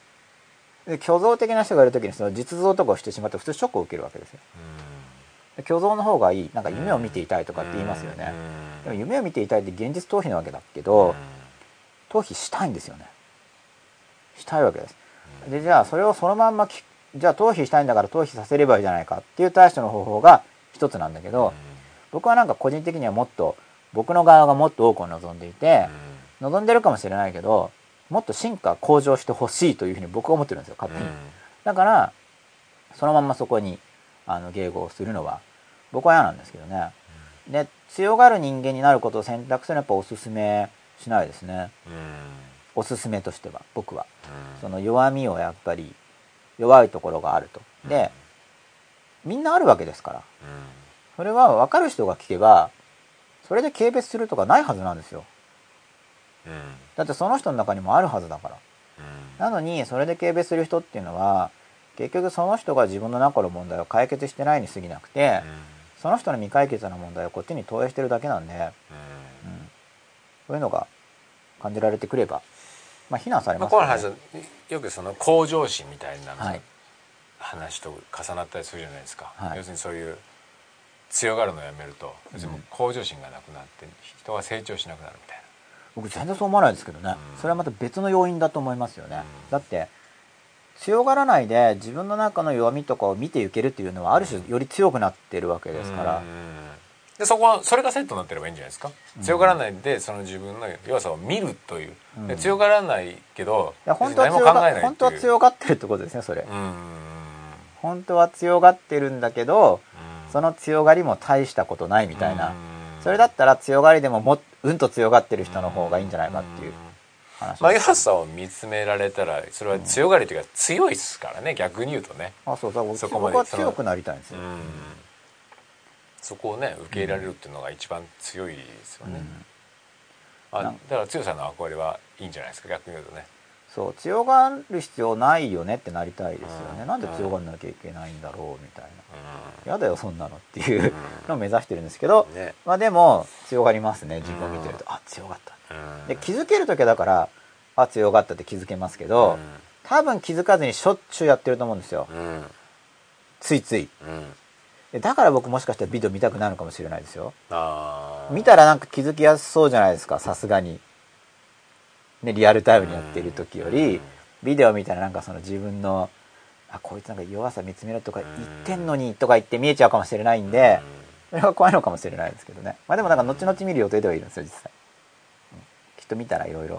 で虚像的な人がいる時にその実像とかをしてしまって普通ショックを受けるわけですよ。で虚像の方がいい、なんか夢を見ていたいとかって言いますよね。でも夢を見ていたいって現実逃避なわけだけど、逃避したいんですよね。したいわけです。でじゃあそれをそのまんまきじゃあ逃避したいんだから逃避させればいいじゃないかっていう対処の方法が一つなんだけど、僕はなんか個人的にはもっと僕の側がもっと多くを望んでいて、望んでるかもしれないけどもっと進化向上してほしいというふうに僕は思ってるんですよ、勝手に。だからそのまんまそこにあの迎合するのは僕は嫌なんですけどね。で強がる人間になることを選択するのはやっぱおすすめしないですね。おすすめとしては僕はその弱みをやっぱり弱いところがあると。でみんなあるわけですから、それは分かる人が聞けばそれで軽蔑するとかないはずなんですよ。だってその人の中にもあるはずだから。なのにそれで軽蔑する人っていうのは結局その人が自分の中の問題を解決してないに過ぎなくて、その人の未解決な問題をこっちに投影してるだけなんで、うん、そういうのが感じられてくればまあ非難されますね。 まあ、この話はよくその向上心みたいな話と重なったりするじゃないですか、はい、要するにそういう強がるのをやめると要するに向上心がなくなって人が成長しなくなるみたいな。 僕全然そう思わないですけどね、うん、それはまた別の要因だと思いますよね、うん、だって強がらないで自分の中の弱みとかを見ていけるっていうのはある種より強くなってるわけですから、うん、 でそこはそれがセットになってればいいんじゃないですか、うん、強がらないでその自分の弱さを見るという、うん、で強がらないけどいや本当は強が本当は強がってるってことですねそれ、うん、本当は強がってるんだけど、うん、その強がりも大したことないみたいな、うん、それだったら強がりでももうんと強がってる人の方がいいんじゃないかっていう話、 まあ、弱さを見つめられたらそれは強がりというか強いですからね、逆に言うとね。 あそうだそこまで僕は強くなりたいんですよ、うん、 そこをね受け入れられるっていうのが一番強いですよね、うん、あだから強さの憧れはいいんじゃないですか、逆に言うとね。 そう強がる必要ないよねってなりたいですよね、うん、なんで強がらなきゃいけないんだろうみたいな、うん、やだよそんなのっていうのを目指してるんですけど、うんね、まあでも強がりますね自分を見てると、うん、あ強がった、うん、で気づける時はだからあ強がったって気づけますけど、うん、多分気づかずにしょっちゅうやってると思うんですよ、うん、ついつい、うん、だから僕もしかしたらビデオ見たくなるかもしれないですよ。あ見たらなんか気づきやすそうじゃないですか、さすがにね、リアルタイムにやっている時より、うん、ビデオ見たらなんかその自分のあこいつなんか弱さ見つめろとか言ってんのにとか言って見えちゃうかもしれないんで、それは怖いのかもしれないですけどね。まあでもなんか後々見る予定ではいるんですよ実際、うん、きっと見たらいろいろ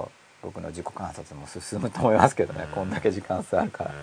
僕の自己観察も進むと思いますけどね、こんだけ時間差あるから。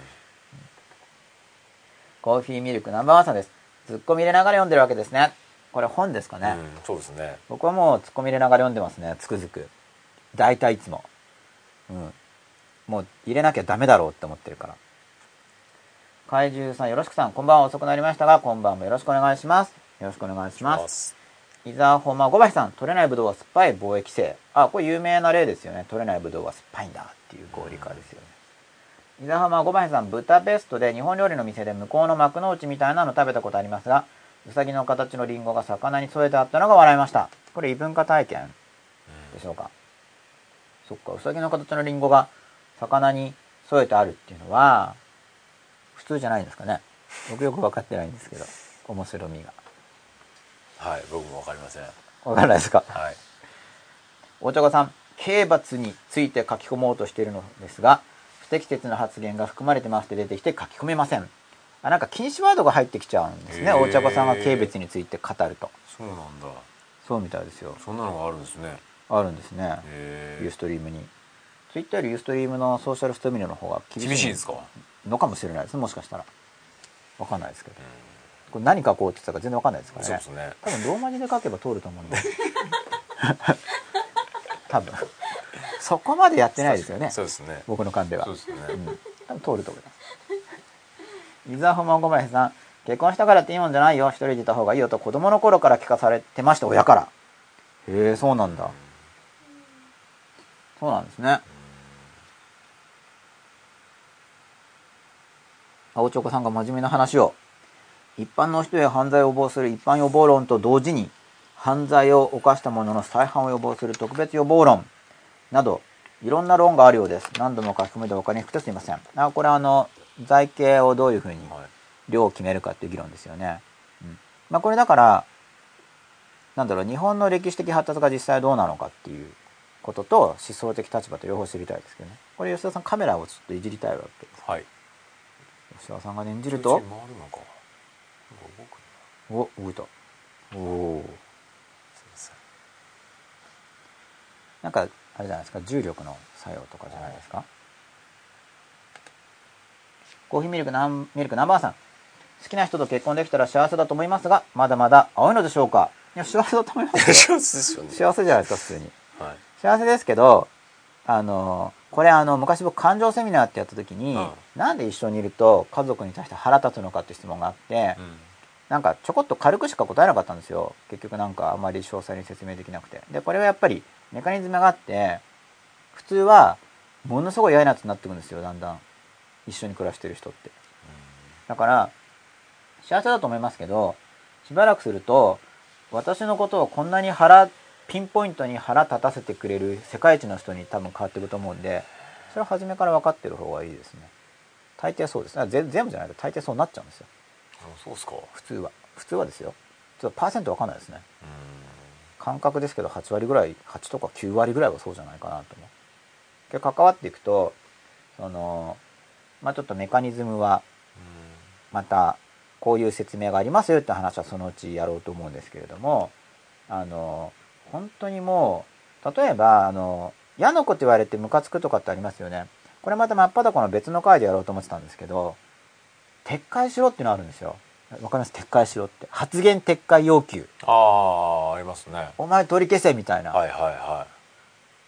コーヒーミルクナンバーワンさんです。ツッコミ入れながら読んでるわけですね。これ本ですかね。 うん、そうですね。 僕はもうツッコミ入れながら読んでますね、つくづく。大体いつも、うん、もう入れなきゃダメだろうって思ってるから。怪獣さん、よろしくさん、こんばんは。遅くなりましたが、こんばんもよろしくお願いします。よろしくお願いします。伊沢ホマごばしさん、取れないブドウは酸っぱい貿易制。あ、これ有名な例ですよね。取れないブドウは酸っぱいんだっていう合理化ですよね。伊沢浜ごばしさん、ブタペストで日本料理の店で向こうの幕の内みたいなの食べたことありますが、うさぎの形のリンゴが魚に添えてあったのが笑いました。これ異文化体験でしょうか。うん、そっか、うさぎの形のリンゴが魚に添えてあるっていうのは普通じゃないんですかね。僕よく分かってないんですけど、面白みが。 はい、僕も分かりません。 分からないですか。 はい。 大茶子さん、刑罰について書き込もうとしているのですが、不適切な発言が含まれてますって出てきて書き込めません。あ、なんか禁止ワードが入ってきちゃうんですね。大茶子さんが軽蔑について語ると。 そうなんだ。 そうみたいですよ。 そんなのがあるんですね。 あるんですね。ユーストリームに。ツイッターよりユーストリームのソーシャルストーミノの方が厳しい厳しいですかのかもしれないです。もしかしたら。わかんないですけど。これ何書こうって言ってたか全然わかんないですからね。 そうですね。 多分ローマ字で書けば通ると思うんで。多分。そこまでやってないですよね。 そうですね。 僕の勘では。 そうですね。 うん、多分通ると思います。伊沢ホマごばしさん、結婚したからっていいもんじゃないよ。一人でいた方がいいよと子供の頃から聞かされてました、親から。へえ、そうなんだ。そうなんですね。青チョコさんが真面目な話を。一般の人へ犯罪を予防する一般予防論と同時に、犯罪を犯した者の再犯を予防する特別予防論など、いろんな論があるようです。何度も書き込めて分かりにくくてすみません。あ、これはあの財形をどういうふうに量を決めるかっていう議論ですよね。うん、まあ、これだからなんだろう、日本の歴史的発達が実際どうなのかっていうことと思想的立場と両方知りたいですけどね。これ吉田さんカメラをちょっといじりたいわけです。 はい。 吉田さんが演じると。 回るのか。 お、動いた。おお。なんかあれじゃないですか、重力の作用とかじゃないですか。コーヒーミルクナンミルクナンバーさん、好きな人と結婚できたら幸せだと思いますが、まだまだ青いのでしょうか。いや、幸せだと思いますよ。 幸せですよね。 幸せじゃないですか、普通に。 はい、 幸せですけど、あのこれあの昔僕感情セミナーってやった時に、うん、なんで一緒にいると家族に対して腹立つのかって質問があって、うん、なんかちょこっと軽くしか答えなかったんですよ。結局なんかあまり詳細に説明できなくて。でこれはやっぱりメカニズムがあって、普通はものすごい嫌なやつになってくるんですよ、だんだん一緒に暮らしてる人って。だから幸せだと思いますけど、しばらくすると私のことをこんなに腹ピンポイントに腹立たせてくれる世界一の人に多分変わっていくと思うんで、それは初めから分かってる方がいいですね。大抵そうです。全部じゃないと大抵そうなっちゃうんですよ。 あ、そうですか。 普通は普通はですよ。ちょっとパーセント分かんないですね。うん、感覚ですけどはちわりぐらい、はちとかきゅうわりぐらいはそうじゃないかなと思う。で関わっていくとそのまあちょっとメカニズムはまたこういう説明がありますよって話はそのうちやろうと思うんですけれども、あの本当にもう例えばあの嫌なこと言われてムカつくとかってありますよね。これまた真っ裸の別の回でやろうと思ってたんですけど、撤回しろっていうのあるんですよ。わかります？撤回しろって、発言撤回要求。 ああ、ありますね。 お前取り消せみたいな。 はいはいはい。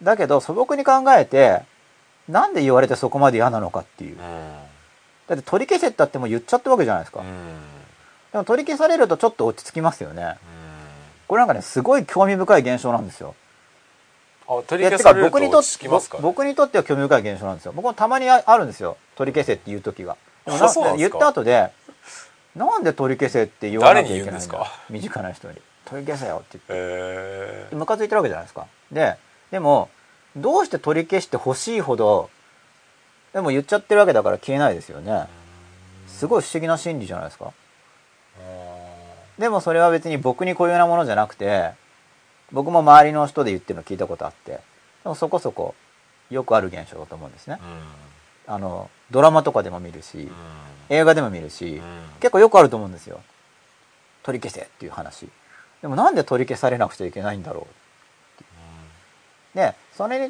だけど素朴に考えてなんで言われてそこまで嫌なのかっていう、うん、だって取り消せって言っても言っちゃったわけじゃないですか。うん、でも取り消されるとちょっと落ち着きますよね。うん、これなんかねすごい興味深い現象なんですよ。 あ、取り消されると落ち着きますか？ 僕にとっては興味深い現象なんですよ。僕もたまにあるんですよ、取り消せっていう時が。でもな言った後でなんで取り消せって言わなきゃいけないんだ、身近な人に取り消せよって言って、えー、ムカついてるわけじゃないですか。ででもどうして取り消してほしいほどでも言っちゃってるわけだから消えないですよね。すごい不思議な心理じゃないですか。でもそれは別に僕に固有なものじゃなくて、僕も周りの人で言ってるの聞いたことあって、でもそこそこよくある現象だと思うんですね。あのドラマとかでも見るし、映画でも見るし、結構よくあると思うんですよ。取り消せっていう話。でもなんで取り消されなくちゃいけないんだろう。でそれに対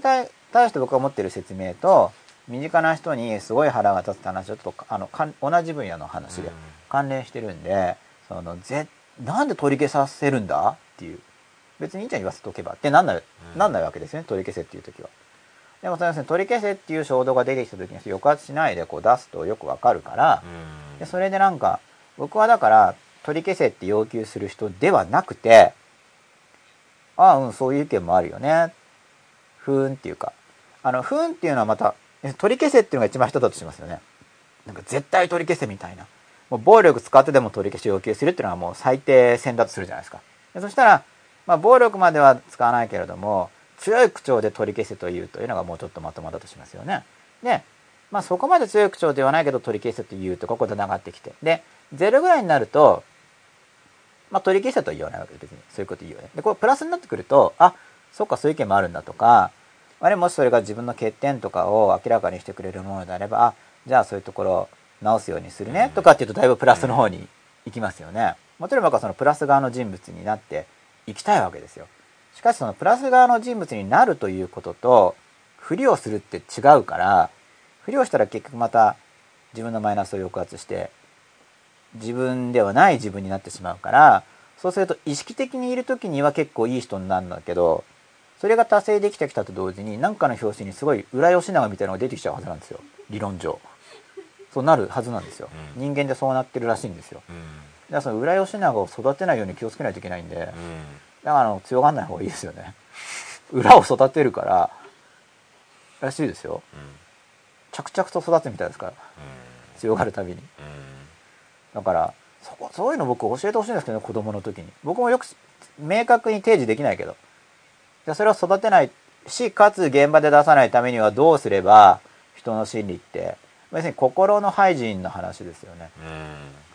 対して僕が持ってる説明と身近な人にすごい腹が立つって話はちょっとあのかん同じ分野の話で関連してるんで、そのぜなんで取り消させるんだっていう、別にいいんちゃん言わせとけばってなんない、なんないわけですよね、取り消せっていう時は。でもそれ取り消せっていう衝動が出てきた時に抑圧しないでこう出すとよくわかるから、でそれでなんか僕はだから取り消せって要求する人ではなくて、ああうんそういう意見もあるよね、ふーんっていうか、あのふーんっていうのはまた取り消せっていうのが一番下だとしますよね。なんか絶対取り消せみたいな、もう暴力使ってでも取り消しを要求するっていうのはもう最低線だとするじゃないですか。でそしたら、まあ、暴力までは使わないけれども強い口調で取り消せというというのがもうちょっとまともだとしますよね。で、まあ、そこまで強い口調ではないけど取り消せというとここで繋がってきて、でゼロぐらいになると、まあ、取り消せとは言わないわけで別にそういうこと言うよね。でこれプラスになってくると、あそっかそういう意見もあるんだとか、あれもしそれが自分の欠点とかを明らかにしてくれるものであれば、あじゃあそういうところを直すようにするねとかっていうとだいぶプラスの方に行きますよね。もちろん僕はそのプラス側の人物になっていきたいわけですよ。しかしそのプラス側の人物になるということとふりをするって違うから、ふりをしたら結局また自分のマイナスを抑圧して自分ではない自分になってしまうから、そうすると意識的にいる時には結構いい人になるんだけど、それが達成できてきたと同時に何かの表紙にすごい裏吉永みたいなのが出てきちゃうはずなんですよ、理論上。そうなるはずなんですよ、うん、人間でそうなってるらしいんですよ、うん、だからその裏吉永を育てないように気をつけないといけないんで、うん、だからあの強がんない方がいいですよね裏を育てるかららしいですよ、うん、着々と育つみたいですから、うん、強がるたびに、うん、だからそこそういうの僕教えてほしいんですけどね、子供の時に。僕もよく明確に提示できないけど、じゃそれを育てないしかつ現場で出さないためにはどうすれば、人の心理って別に心のハイジーンの話ですよね、うん、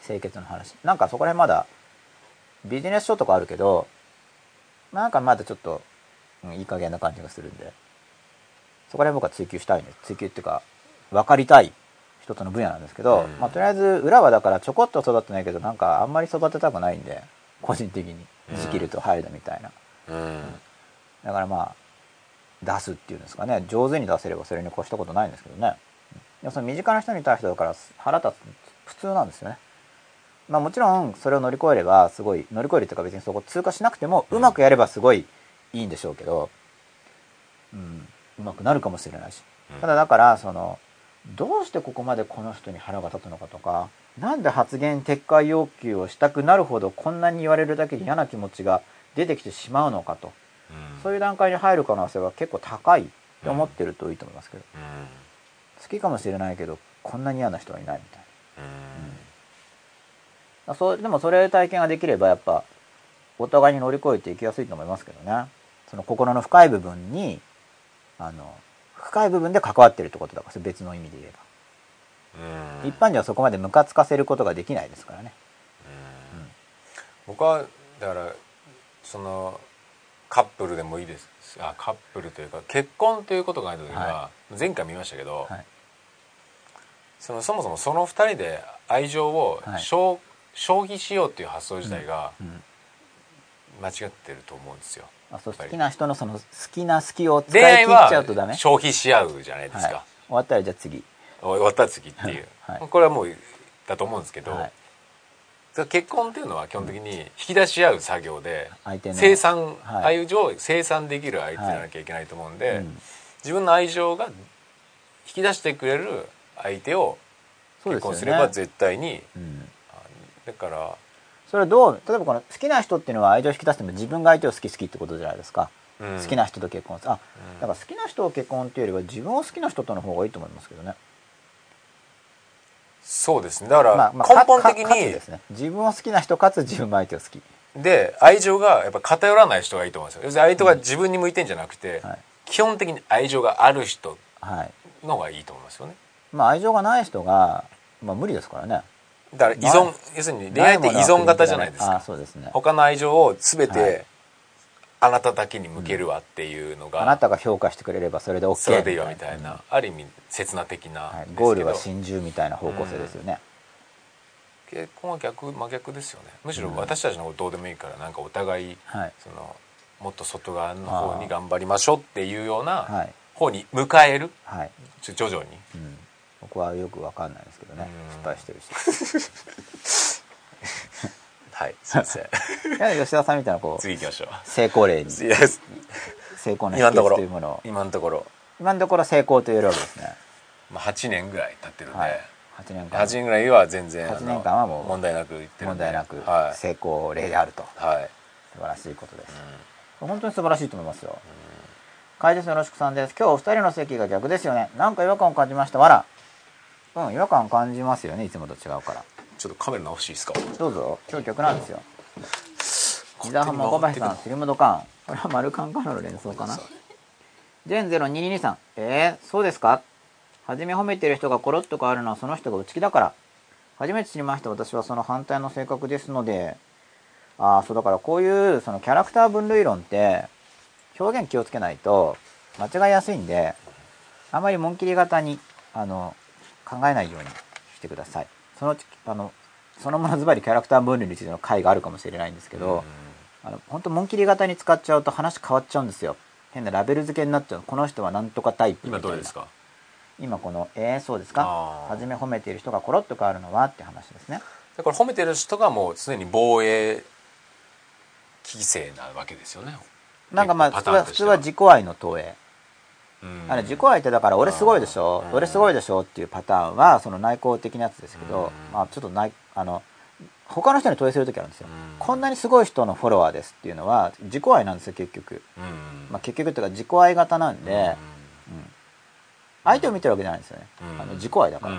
清潔の話。なんかそこら辺まだビジネス書とかあるけど、なんかまだちょっと、うん、いい加減な感じがするんで、そこら辺僕は追求したいね。追求っていうか分かりたい一つの分野なんですけど、うん、まあ、とりあえず裏はだからちょこっと育ってないけどなんかあんまり育てたくないんで、個人的にジキルとハイドみたいな、うんうん、だからまあ出すっていうんですかね、上手に出せればそれに越したことないんですけどね。でもその身近な人に対してだから腹立つ普通なんですよね。まあもちろんそれを乗り越えればすごい、乗り越えるというか別にそこ通過しなくてもうまくやればすごいいいんでしょうけど、うん、うまくなるかもしれないし、ただだからそのどうしてここまでこの人に腹が立つのかとか、なんで発言撤回要求をしたくなるほどこんなに言われるだけで嫌な気持ちが出てきてしまうのかと、そういう段階に入る可能性は結構高いって思ってるといいと思いますけど、好きかもしれないけどこんなに嫌な人はいないみたいな、うん、そうでもそれ体験ができればやっぱお互いに乗り越えていきやすいと思いますけどね。その心の深い部分にあの深い部分で関わってるってことだから、別の意味で言えば、うん、一般にはそこまでムカつかせることができないですからね、 うんうん、僕はだからそのカップルでもいいです、あカップルというか結婚ということがある時は、はい、前回見ましたけど、はい、そのそもそもそのふたりで愛情を消、はい、消費しようっていう発想自体が間違ってると思うんですよ。 あ、そう、好きな人のその好きな好きを使い切っちゃうとダメ。 消費し合うじゃないですか、 はい、終わったらじゃあ次終わったら次っていう、はい、これはもうだと思うんですけど、はい、結婚っていうのは基本的に引き出し合う作業で、うん、生産、はい、愛情を生産できる相手じゃなきゃいけないと思うんで、はい、うん、自分の愛情が引き出してくれる相手を結婚すれば絶対に、ね、うん、だからそれはどう、例えばこの好きな人っていうのは愛情を引き出しても自分が相手を好き好きってことじゃないですか、うん、好きな人と結婚、あ、うん、だから好きな人を結婚っていうよりは自分を好きな人との方がいいと思いますけどね。 そうですね。だから根本的に、まあまあ、ですね、 自分を好きな人かつ自分も相手を好きで、愛情がやっぱ偏らない人がいいと思うんですよ。要するに相手が自分に向いてんじゃなくて、うん、はい、基本的に愛情がある人の方がいいと思いますよね。 まあ愛情がない人が、まあ、無理ですからね。 だから依存、要するに恋愛って依存型じゃないですか。 あ、そうですね、 他の愛情を全てあなただけに向けるわっていうのが、 うん、あなたが評価してくれればそれで OK それでいいわみたいな、うん、ある意味刹那的な、 はい、ゴールは心中みたいな方向性ですよね、 うん、結婚は逆真逆ですよね。むしろ私たちのことどうでもいいから、なんかお互い、はい、そのもっと外側の方に頑張りましょうっていうような方に迎える、 はい、 徐々に、 うん、僕はよくわかんないですけどね、失敗してるしはい、すいませんいや吉田さんみたいなこう次行きましょう、 成功例に成功の秘訣というものを今のところ今のところ成功と言えるわけですね。 まあはちねんぐらい経ってるんで、 はい、はちねんかんはちねんぐらいは全然はちねんかんはもう問題なくいってるんで、 問題なくはい、 成功例であると、 はい、 素晴らしいことです、うん、本当に素晴らしいと思いますよ。海ですよろしくさんです。今日お二人の席が逆ですよね。なんか違和感を感じました。わら。うん、違和感感じますよね、いつもと違うから。 ちょっとカメラ直していいですか。 どうぞ。今日逆なんですよ。伊沢浜小林さん、スリムドカン。これは丸カンからの連想かな。ジェンゼロにひゃくにじゅうにさん。えー、そうですか。初め褒めてる人がコロッと変わるのはその人が内気だから。初めて知りました。私はその反対の性格ですので。ああ、そうだからこういうそのキャラクター分類論って表現気をつけないと間違いやすいんで、あまり紋切り型にあの考えないようにしてください。そのあのそのものズバリキャラクター分類についての回があるかもしれないんですけど、あの本当紋切り型に使っちゃうと話変わっちゃうんですよ。変なラベル付けになっちゃう。この人はなんとかタイプみたいな。 今どれですか。 今このえー、そうですか。初め褒めている人がコロッと変わるのはって話ですね。 だから褒めてる人がもう常に防衛規制なわけですよね。 なんかまあ普通は普通は自己愛の投影。あれ自己愛ってだから俺すごいでしょ、俺すごいでしょっていうパターンはその内向的なやつですけど、まあちょっと内あの他の人に投影する時あるんですよ。こんなにすごい人のフォロワーですっていうのは自己愛なんですよ結局。まあ結局っていうか自己愛型なんで、うん、相手を見てるわけじゃないんですよね。あの自己愛だから。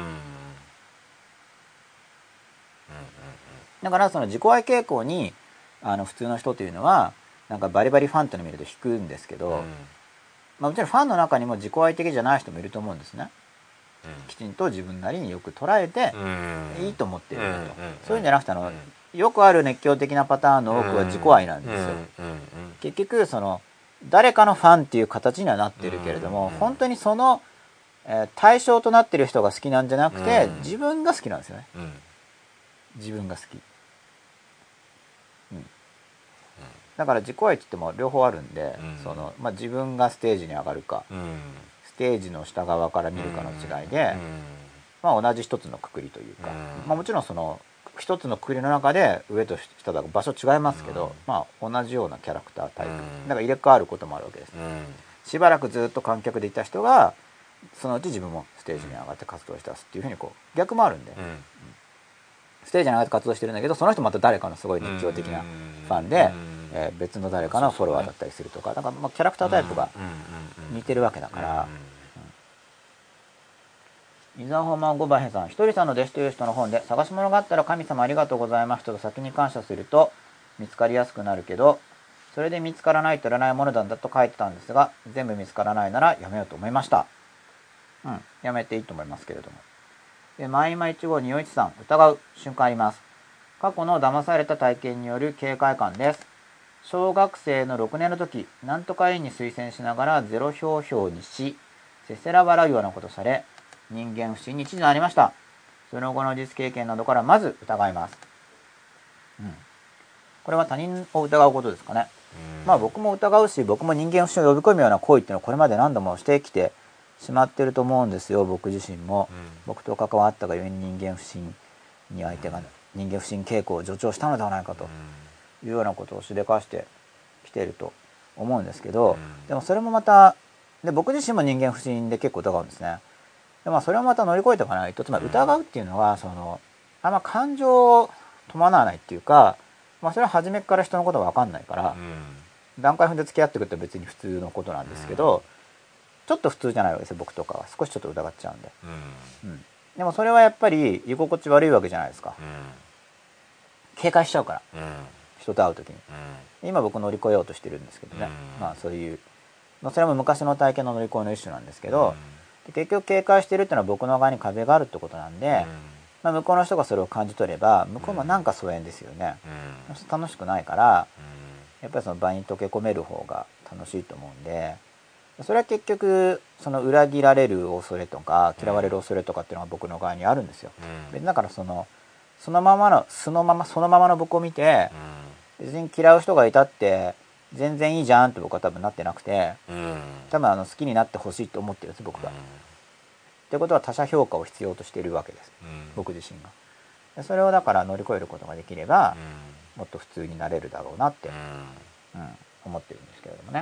だからその自己愛傾向にあの普通の人というのはなんかバリバリファンとの見ると引くんですけど、まあ、もちろんファンの中にも自己愛的じゃない人もいると思うんですね、うん、きちんと自分なりによく捉えていいと思っていると、そういうんじゃなくてあのよくある熱狂的なパターンの多くは自己愛なんですよ。結局その誰かのファンっていう形にはなってるけれども、本当にその、えー、対象となってる人が好きなんじゃなくて自分が好きなんですよね。自分が好き、うん、だから自己愛って言っても両方あるんで、うんそのまあ、自分がステージに上がるか、うん、ステージの下側から見るかの違いで、うんまあ、同じ一つの括りというか、うんまあ、もちろんその一つの括りの中で上と下だと場所違いますけど、うんまあ、同じようなキャラクタータイプ、うん、だから入れ替わることもあるわけです、うん、しばらくずっと観客でいた人がそのうち自分もステージに上がって活動してますっていうふうにこう逆もあるんで、うんうんステージに上がって活動してるんだけどその人また誰かのすごい熱狂的なファンで、えー、別の誰かのフォロワーだったりするとかだからまあキャラクタータイプが似てるわけだから、うん、伊沢ホーマンゴバヘさんひとりさんの弟子という人の本で探し物があったら神様ありがとうございましたと先に感謝すると見つかりやすくなるけどそれで見つからないといらないものなんだと書いてたんですが全部見つからないならやめようと思いました。うんやめていいと思いますけれどもでマイマイチゴによいちさん疑う瞬間あります。過去の騙された体験による警戒感です。小学生のろくねんの時なんとか院に推薦しながらゼロ票票にしせせら笑うようなことされ人間不信に一時なりました。その後の実経験などからまず疑います、うん、これは他人を疑うことですかね。まあ僕も疑うし僕も人間不信を呼び込むような行為っていうのはこれまで何度もしてきてしまってると思うんですよ。僕自身も、うん、僕と関わったがゆえに人間不信に相手が、うん、人間不信傾向を助長したのではないかというようなことをしでかしてきていると思うんですけど、うん、でもそれもまたで僕自身も人間不信で結構疑うんですね。で、まあ、それをまた乗り越えていかないとつまり疑うっていうのはそのあんま感情を伴わないっていうか、まあ、それは初めから人のことが分かんないから、うん、段階踏んで付き合っていくって別に普通のことなんですけど、うんちょっと普通じゃないわけですよ僕とかは少しちょっと疑っちゃうんで、うんうん、でもそれはやっぱり居心地悪いわけじゃないですか、うん、警戒しちゃうから、うん、人と会う時に、うん、今僕乗り越えようとしてるんですけどね、うん、まあそういう、まあ、それも昔の体験の乗り越えの一種なんですけど、うん、結局警戒してるっていうのは僕の側に壁があるってことなんで、うんまあ、向こうの人がそれを感じ取れば向こうもなんか疎遠ですよね、うん、楽しくないから、うん、やっぱりその場に溶け込める方が楽しいと思うんでそれは結局その裏切られる恐れとか嫌われる恐れとかっていうのが僕の側にあるんですよ、うん、だからそのそのままのそのままそのままの僕を見て、うん、別に嫌う人がいたって全然いいじゃんって僕は多分なってなくて、 うん、 多分あの好きになってほしいと思ってるんです僕が。 うん、 ってことは他者評価を必要としているわけです、うん、僕自身が。でそれをだから乗り越えることができれば、うん、もっと普通になれるだろうなって、うんうん、思ってるんですけれどもね。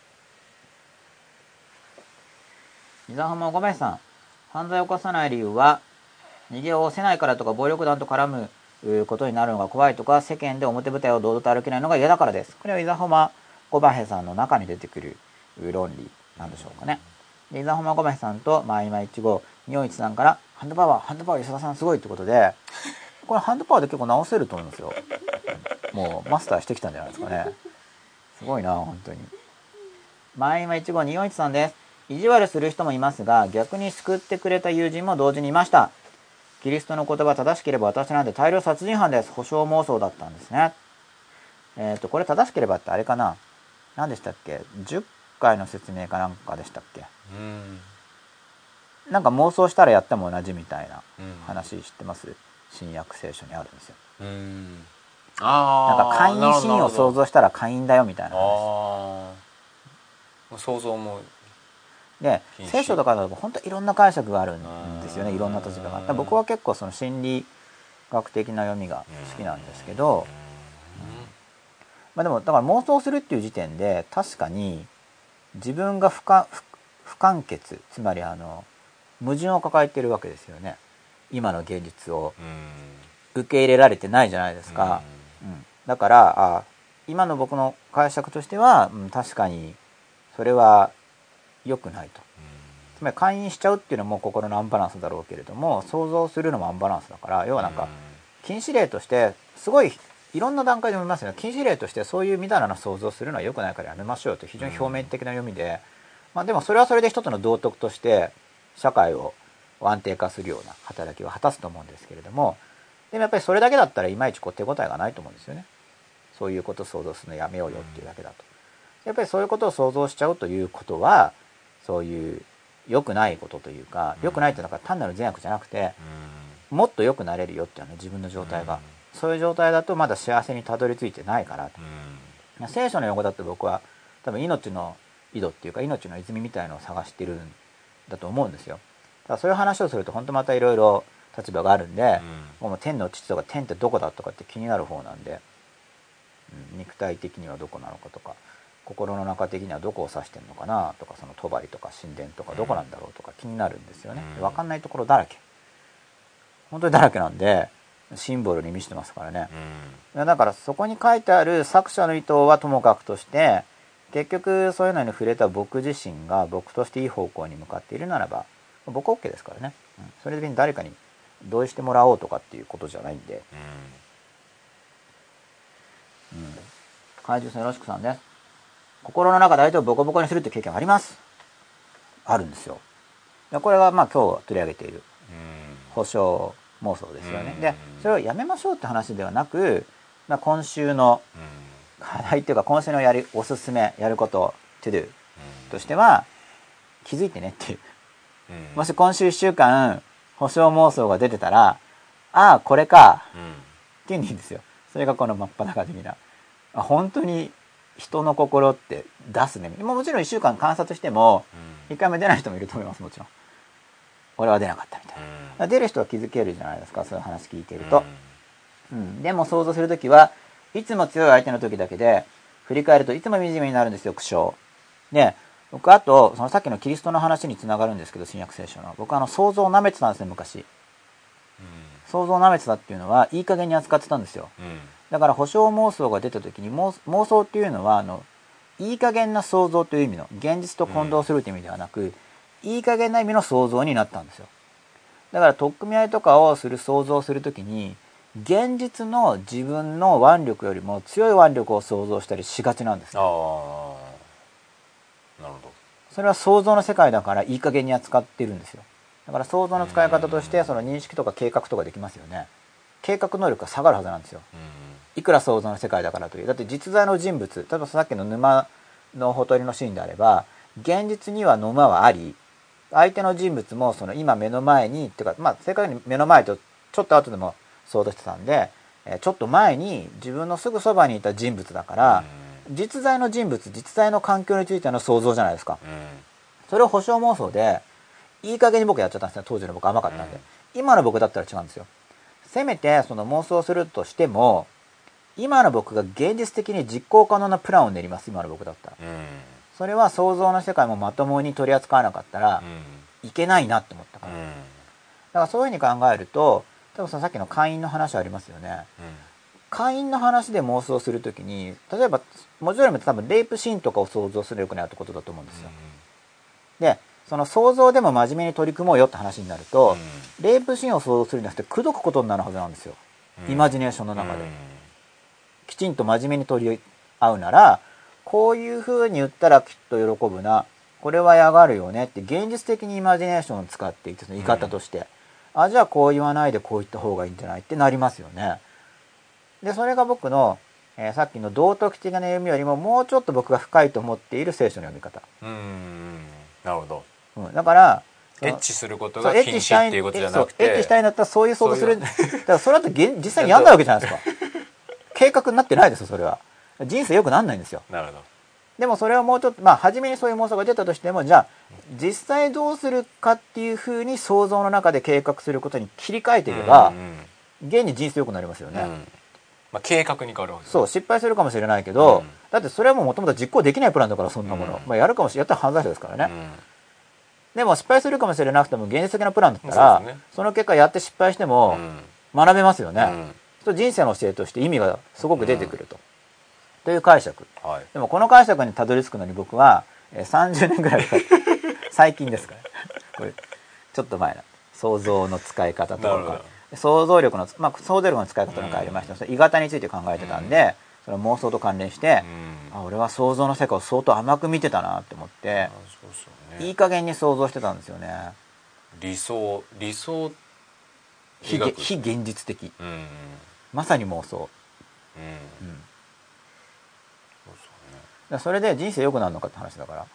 伊沢浜小林さん、犯罪を犯さない理由は逃げをせないからとか暴力団と絡むことになるのが怖いとか世間で表舞台を堂々と歩けないのが嫌だからです。これは伊沢浜小林さんの中に出てくる論理なんでしょうかね。で伊沢浜小林さんとまあ今いちご日本一さんからハンドパワーハンドパワー吉田さんすごいってことで、これハンドパワーで結構直せると思うんですよ。もうマスターしてきたんじゃないですかね。すごいな本当に。前今いちご日本一さんです。意地悪する人もいますが逆に救ってくれた友人も同時にいました。キリストの言葉正しければ私なんて大量殺人犯です。保証妄想だったんですね。えっとこれ正しければってあれかな、何でしたっけ、じゅっかいの説明かなんかでしたっけ。うんなんか妄想したらやっても同じみたいな話知ってます？新約聖書にあるんですよ。うんあなんか会員シーンを想像したら会員だよみたいな話。 あ想像もで聖書とかだと本当いろんな解釈があるんですよね。いろんな立場が。僕は結構その心理学的な読みが好きなんですけど、うん、まあでもだから妄想するっていう時点で確かに自分が不可不不完結、つまりあの矛盾を抱えているわけですよね。今の現実を受け入れられてないじゃないですか。うん、だからあ今の僕の解釈としては、うん、確かにそれは良くないと。つまり会員しちゃうっていうのも心のアンバランスだろうけれども、想像するのもアンバランスだから、要はなんか禁止令としてすごいいろんな段階で思いますよね。禁止令としてそういうみだらな想像するのは良くないからやめましょうと非常に表面的な読みで、まあでもそれはそれで一つの道徳として社会を安定化するような働きを果たすと思うんですけれども、でもやっぱりそれだけだったらいまいちこう手応えがないと思うんですよね。そういうことを想像するのやめようよっていうだけだと。やっぱりそういうことを想像しちゃうということはそういう良くないことというか、良くないってだから単なる善悪じゃなくて、もっと良くなれるよっていうね、自分の状態が、そういう状態だとまだ幸せにたどり着いてないからと。聖書の用語だと僕は多分命の井戸っていうか命の泉みたいのを探してるんだと思うんですよ。だからそういう話をすると本当またいろいろ立場があるんで、もう天の父とか天ってどこだとかって気になる方なんで、うん、肉体的にはどこなのかとか心の中的にはどこを指してるのかなとか、その帳とか神殿とかどこなんだろうとか気になるんですよね。分かんないところだらけ、本当にだらけなんでシンボルに満ちてますからね。だからそこに書いてある作者の意図はともかくとして、結局そういうのに触れた僕自身が僕としていい方向に向かっているならば僕 OK ですからね、うん、それで誰かに同意してもらおうとかっていうことじゃないんで、うんうん、怪獣さんよろしくさんです。心の中で相手をボコボコにするって経験あります。あるんですよ。これはまあ今日取り上げている保証妄想ですよね。でそれをやめましょうって話ではなく、まあ、今週の課題っていうか今週のやるおすすめやること to do としては気づいてねっていう、もし今週いっしゅうかん保証妄想が出てたら、ああこれかっていうんでいいんですよ。それがこの真っ裸的な、あ本当に人の心って出すね。もちろんいっしゅうかん観察してもいっかいも出ない人もいると思います。もちろん俺は出なかったみたいな、出る人は気づけるじゃないですか、そういう話聞いていると、うん、でも想像するときはいつも強い相手の時だけで、振り返るといつも惨めになるんですよ、苦笑で。僕あとそのさっきのキリストの話につながるんですけど、新約聖書の僕あの想像を舐めてたんですね昔、うん、想像を舐めてたっていうのはいい加減に扱ってたんですよ、うん、だから保証妄想が出た時に 妄, 妄想っていうのはあのいい加減な想像という意味の、現実と混同するという意味ではなく、うん、いい加減な意味の想像になったんですよ。だから取っ組み合いとかをする想像をするときに現実の自分の腕力よりも強い腕力を想像したりしがちなんです、ね、あなるほど。それは想像の世界だからいい加減に扱ってるんですよ。だから想像の使い方としてその認識とか計画とかできますよね。計画能力が下がるはずなんですよ、いくら想像の世界だからという。だって実在の人物、例えばさっきの沼のほとりのシーンであれば現実には沼はあり、相手の人物もその今目の前にっていうか、まあ正確に目の前とちょっと後でも想像してたんで、ちょっと前に自分のすぐそばにいた人物だから、 実在の人物、実在の環境についての想像じゃないですか、 うん、 それを保証妄想でいい加減に僕やっちゃったんですね。当時の僕甘かったんで、うん、今の僕だったら違うんですよ。せめてその妄想するとしても今の僕が現実的に実行可能なプランを練ります。今の僕だったら、うん、それは想像の世界もまともに取り扱わなかったら、うん、いけないなって思ったから、うん、だからそういうふうに考えると多分そのさっきの会員の話ありますよね、うん、会員の話で妄想するときに例えば文字通りも多分レイプシーンとかを想像するよくないってことだと思うんですよ、うん、でその想像でも真面目に取り組もうよって話になると、うん、レイプシーンを想像するんじゃなくて口説くことになるはずなんですよ、うん、イマジネーションの中で、うん、きちんと真面目に取り合うならこういう風に言ったらきっと喜ぶな、これは嫌がるよねって現実的にイマジネーションを使っていてその言い方として、うん、あじゃあこう言わないでこう言った方がいいんじゃないってなりますよね。でそれが僕の、えー、さっきの道徳的な読みよりももうちょっと僕が深いと思っている聖書の読み方。 うーんなるほど、 うん、だからエッチすることが禁止っていうことじゃなくてエッチしたいんだったらそういう想像するだからそれだと現実際にやんないわけじゃないですか計画になってないですよ。それは人生良くなんないんですよ。 なるほど。 でもそれはもうちょっとまあ初めにそういう妄想が出たとしてもじゃあ実際どうするかっていうふうに想像の中で計画することに切り替えていけば、うんうん、現に人生良くなりますよね、うんまあ、計画に変わるわけです。 そう失敗するかもしれないけど、うん、だってそれはもともと実行できないプランだからそんなもの、うんまあ、やるかもしれないやったら犯罪者ですからね、うん、でも失敗するかもしれなくても現実的なプランだったら そ,、ね、その結果やって失敗しても学べますよね、うん、そ人生の教えとして意味がすごく出てくると、うん、という解釈、はい、でもこの解釈にたどり着くのに僕はさんじゅうねんぐらいかかる最近ですからこれちょっと前な想像の使い方とか想像力の、まあ、想像力の使い方なんかありました、うん、それ鋳型について考えてたんで、うん、その妄想と関連して、うん、あ俺は想像の世界を相当甘く見てたなって思って、そうそうね、いい加減に想像してたんですよね。 理想理想非非現実的、うん、まさに妄想、うんうん、そうそうね、それで人生良くなるのかって話だから、うん、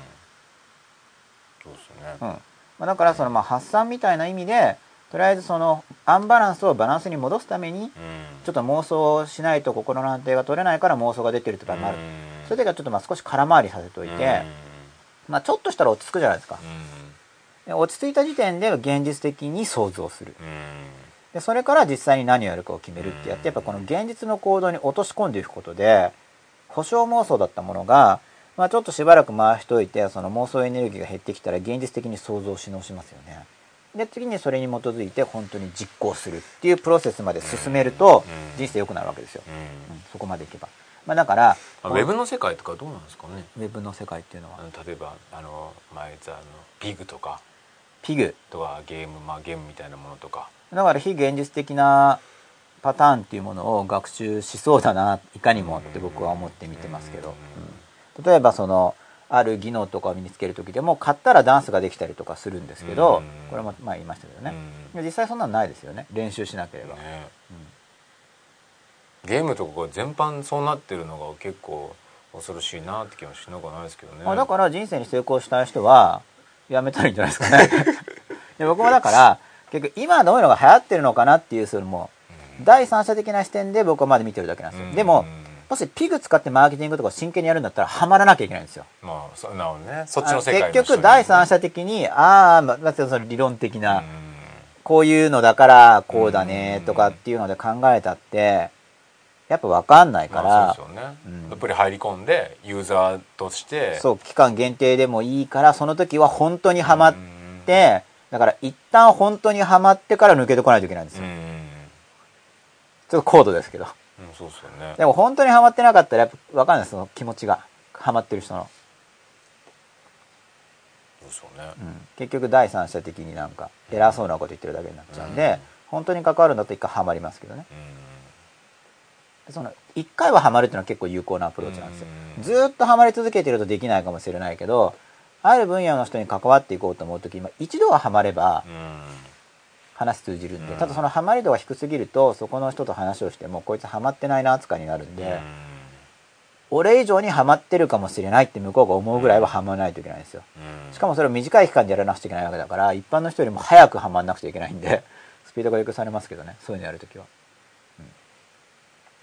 そうですね、 うんまあ、だからそのまあ発散みたいな意味でとりあえずそのアンバランスをバランスに戻すためにちょっと妄想をしないと心の安定が取れないから妄想が出てるとかになる、それでちょっとまあ少し空回りさせておいて、まあ、ちょっとしたら落ち着くじゃないですか。で落ち着いた時点で現実的に想像する、でそれから実際に何をやるかを決めるってやってやっぱこの現実の行動に落とし込んでいくことで保証妄想だったものが、まあ、ちょっとしばらく回しておいてその妄想エネルギーが減ってきたら現実的に想像し直しますよね。で次にそれに基づいて本当に実行するっていうプロセスまで進めると人生良くなるわけですよ、うんうん、そこまでいけば、まあ、だからウェブの世界とかどうなんですかね。 ウェブの世界っていうのは例えばあの前あのピグとかピグとかゲーム、まあ、ゲームみたいなものとかだから非現実的なパターンっていうものを学習しそうだないかにもって僕は思って見てますけど、うん、例えばそのある技能とかを身につける時でも買ったらダンスができたりとかするんですけど、これも前言いましたけどね、実際そんなのないですよね、練習しなければ、ねうん、ゲームとか全般そうなってるのが結構恐ろしいなって気はしなくはないですけどね。 だから人生に成功したい人はやめたらいいんじゃないですかねで僕もだから結局今どういうのが流行ってるのかなっていうそれも第三者的な視点で僕はまだ見てるだけなんですよ、うん、でももしピグ使ってマーケティングとか真剣にやるんだったらハマらなきゃいけないんですよ。 まあそなるほどね、そっちの世界の人に、ね、 結局第三者的にああ、まあ、その理論的なこういうのだからこうだねとかっていうので考えたってやっぱ分かんないから、まあそうですよね、 うん、やっぱり入り込んでユーザーとしてそう期間限定でもいいからその時は本当にハマってだから一旦本当にハマってから抜けてこないといけないんですよ。ちょっと高度ですけど、 うん、そうですよね。 でも本当にハマってなかったらやっぱ分かんないです、その気持ちがハマってる人の。 そうそうね、 うん、結局第三者的になんか偉そうなこと言ってるだけになっちゃうんで、うん、本当に関わるんだと一回ハマりますけどね、うん、その一回はハマるっていうのは結構有効なアプローチなんですよ、うん、ずっとハマり続けてるとできないかもしれないけどある分野の人に関わっていこうと思うとき今一度はハマれば、うん話通じるんで、ただそのハマり度が低すぎるとそこの人と話をしてもこいつハマってないな扱いになるんで、俺以上にハマってるかもしれないって向こうが思うぐらいはハマらないといけないんですよ。しかもそれを短い期間でやらなくちゃいけないわけだから一般の人よりも早くハマらなくちゃいけないんでスピードが許されますけどね、そういうのやるときは、うん、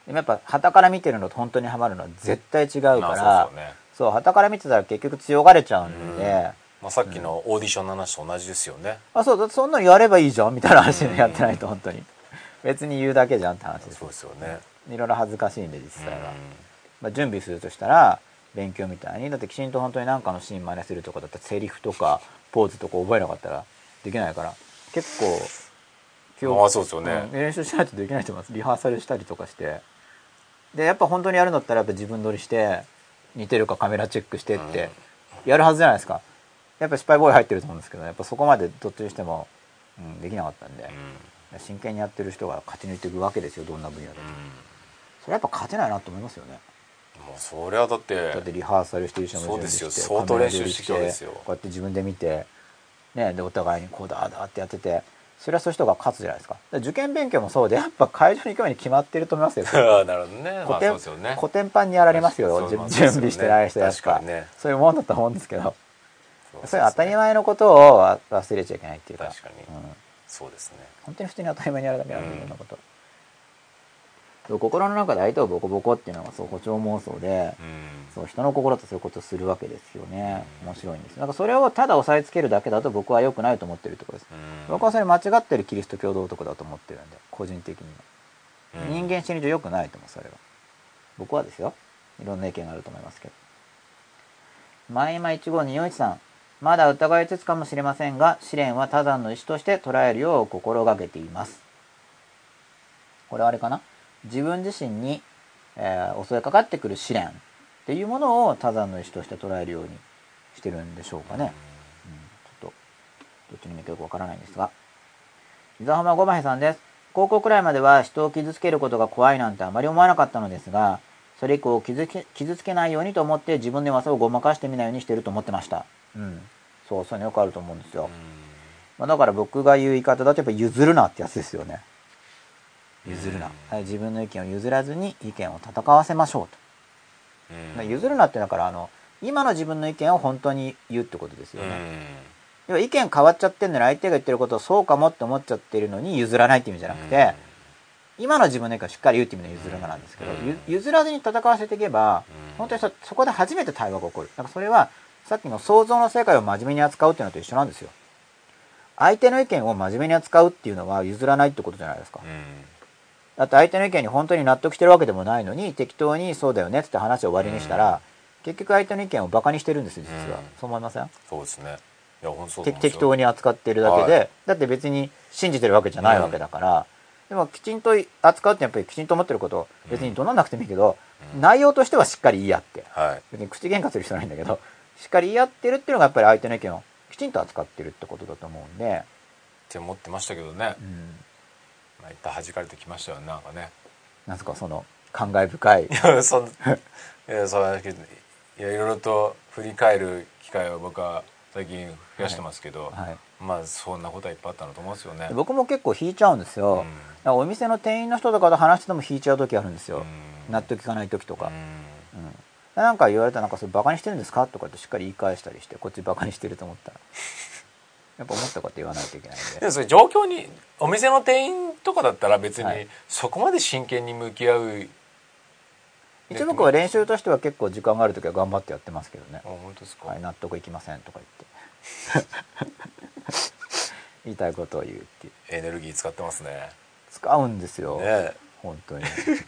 でもやっぱ傍から見てるのと本当にハマるのは絶対違うから、まあ、そうですよね、そう傍から見てたら結局強がれちゃうんで、うん、 まあ、さっきのオーディションの話と同じですよね、 うん、あそうだそんなのやればいいじゃんみたいな話でやってないと本当に別に言うだけじゃんって話です。 そうですよね。 いろいろ恥ずかしいんで実際は、まあ、準備するとしたら勉強みたいにだってきちんと本当に何かのシーン真似するとかだったらセリフとかポーズとか覚えなかったらできないから結構今日、まあそうですよね、 うん、練習しないとできないと思います。リハーサルしたりとかしてでやっぱ本当にやるんだったらやっぱ自分撮りして似てるかカメラチェックしてってやるはずじゃないですか。やっぱ失敗ボーイ入ってると思うんですけどやっぱそこまでどっちにしても、うん、できなかったんで、うん、真剣にやってる人が勝ち抜いていくわけですよどんな分野でも、うん、それやっぱ勝てないなと思いますよね。 もうそれはだってだってリハーサルしてる人もそうですよ相当練習してきたんですよ。 こうやって自分で見てねでお互いにこうだあだってやっててそれはそういう人が勝つじゃないですか。受験勉強もそうでやっぱ会場に行く前に決まってると思いますよなるほどね、 古典、 まあ、そうですよね古典版にやられますよ、準備してない人やっぱ、 ね、 そういうもんだと思うんですけどそういう当たり前のことを忘れちゃいけないっていうか確かに、うん、そうですね本当に普通に当たり前にやるだけなんでいろんなこと、うん、心の中で相手をボコボコっていうのがそう誇張妄想で、うん、そう人の心とそういうことをするわけですよね、うん、面白いんです。なんかそれをただ押さえつけるだけだと僕は良くないと思ってるところです、うん、僕はそれ間違ってるキリスト教道徳だと思ってるんで個人的には、うん、人間心理上良くないと思う。それは僕はですよ、いろんな意見があると思いますけど。マイマいちごによんいちさん、まだ疑いつつかもしれませんが試練は他山の石として捉えるよう心がけています。これはあれかな、自分自身に、えー、襲いかかってくる試練っていうものを他山の石として捉えるようにしてるんでしょうかね、うん、ちょっとどっちにもよくわからないんですが。伊沢浜ごまへさんです。高校くらいまでは人を傷つけることが怖いなんてあまり思わなかったのですが、それ以降傷つけ、傷つけないようにと思って自分で技をごまかしてみないようにしてると思ってました。うん、そうそういうのよくあると思うんですよ。まあ、だから僕が言う言い方だとやっぱ譲るなってやつですよね。譲るな、はい、自分の意見を譲らずに意見を戦わせましょうと。譲るなってだからあの今の自分の意見を本当に言うってことですよね。要は意見変わっちゃってんのに相手が言ってることをそうかもって思っちゃってるのに譲らないって意味じゃなくて、今の自分の意見をしっかり言うっていう意味の譲るななんですけど、譲らずに戦わせていけば本当に そ, そこで初めて対話が起こる。だからそれはさっきの想像の世界を真面目に扱うっていうのと一緒なんですよ。相手の意見を真面目に扱うっていうのは譲らないってことじゃないですか。だって相手の意見に本当に納得してるわけでもないのに適当にそうだよねって話を終わりにしたら、結局相手の意見をバカにしてるんですよ実は。そう思いません？ そうですね。いや本当そう適当に扱ってるだけで、はい、だって別に信じてるわけじゃないわけだから、うん、でもきちんと扱うってやっぱりきちんと思ってること別に怒鳴んなくてもいいけど、うん、内容としてはしっかり言い合って、はい、別に口喧嘩する必要ないんだけどしっかり言い合ってるっていうのがやっぱり相手の意見をきちんと扱ってるってことだと思うんでって思ってましたけどね、うん、まあ、一旦弾かれてきましたよね。なんかねなんすかその感慨深いいやそいやそうだけどいやいろいろと振り返る機会を僕は最近増やしてますけど、はいはい、まあそんなことはいっぱいあったのと思うんですよね。僕も結構引いちゃうんですよ、うん、お店の店員の人とかと話してても引いちゃう時あるんですよ、うん、納得いかない時とか、うんうん、なんか言われたらなんかそれバカにしてるんですかとかってしっかり言い返したりしてこっちバカにしてると思ったらやっぱ思ったこと言わないといけないんで。 でもそれ状況にお店の店員とかだったら別にそこまで真剣に向き合う、はい、 一応僕は練習としては結構時間がある時は頑張ってやってますけどね。 あ、本当ですか？ はい、納得いきませんとか言って言いたいことを言うっていうエネルギー使ってますね。 使うんですよ、ね、本当に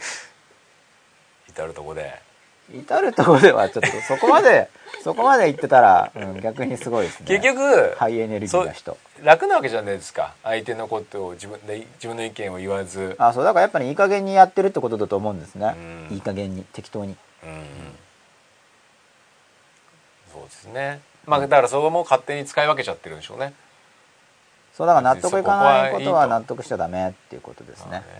至るとこで至るとこではちょっとそこまでそこまで言ってたら、うん、逆にすごいですね。 結局ハイエネルギーな人楽なわけじゃないですか。相手のことを自分で自分の意見を言わず。 あ、そうだからやっぱりいい加減にやってるってことだと思うんですね。いい加減に適当に、うんうん、 そうですね。まあだからそこも勝手に使い分けちゃってるんでしょうね。 そうだから納得いかないことは納得しちゃダメっていうことですね。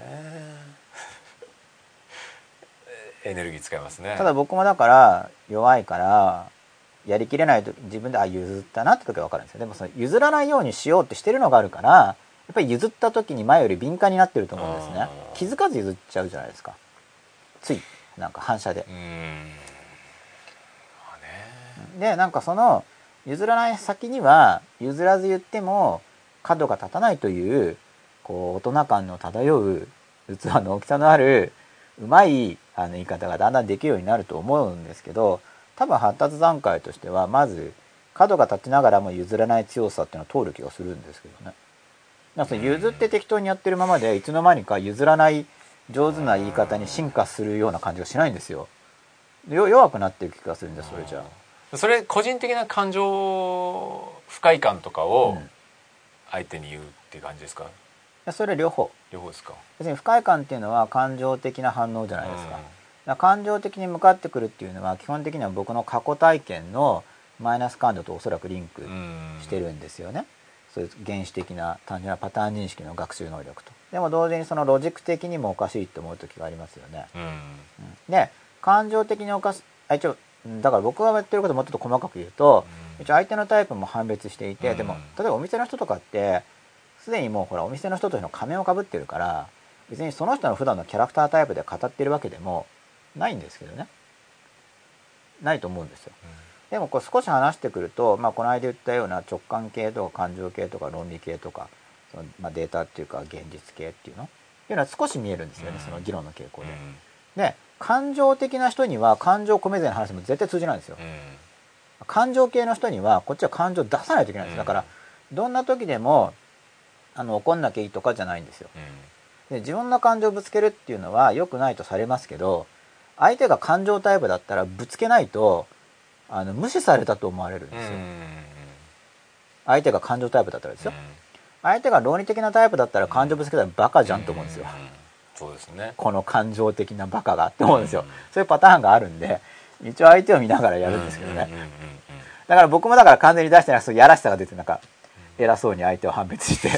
エネルギー使いますね。 ただ僕もだから弱いからやりきれないと自分であ譲ったなって時は分かるんですよ。でもその譲らないようにしようってしてるのがあるからやっぱり譲った時に前より敏感になってると思うんですね。気づかず譲っちゃうじゃないですか。ついなんか反射で。うん、まあね、でなんかその譲らない先には譲らず言っても角が立たないというこう大人感の漂う器の大きさのあるうまいあの言い方がだんだんできるようになると思うんですけど、多分発達段階としてはまず角が立ちながらも譲らない強さっていうのを通る気がするんですけどね。だからその譲って適当にやってるままでいつの間にか譲らない上手な言い方に進化するような感じがしないんですよ。弱くなっていく気がするんです。それじゃあそれ個人的な感情不快感とかを相手に言うっていう感じですか？ うん、それ両方両方ですか？ 別に不快感っていうのは感情的な反応じゃないですか。うん、だから感情的に向かってくるっていうのは基本的には僕の過去体験のマイナス感情とおそらくリンクしてるんですよね。そういう原始的な単純なパターン認識の学習能力と。でも同時にそのロジック的にもおかしいと思う時がありますよね。うんうん、で感情的におかしい、一応だから僕がやってることをもうちょっと細かく言うと、うん、一応相手のタイプも判別していて、うん、でも例えばお店の人とかってすでにもうほらお店の人との仮面をかぶってるから別にその人の普段のキャラクタータイプで語ってるわけでもないんですけどね。ないと思うんですよ。うんでもこう少し話してくると、まあ、この間言ったような直感系とか感情系とか論理系とかその、まあ、データっていうか現実系っていうのっていうのは少し見えるんですよね、うん、その議論の傾向で、うん、で感情的な人には感情込めずに話しても絶対通じないんですよ、うん、感情系の人にはこっちは感情出さないといけないんです。だからどんな時でもあの怒んなきゃいいとかじゃないんですよ。で自分の感情をぶつけるっていうのは良くないとされますけど、相手が感情タイプだったらぶつけないとあの無視されたと思われるんですよ。相手が感情タイプだったらですよ。相手が論理的なタイプだったら感情ぶつけたらバカじゃんと思うんですよ。 そうですね。 この感情的なバカがって思うんですよ。そういうパターンがあるんで一応相手を見ながらやるんですけどね。だから僕もだから完全に出してなくてやらしさが出てなんか偉そうに相手を判別して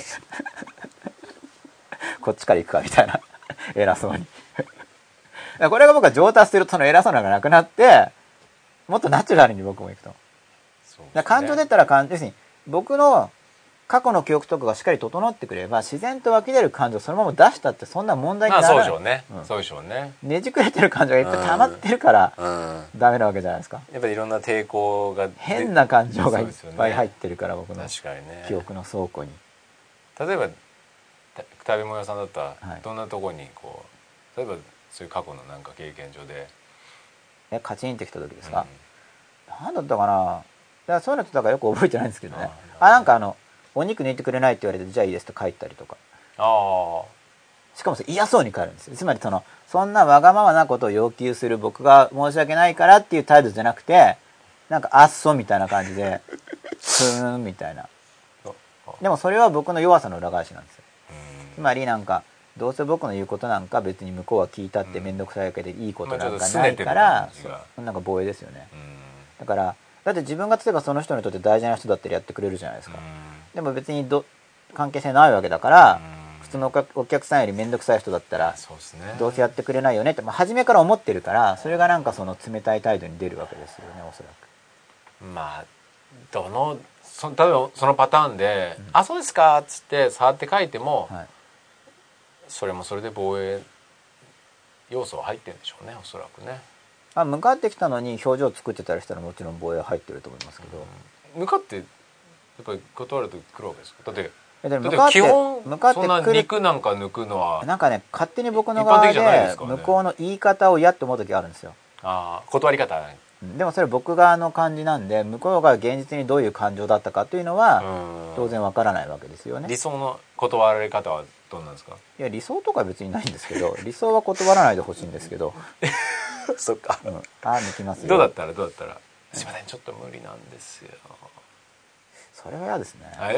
こっちから行くかみたいな偉そうにこれが僕は上達するとの偉そうなのがなくなってもっとナチュラルに僕もいくと。そうですね、感情出たら感情、要するに僕の過去の記憶とかがしっかり整ってくれば自然と湧き出る感情そのまま出したってそんな問題にならない。 まあそうでしょうね。うん、そうでしょうね。 ねじくれてる感情がいっぱい溜まってるから、うんうん、ダメなわけじゃないですか。 やっぱりいろんな抵抗が変な感情がいっぱい入ってるから、ね、僕の記憶の倉庫に。 例えば食べ物屋さんだったら、はい、どんなところにこう例えばそういう過去のなんか経験上でえカチンってきた時ですか、うん、なんだったかな。だからそういうのってだからよく覚えてないんですけどね。ああなんかあのお肉抜いてくれないって言われてじゃあいいですと帰ったりとか。あしかもそれ嫌そうに帰るんですよ。つまりそのそんなわがままなことを要求する僕が申し訳ないからっていう態度じゃなくてなんかあっそみたいな感じでふーんみたいな。でもそれは僕の弱さの裏返しなんですよ。つまりなんかどうせ僕の言うことなんか別に向こうは聞いたって面倒くさいわけでいいことなんかないから、うん、なんか防衛ですよね。だからだって自分が例えばその人にとって大事な人だったらやってくれるじゃないですか。でも別にど関係性ないわけだから普通のお客さんより面倒くさい人だったらどうせやってくれないよねって、まあ、初めから思ってるからそれがなんかその冷たい態度に出るわけですよねおそらく。 まあどのそ例えばそのパターンで「うん、あそうですか」っつって触って書いても、はい、それもそれで防衛要素は入ってるんでしょうねおそらくね。 あ向かってきたのに表情作ってたりしたらもちろん防衛入ってると思いますけど、 うん、向かってやっぱり断ると来るわけですか。だってだって基本向かってそんな肉なんか抜くのはなんかね勝手に僕の側で向こうの言い方を嫌って思う時あるんですよ。 ああ断り方でもそれ僕側の感じなんで向こうが現実にどういう感情だったかというのは当然わからないわけですよね。 理想の断られ方はどうなんですか。 いや理想とか別にないんですけど理想は断らないでほしいんですけどそっか、 うん、あ抜きますよ。 どうだったらどうだったらすいませんちょっと無理なんですよ。 それは嫌ですね、 はい、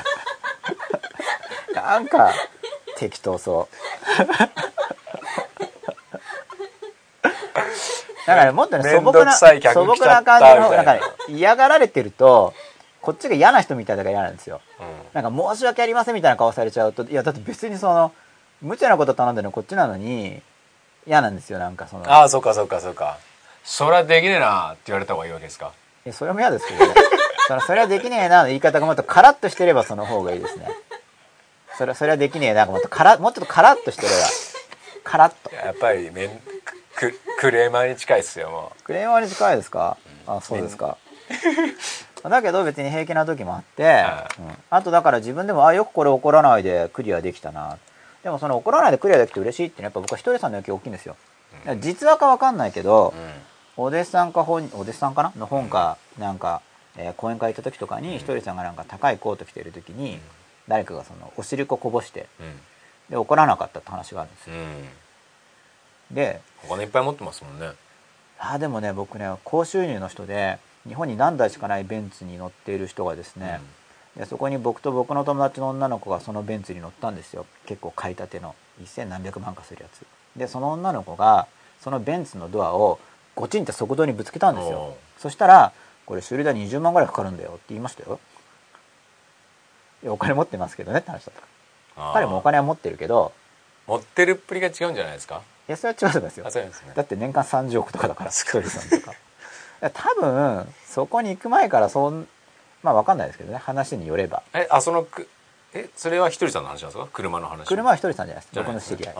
なんか適当そうだから、ね、もっとね素朴な素朴な感じのなんか、ね、嫌がられてるとこっちが嫌な人みたいだから嫌なんですよ、うん、なんか申し訳ありませんみたいな顔されちゃうといやだって別にその無茶なこと頼んでるのこっちなのに嫌なんですよ。なんかそのああそうかそうかそうかそれはできねえなって言われた方がいいわけですか。 いやそれも嫌ですけどねそのそれはできねえなの言い方がもっとカラッとしてればその方がいいですね。それそれはできねえなもっとカラもうちょっとカラッとしてればカラッとやっぱりめんク, クレーマーに近いですよ。もうクレーマーに近いですか、うん、あそうですかだけど別に平気な時もあって、うん、あとだから自分でもあよくこれ怒らないでクリアできたな。ででもその怒らないでクリアできて嬉しいっていうのはやっぱ僕はひとりさんの影響大きいんですよ。実話か分かんないけど、うん、お弟子さんか本お弟子さんかなの本かなんか、えー、講演会行った時とかにひとりさんがなんか高いコート着てる時に、うん、誰かがそのおしるここぼして、うん、で怒らなかったって話があるんですよ、うん、でお金いっぱい持ってますもんね。 あでもね僕ね高収入の人で日本に何台しかないベンツに乗っている人がですね、うん、でそこに僕と僕の友達の女の子がそのベンツに乗ったんですよ。結構買いたてのせんなんびゃくまんかするやつで、その女の子がそのベンツのドアをゴチンって側道にぶつけたんですよ。そしたらこれ修理代にじゅうまんぐらいかかるんだよって言いましたよ。いやお金持ってますけどねって話だった。彼もお金は持ってるけど持ってるっぷりが違うんじゃないですか。 いやそれは違うんですよ。 そうですね、 だって年間さんじゅうおくとかだからひとりさんとか多分そこに行く前からそんまあ分かんないですけどね、話によれば。 えあそのくえそれはひとりさんの話なんですか。車の話。 車はひとりさんじゃないです。僕の知り合い。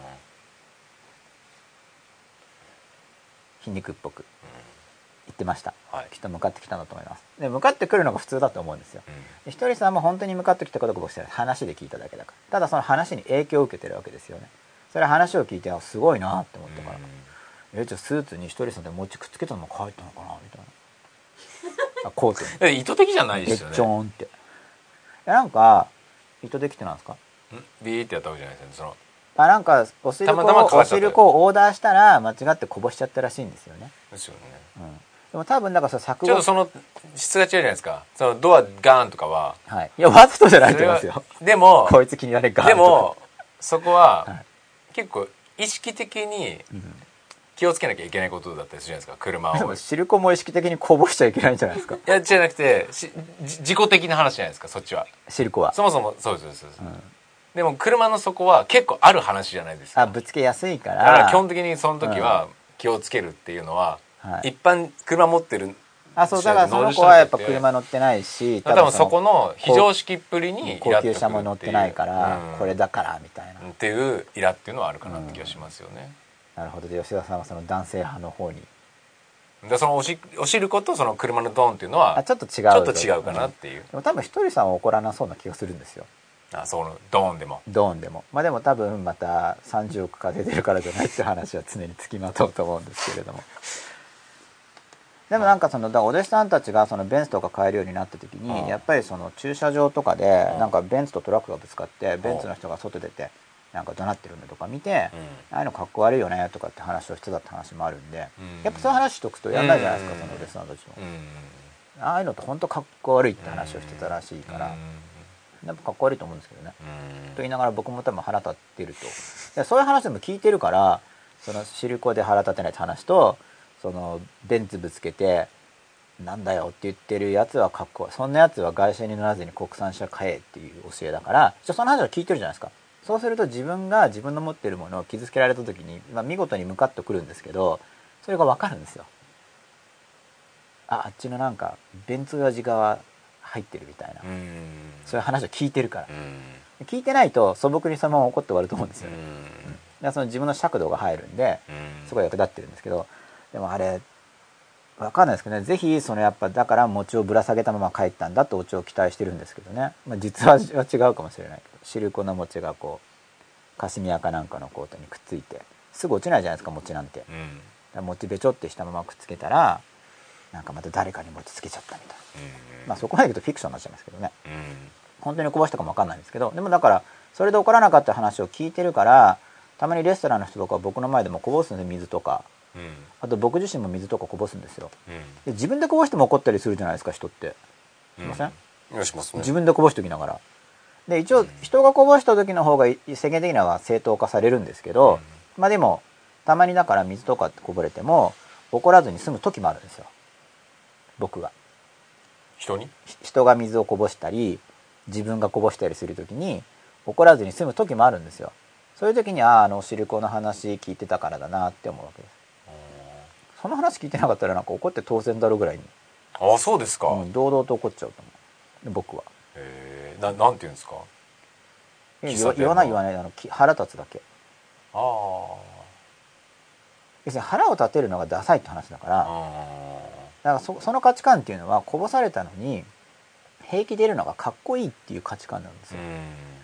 皮肉っぽく言ってました、うんはい、きっと向かってきたんだと思います。で向かってくるのが普通だと思うんですよ、うん、ひとりさんも本当に向かってきたかどうか僕は話で聞いただけだから。ただその話に影響を受けてるわけですよね。それは話を聞いてすごいなって思ったから、うん、えじゃあスーツにひとりさんで餅くっつけたのも書いたのかなみたいなあコートに意図的じゃないですよね。 ゲッチョーンってなんか意図的ってなんですか。んビーってやったわけじゃないですよね。そのあなんかおしるこをおしるこをオーダーしたら間違ってこぼしちゃったらしいんですよね。 ですよね、うん、 でも多分だからその錯誤ちょっとその質が違うじゃないですか。そのドアガーンとかは、 はい、いやわざとじゃないと思いますよ。 でもこいつ気になれガーンとか。 でもそこは、はい、結構意識的に気をつけなきゃいけないことだったりするじゃないですか。車をでもしるこも意識的にこぼしちゃいけないんじゃないですか。いやじゃなくて自己的な話じゃないですか。そっちはしるこはそもそもそうですそうです、うん、でも車の底は結構ある話じゃないですか。 あぶつけやすいから。 だから基本的にその時は気をつけるっていうのは、うん、一般車持ってるあそうだからその子はやっぱ車乗ってないし多分そこの非常識っぷりに高級車も乗ってないから、うん、これだからみたいなっていうイラっていうのはあるかなって気がしますよね、 うん、なるほど。で吉田さんはその男性派の方にでそのおしおしることその車のドーンっていうのはあちょっと違うちょっと違うかなっていう、うん、 でも多分ひとりさんは怒らなそうな気がするんですよ。 あそのドーンでもドーンでもまあでも多分またさんじゅうおくか出てるからじゃないって話は常につきまとうと思うんですけれどもでもなんかそのだお弟子さんたちがそのベンツとか買えるようになった時にやっぱりその駐車場とかでなんかベンツとトラックがぶつかってベンツの人が外出てなんか怒鳴ってるのとか見てああいうのかっこ悪いよねとかって話をしてたって話もあるんでやっぱそういう話しとくとやんないじゃないですかそのお弟子さんたちもああいうのって本当かっこ悪いって話をしてたらしいからやっぱかっこ悪いと思うんですけどねと言いながら僕も多分腹立ってるとでそういう話でも聞いてるからそのしるこで腹立てないって話とそのベンツぶつけてなんだよって言ってるやつはかっこいいそんなやつは外車に乗らずに国産車買えっていう教えだからその話を聞いてるじゃないですか。そうすると自分が自分の持ってるものを傷つけられた時に、まあ、見事にムカッとくるんですけどそれが分かるんですよ。ああっちのなんかベンツ味側入ってるみたいなそういう話を聞いてるから聞いてないと素朴にそのまま怒って終わると思うんですよね。うん、その自分の尺度が入るんですごい役立ってるんですけどでもあれ分かんないですけどねぜひそのやっぱだから餅をぶら下げたまま帰ったんだとお家を期待してるんですけどね、まあ、実は違うかもしれないけどしるこの餅がこうカシミヤかなんかのコートにくっついてすぐ落ちないじゃないですか餅なんて、うん、餅べちょってしたままくっつけたらなんかまた誰かに餅つけちゃったみたいな、うん、まあそこまで言うとフィクションになっちゃいますけどね、うん、本当にこぼしたかも分かんないんですけどでもだからそれで怒らなかった話を聞いてるからたまにレストランの人とか僕の前でもこぼすんです水とか、うん、あと僕自身も水とかこぼすんですよ、うん、で自分でこぼしても怒ったりするじゃないですか人ってしません、 うん、しますね、 自分でこぼしときながらで一応人がこぼした時の方が世間的には正当化されるんですけど、うん、まあでもたまにだから水とかこぼれても怒らずに済む時もあるんですよ僕が人に人が水をこぼしたり自分がこぼしたりする時に怒らずに済む時もあるんですよ。そういう時にあああのおしるこの話聞いてたからだなって思うわけです。その話聞いてなかったらなんか怒って当然だろうぐらいにああそうですか、 うん、堂々と怒っちゃうと思う僕は。 へえななんて言うんですか言わない言わないあの腹立つだけ。ああ要するに腹を立てるのがダサいって話だからだから そ, その価値観っていうのはこぼされたのに平気でいるのがかっこいいっていう価値観なんですよ。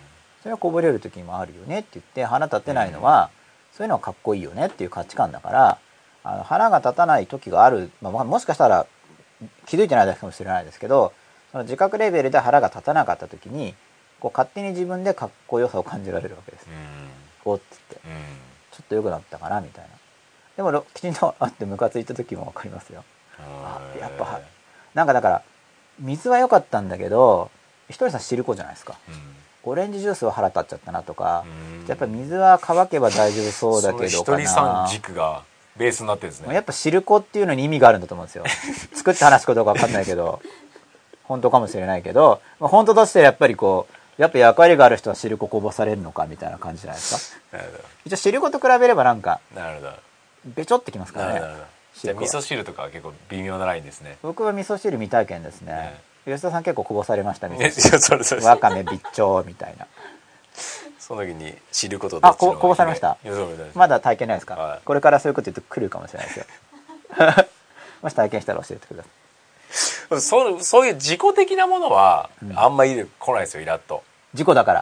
れはこぼれる時もあるよねって言って、腹立てないのは、うん、そういうのはかっこいいよねっていう価値観だから、あの腹が立たない時がある、まあ、もしかしたら気づいてないだけかもしれないですけど、その自覚レベルで腹が立たなかった時にこう勝手に自分でかっこよさを感じられるわけです。うん、おっつって、うん、ちょっと良くなったかなみたいな。でもきちんとあってムカついた時も分かりますよ。あ、やっぱなんかだから水は良かったんだけど、ひとりさん汁粉じゃないですか、うん、オレンジジュースは腹立っちゃったなとか、やっぱ水は乾けば大丈夫そうだけどかな。 ひとりさん軸がベースになってるんですね。 やっぱ汁粉っていうのに意味があるんだと思うんですよ。作って話すことか分かんないけど本当かもしれないけど、まあ、本当としてやっぱりこうやっぱ役割がある人は汁粉こぼされるのかみたいな感じじゃないですか。なるほど。一応汁粉と比べればなんかなるほどべちょってきますからね。なるほど。 じゃあ味噌汁とかは結構微妙なラインですね。 僕は味噌汁未体験ですね。ね、吉田さん結構こぼされました味噌汁、ね、それそれわかめびっちょみたいな。 その時に汁粉とどっちのあここぼされました。まだ体験ないですか、はい、これからそういうこと言うと来るかもしれないですよもし体験したら教えてください。 そう、そういう自己的なものはあんまり来ないですよ、イラッと。 自己だから、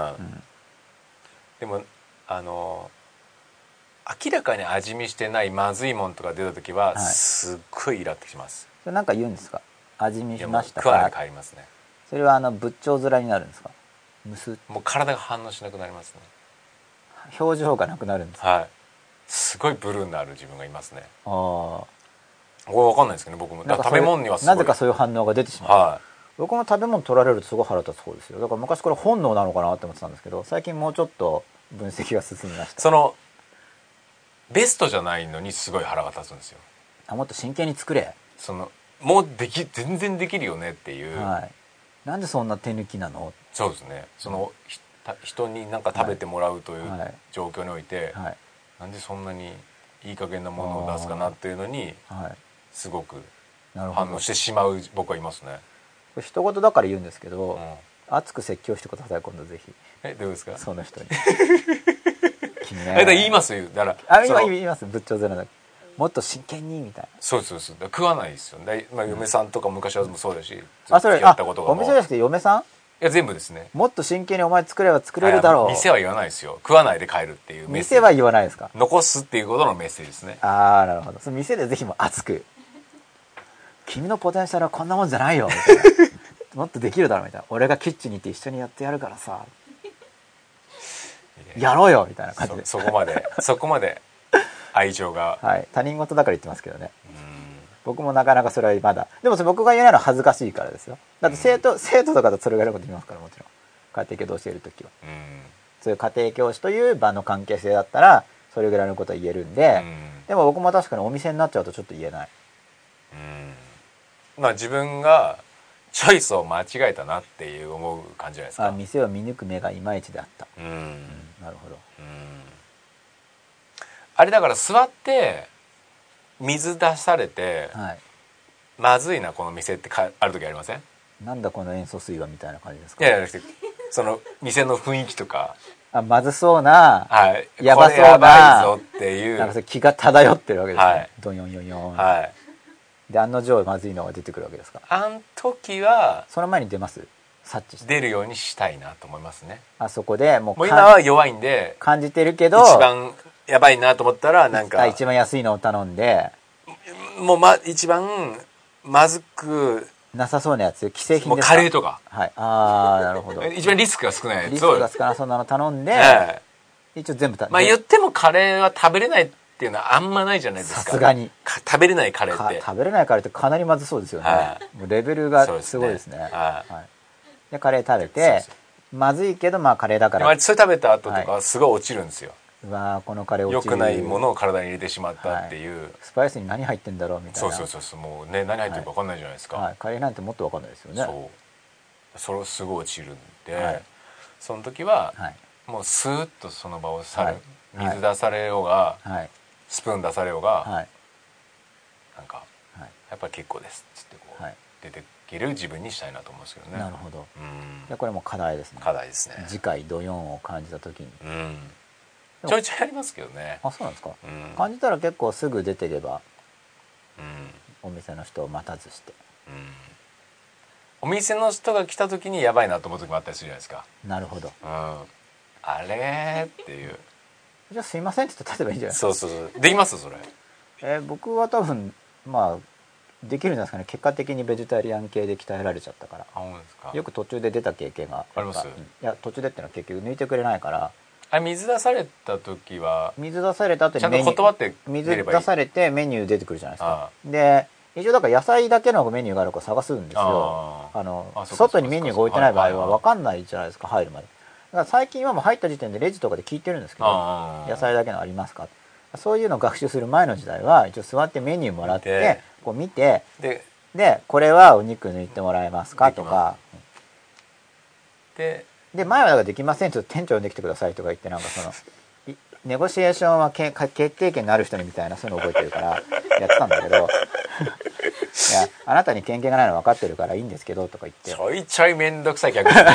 うんうん、でもあの明らかに味見してないまずいもんとか出た時は、はい、すっごいイラってきます。 それなんか言うんですか？味見しましたか？ 食わないで帰りますね。 それはあの仏頂面になるんですか？むすもう体が反応しなくなりますね。 表情がなくなるんですか？ はい。すごいブルーになる自分がいますね。ああ。これ分かんないですけどね、僕も。だから食べ物にはすごいなぜかそういう反応が出てしまう。はい。僕も食べ物取られるとすごい腹立つ方ですよ。だから昔これ本能なのかなって思ってたんですけど、最近もうちょっと分析が進みました。 そのベストじゃないのにすごい腹が立つんですよ。 あ、もっと真剣に作れ。 そのもうでき全然できるよねっていう。 はい。なんでそんな手抜きなの？ そうですね。その、うん、人に何か食べてもらうという状況において、はいはい、なんでそんなにいい加減なものを出すかなっていうのに、はい、すごく反応してしまう僕はいますね。 一言だから言うんですけど、うん、熱く説教してください今度ぜひ。 え、どうですか？ その人に。 君ね。え、だ言いますよ。だから。 あ、今言います。仏頂面だ。もっと真剣にみたいな。 そうそうそう。食わないですよ。だまあ、嫁さんとか昔はもそうだし、うん、 あ、それあお店じゃなくて嫁さん？ いや全部ですね。 もっと真剣にお前作れば作れるだろう。 店は言わないですよ。食わないで帰るっていうメッセージ。店は言わないですか？ 残すっていうことのメッセージですね。 ああ、なるほど。その店でぜひも熱く。君のポテンシャルはこんなもんじゃないよみたいな。もっとできるだろうみたいな。俺がキッチンに行って一緒にやってやるからさ。やろうよみたいな感じで。 そ, そこまでそこまで愛情が。 はい。他人事だから言ってますけどね。僕もなかなかそれはまだでも僕が言えないのは恥ずかしいからですよ。だって生徒、うん、生徒とかとそれぐらいのこと言いますから、もちろん家庭教師教えるときは、うん、そういう家庭教師という場の関係性だったらそれぐらいのことは言えるんで、うん、でも僕も確かにお店になっちゃうとちょっと言えない、 うん、まあ自分がチョイスを間違えたなっていう思う感じじゃないですか。 あ、店を見抜く目がいまいちであった、うんうん、なるほど、うん、 あれだから座って水出されて、はい、まずいなこの店ってかある時ありません？ なんだこの塩素水はみたいな感じですか？ いやいや、その店の雰囲気とか、 あ、まずそうな、 はい、 やばそうな、 やばいぞっていう、 なんかそれ気が漂ってるわけですね、はい、ドンヨンヨンヨン、はい、で案の定まずいのが出てくるわけですか？ あん時はその前に出ます？察知して出るようにしたいなと思いますね。 あそこでもう、 もう今は弱いんで感じてるけど一番やばいなと思ったらなんか一番安いのを頼んで、 もう、ま、一番まずくなさそうなやつ、既製品ですか？ もうカレーとか、 はい、ああなるほど一番リスクが少ないやつ、 リスクが少なそうなの頼んで、えー、一応全部まあ言ってもカレーは食べれないっていうのはあんまないじゃないですか。 さすがに食べれないカレーって食べれないカレーってかなりまずそうですよね、はい、もうレベルがすごいですね。はい、はい、でカレー食べてまずいけどまあカレーだから、 まあ、それ食べた後とかすごい落ちるんですよ、 はい、うわこのカレー落ちる、 良くないものを体に入れてしまったっていう、はい、 スパイスに何入ってんだろうみたいな。 そうそうそう、もうね何入ってるか分かんないじゃないですか、 はいはい、カレーなんてもっと分かんないですよね。 そうそれすごい落ちるんで、はい、その時は、はい、もうスーッとその場を去る、はい、水出されようが、はい、スプーン出されようが、はい、なんか、はい、やっぱり結構ですっつってこう、はい、出てきる自分にしたいなと思うんですけどね。 なるほど、うん、でこれも課題ですね。 課題ですね。 次回ドヨンを感じた時に、うん、 ちょいちょいありますけどね。 あ、そうなんですか、うん、感じたら結構すぐ出てれば、うん、お店の人を待たずして、 お店の人が来た時にやばいなと思う時もあったりするじゃないですか。 なるほど、 うん、あれっていう。 じゃあすいませんって言って立てばいいんじゃないですか。 そうそうそう、できますそれ。 えー、僕は多分まあできるんですかね。結果的にベジタリアン系で鍛えられちゃったから。 あ、本当ですか。 よく途中で出た経験があります。 いや途中でってのは結局抜いてくれないから。 あ、水出された時は水出された後にちゃんと断って水出されてメニュー出てくるじゃないですか。で一応だから野菜だけのメニューがあるか探すんですよ。あの外にメニューが置いてない場合は分かんないじゃないですか、入るまで。だから最近はもう入った時点でレジとかで聞いてるんですけど、野菜だけのありますか、そういうのを学習する前の時代は一応座ってメニューもらってこう見て、ででこれはお肉抜いてもらえますかとかでで前はだからできませんちょっと店長呼んできてくださいとか言って、なんかそのネゴシエーションはけ決定権のある人にみたいなそういうの覚えてるからやってたんだけどいやあなたに権限がないの分かってるからいいんですけどとか言って、 ちょいちょいめんどくさい客ですね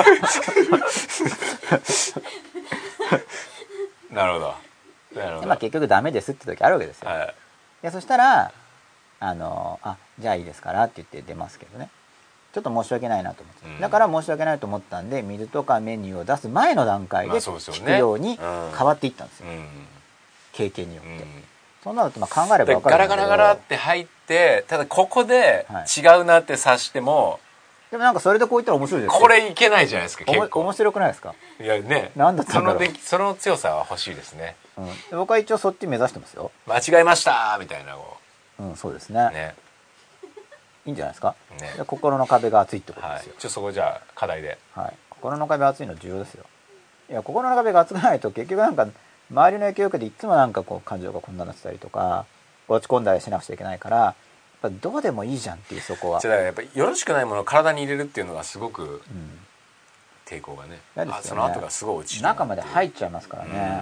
なるほど。なるほど。 まあ結局ダメですって時あるわけですよ、はい、でそしたらあのあじゃあいいですからって言って出ますけどね、ちょっと申し訳ないなと思って、うん、だから申し訳ないと思ったんで水とかメニューを出す前の段階で聞くように変わっていったんですよ、うん、経験によって、うん、そんなのってまあ考えれば分かるんだけど、 ガラガラガラって入ってただここで違うなって察しても、はい、 でもなんかそれでこう言ったら面白いですよ。 これいけないじゃないですか。結構面白くないですか。 いやね、 なんだったんだろう。 そのでその強さは欲しいですね、 うん、で僕は一応そっち目指してますよ。 間違えましたみたいなこう、うん、そうですね。 ね、 いいんじゃないですか、 ね、 で心の壁が厚いってことですよ、 はい、ちょっとそこじゃあ課題で、 はい、心の壁厚いの重要ですよ。いや心の壁が厚くないと結局なんか周りの影響を受けていつもなんかこう感情がこんなになってたりとか落ち込んだりしなくちゃいけないから、やっぱどうでもいいじゃんっていう、そこは。 じゃあやっぱりよろしくないものを体に入れるっていうのがすごく、うん、抵抗がね、 嫌ですよね。 その後がすごい落ちる中まで入っちゃいますからね。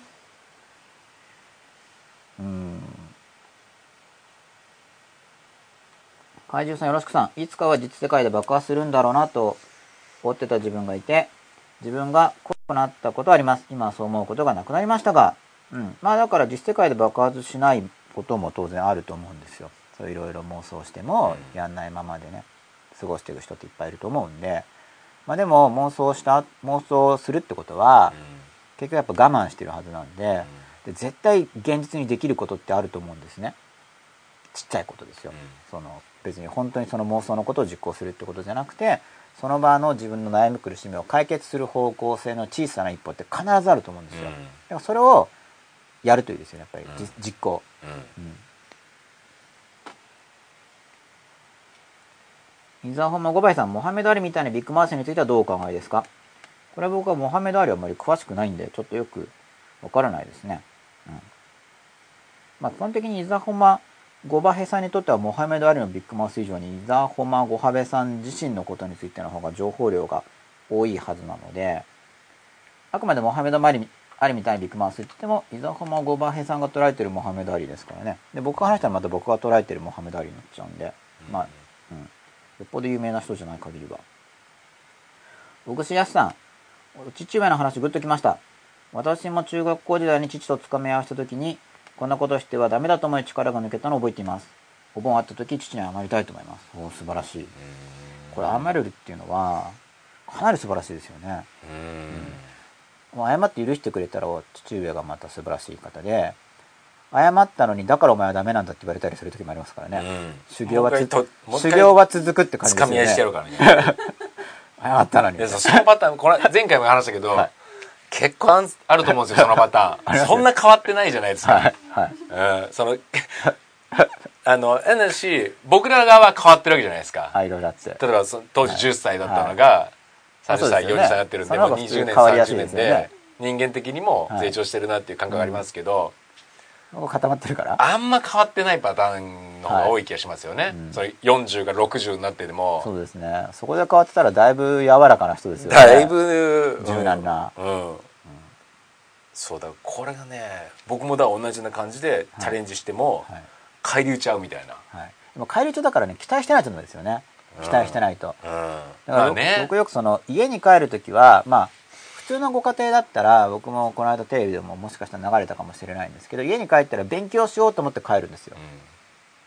うん、うん怪獣さんよろしくさん、いつかは実世界で爆発するんだろうなと思ってた自分がいて、自分が怖くなったことはあります。今はそう思うことがなくなりましたが、うん、まあだから実世界で爆発しないことも当然あると思うんですよ。そういろいろ妄想してもやんないままでね過ごしている人っていっぱいいると思うんで、まあでも妄想した妄想するってことは結局やっぱ我慢してるはずなんで、で絶対現実にできることってあると思うんですね。ちっちゃいことですよ、うん、その別に本当にその妄想のことを実行するってことじゃなくて、その場の自分の悩み苦しみを解決する方向性の小さな一歩って必ずあると思うんですよ、うん、だからそれをやるといいですよね、やっぱり、うん、実行、うん、伊沢本間ごばいさん、モハメド・アリみたいなビッグマウスについてはどうお考えですか。これは僕はモハメド・アリはあまり詳しくないんでちょっとよくわからないですね、うん、まあ基本的に伊沢本間ゴバヘさんにとってはモハメド・アリのビッグマウス以上にイザホマ・ゴハベさん自身のことについての方が情報量が多いはずなので、あくまでモハメド・アリみたいにビッグマウスって言ってもイザホマ・ゴバヘさんが捉えてるモハメド・アリですからね。で僕が話したらまた僕が捉えてるモハメド・アリになっちゃうんで、まあ、うん、よっぽど有名な人じゃない限りは。小串康さん、父親の話グッときました。私も中学校時代に父とつかみ合わせた時にこんなことしてはダメだと思い力が抜けたのを覚えています。お盆あった時父に謝りたいと思います。お素晴らしい。これ謝れるっていうのはかなり素晴らしいですよね。うん、もう謝って許してくれたら父上がまた素晴らしい方で、謝ったのにだからお前はダメなんだって言われたりする時もありますからね、うん、修行は修行は続くって感じですよね。つかみ合いしてやるからね謝ったのにそのパターンこれ前回も話したけど、はい、結構あると思うんですよそのパターンそんな変わってないじゃないですか、はいはいうん、そのあの エヌエスシー 僕ら側は変わってるわけじゃないですか。 あいろいろあって例えばそ当時じゅっさいだったのが、はい、さんじゅっさい、よんじゅっさいになってるんで、もうにじゅうねんさんじゅうねんで人間的にも成長してるなっていう感覚がありますけど、 はいうん、固まってるからあんま変わってないパターンの方が多い気がしますよね、はいうん、それよんじゅうがろくじゅうになってでも。 そうですね。そこで変わってたらだいぶ柔らかな人ですよね。 だいぶ柔軟な、うんうんうん、そうだこれがね僕もだ同じような感じでチャレンジしても、はいはい返り討ちゃうみたいな、はい、 でも返り討ちだからね期待してないと思うんですよね。期待してないと、うん、だから僕、まあね、僕よくその家に帰るときはまあ普通のご家庭だったら僕もこの間テレビでももしかしたら流れたかもしれないんですけど、家に帰ったら勉強しようと思って帰るんですよ、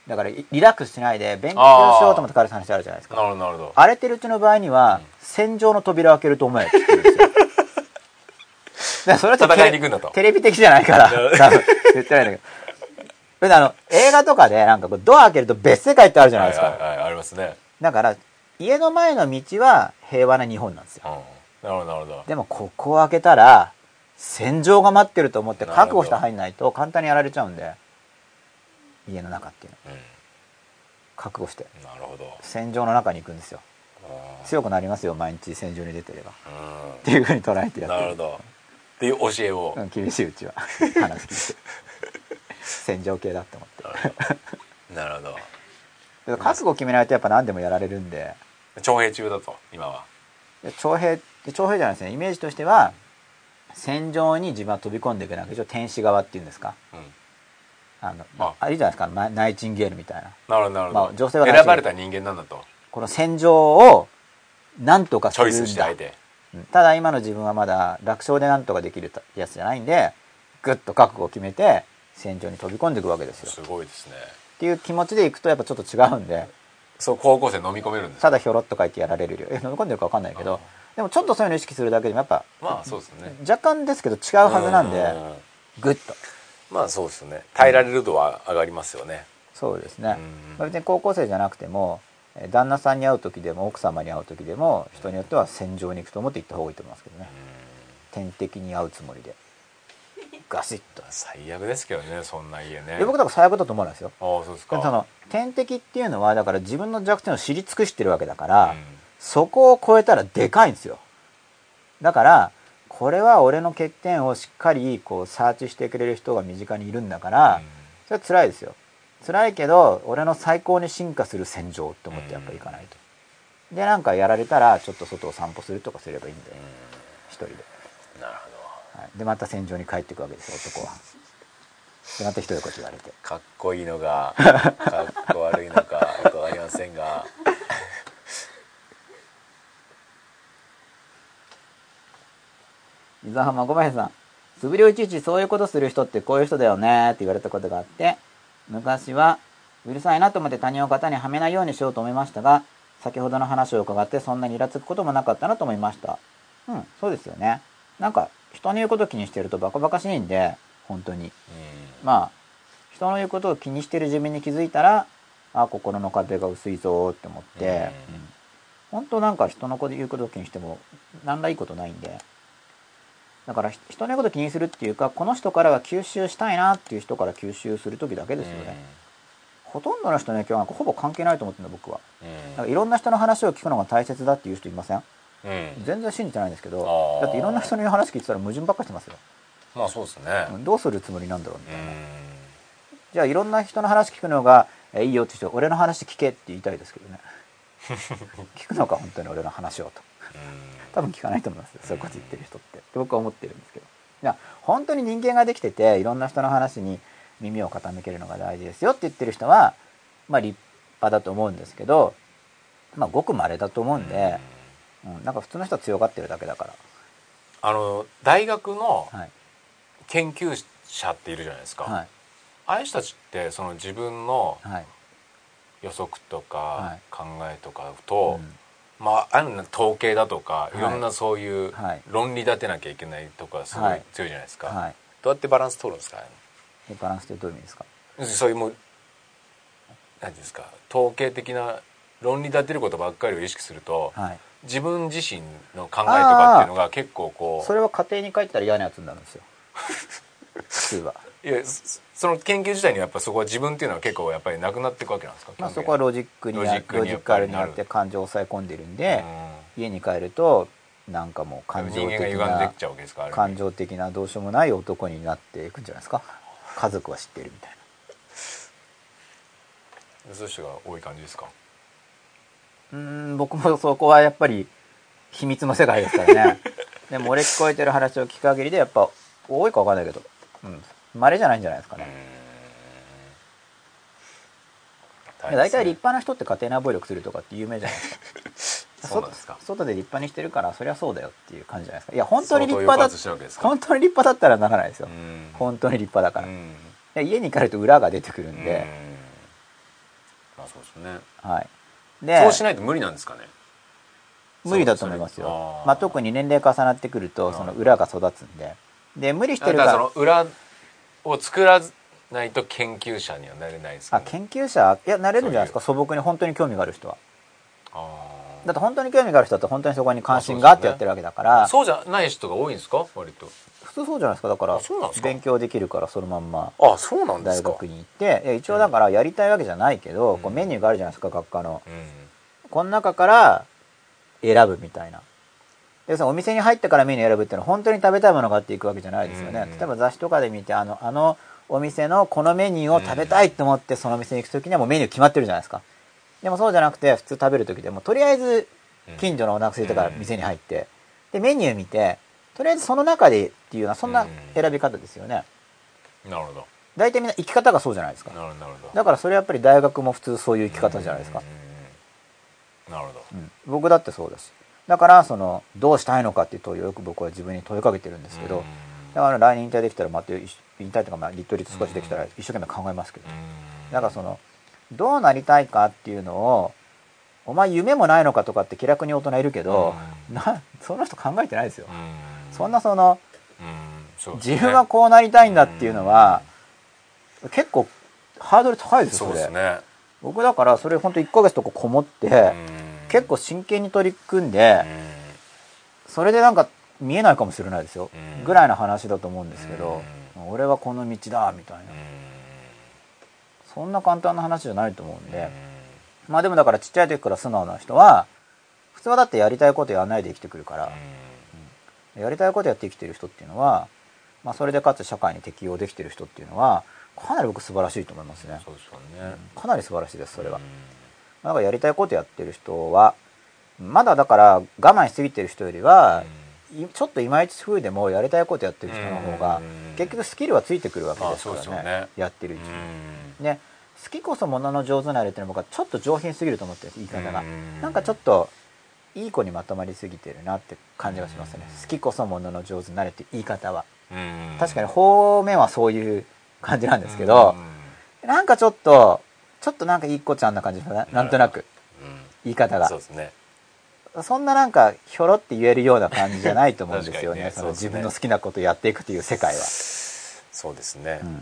だからリラックスしないで勉強しようと思って彼氏話あるじゃないですか。 なるほどなるほど。 荒れてるうちの場合には、うん、戦場の扉を開けると思えって言ってるんですよ。だからそれはちょっと戦いに行くんだとテレビ的じゃないから多分言ってないんだけど、それであの映画とかでなんかこうドア開けると別世界ってあるじゃないですか。 はいはいはい、ありますね。 だから家の前の道は平和な日本なんですよ、 うん、なるほどなるほど。でもここを開けたら戦場が待ってると思って覚悟して入んないと簡単にやられちゃうんで、家の中っていうの、うん、覚悟してなるほど戦場の中に行くんですよ。強くなりますよ毎日戦場に出てれば、うん、っていうふうに捉えてやってる。 なるほどっていう教えを、 うん、厳しいうちは話聞いて戦場系だって思ってなるほど。 覚悟決めないとやっぱ何でもやられるんで。 徴兵中だと今は。 徴兵徴兵じゃないですね。イメージとしては、うん、戦場に自分は飛び込んでいくなけど天使側っていうんですか、うん、あのああれじゃないですか、ナイチンゲールみたいな。 なるほどなるほど、まあ、 女性は選ばれた人間なんだと。 この戦場を何とかするんだ。 チョイスしてあえて、 うん、ただ今の自分はまだ楽勝で何とかできるやつじゃないんで、グッと覚悟を決めて戦場に飛び込んでいくわけですよ。 すごいですね。 っていう気持ちでいくとやっぱちょっと違うんで。 そう高校生飲み込めるんですか。 ただひょろっと書いてやられるよ。え飲み込んでるか分かんないけど、でもちょっとそういうのを意識するだけでもやっぱまあそうですね、 若干ですけど違うはずなんで、グッとまあそうですね、耐えられる度は上がりますよね、 うん、そうですね、うん、別に高校生じゃなくても旦那さんに会う時でも奥様に会う時でも人によっては戦場に行くと思って行った方がいいと思いますけどね、うん、天敵に会うつもりでガシッと。 最悪ですけどねそんな家ね。 僕だから最悪だと思うんですよ。 ああそうですか。 その天敵っていうのはだから自分の弱点を知り尽くしてるわけだから、うん、そこを超えたらでかいんですよ。だからこれは俺の欠点をしっかりこうサーチしてくれる人が身近にいるんだから、うん、それは辛いですよ。辛いけど俺の最高に進化する戦場って思ってやっぱりいかないと、うん、でなんかやられたらちょっと外を散歩するとかすればいいんで、うん、一人で。なるほど、はい、でまた戦場に帰っていくわけですよ男は。でまた一人でこうやって言われてかっこいいのがかっこ悪いのかよくわかりませんが伊沢浜ごめんさん、素振りをいちいちそういうことする人ってこういう人だよねって言われたことがあって、昔はうるさいなと思って他人を型にはめないようにしようと思いましたが、先ほどの話を伺ってそんなにイラつくこともなかったなと思いました。うん、そうですよね。なんか人の言うことを気にしてるとバカバカしいんで、本当に、うん、まあ人の言うことを気にしてる自分に気づいたら、あ心の壁が薄いぞって思って、うんうん、本当なんか人の言うことを気にしても何らいいことないんで、だから人の言うことを気にするっていうか、この人からは吸収したいなっていう人から吸収する時だけですよね、うん、ほとんどの人の影響はなんかほぼ関係ないと思ってるんだ僕は、うん、だからいろんな人の話を聞くのが大切だっていう人いません？うん、全然信じてないんですけど、だっていろんな人の話聞いてたら矛盾ばっかしてますよ。 まあそうですね、 どうするつもりなんだろうみたいな、うん、じゃあいろんな人の話聞くのがえいいよって人、俺の話聞けって言いたいですけどね聞くのか本当に俺の話をと、多分聞かないと思いますよそういうこと言ってる人って僕は思ってるんですけど、いや本当に人間ができてていろんな人の話に耳を傾けるのが大事ですよって言ってる人はまあ立派だと思うんですけど、まあごく稀だと思うんで、うん、なんか普通の人は強がってるだけだから。 あの大学の研究者っているじゃないですか、はい、ああいう人たちってその自分の予測とか考えとかと、はいうん、まああるの統計だとかいろんなそういう論理立てなきゃいけないとかすごい強いじゃないですか、はいはい、どうやってバランス取るんですか？ バランスってどういう意味ですか？ そういうもう何ですか、統計的な論理立てることばっかりを意識すると、はい、自分自身の考えとかっていうのが結構こう、 それは家庭に帰ったら嫌なやつになるんですよ普通は。 いやその研究自体にやっぱそこは自分っていうのは結構やっぱりなくなっていくわけなんですか？ まあ、そこはロジックにロジックあるになって感情を抑え込んでるんで、うん、家に帰るとなんかもう感情的な感情的などうしようもない男になっていくんじゃないですか。家族は知ってるみたいな。そういう人が多い感じですか？ うーん僕もそこはやっぱり秘密の世界ですからねでも俺聞こえてる話を聞く限りでやっぱ多いか分かんないけど、うん稀じゃないんじゃないですかね。大体立派な人って家庭内暴力するとかって有名じゃないですかそうなんですか。外で立派にしてるからそりゃそうだよっていう感じじゃないですか。いや本当に立派だ本当に立派だったらならないですよ。本当に立派だから。いや家に帰ると裏が出てくるんで、 まあそうですね。 はい。でそうしないと無理なんですかね。 無理だと思いますよ。まあ、特に年齢重なってくるとその裏が育つんで、で無理してるから、 だからその裏を作らないと研究者にはなれないですか、ね、 あ、研究者、いやなれるんじゃないですか。素朴に本当に興味がある人は。あだって本当に興味がある人だと本当にそこに関心があってやってるわけだから。 そうじゃない人が多いんですか、割と。 普通そうじゃないですか。だから勉強できるからそのまんまあそうなんですか大学に行って、一応だからやりたいわけじゃないけど、うん、こうメニューがあるじゃないですか、学科の、うん、この中から選ぶみたいな。でそのお店に入ってからメニュー選ぶっていうのは本当に食べたいものがあっていくわけじゃないですよね、うん、例えば雑誌とかで見てあのあのお店のこのメニューを食べたいと思ってその店に行く時にはもうメニュー決まってるじゃないですか。でもそうじゃなくて普通食べる時でもとりあえず近所のお腹空いたから店に入ってでメニュー見てとりあえずその中でっていうようなそんな選び方ですよね。 なるほど。 大体みんな生き方がそうじゃないですか。 なるほど。 だからそれやっぱり大学も普通そういう生き方じゃないですか。 なるほど、 うん、僕だってそうだし、だからそのどうしたいのかっていう問いをよく僕は自分に問いかけてるんですけど、だから来年引退できたらまた引退というかまあリトリート少しできたら一生懸命考えますけど、だからそのどうなりたいかっていうのをお前夢もないのかとかって気楽に大人いるけど、なその人考えてないですよ。そんなその自分はこうなりたいんだっていうのは結構ハードル高いですよそれ。そうですね。僕だからそれ本当いっかげつとかこもって結構真剣に取り組んでそれでなんか見えないかもしれないですよぐらいの話だと思うんですけど、俺はこの道だみたいなそんな簡単な話じゃないと思うんで、まあでもだからちっちゃい時から素直な人は普通はだってやりたいことやらないで生きてくるから、うん、やりたいことやって生きてる人っていうのは、まあ、それでかつ社会に適応できてる人っていうのはかなり僕素晴らしいと思いますね。そうですよね、うん、かなり素晴らしいですそれは。だからやりたいことやってる人はまだだから我慢しすぎてる人よりは、うん、ちょっといまいち風でもやりたいことやってる人の方が結局スキルはついてくるわけですからね、ねやってるうちに。ね、好きこそものの上手なれっていうのは僕はちょっと上品すぎると思ってるんです言い方が。なんかちょっといい子にまとまりすぎてるなって感じがしますね。好きこそものの上手なれって言い方は確かに方面はそういう感じなんですけど、なんかちょっとちょっとなんかいい子ちゃんな感じな、なんとなく言い方が、そうですね、そんななんかひょろって言えるような感じじゃないと思うんですよね。ねその自分の好きなことをやっていくという世界は。そうですね。うん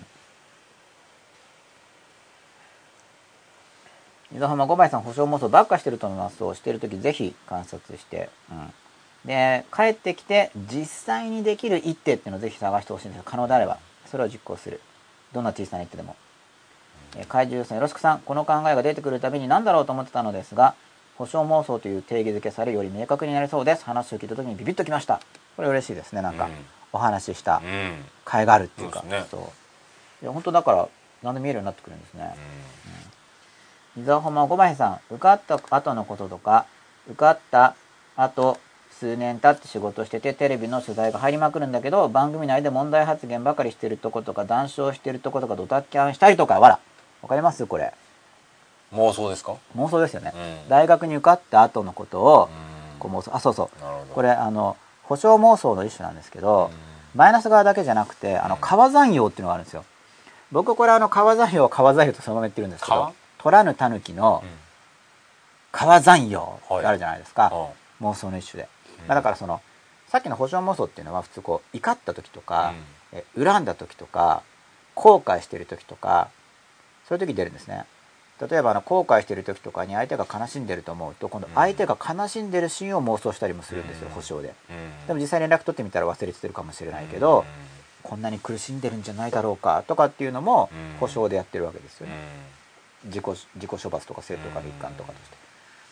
伊沢浜ごばいさん、保証妄想ばっかしてると思います。そうしてるときぜひ観察して、うん、で帰ってきて実際にできる一手っていうのをぜひ探してほしいんですが、可能であればそれを実行する。どんな小さな一手でも。えー、怪獣さんよろしくさん、この考えが出てくるたびに何だろうと思ってたのですが、保証妄想という定義づけされより明確になりそうです。話を聞いたときにビビッときました。これ嬉しいですね。なんか、うん、お話しした甲斐があるっていうか、うん、そうですね。そういや本当だから何で見えるようになってくるんですね。うんうん伊沢浜ごばいさん、受かった後のこととか、受かった後数年経って仕事しててテレビの取材が入りまくるんだけど、番組内で問題発言ばかりしてるとことか談笑してるとことかドタキャンしたりとか、わらわかりますこれ。妄想ですか？妄想ですよね、うん、大学に受かった後のことをこう妄想。あ、そうそう、これあの保証妄想の一種なんですけど、マイナス側だけじゃなくてあの川山用っていうのがあるんですよ。僕これあの川山用川山用とそのまま言ってるんですけど、取らぬたぬきの川山用があるじゃないですか、はい、妄想の一種で、うん、だからそのさっきの保証妄想っていうのは普通こう怒った時とか、うん、え恨んだ時とか後悔してる時とかそういう時に出るんですね。例えばあの後悔してる時とかに相手が悲しんでると思うと今度相手が悲しんでるシーンを妄想したりもするんですよ、うん、保証で、うん、でも実際連絡取ってみたら忘れてるかもしれないけど、うん、こんなに苦しんでるんじゃないだろうかとかっていうのも保証でやってるわけですよね、うん、自己自己処罰とか正当化の一環とかとして。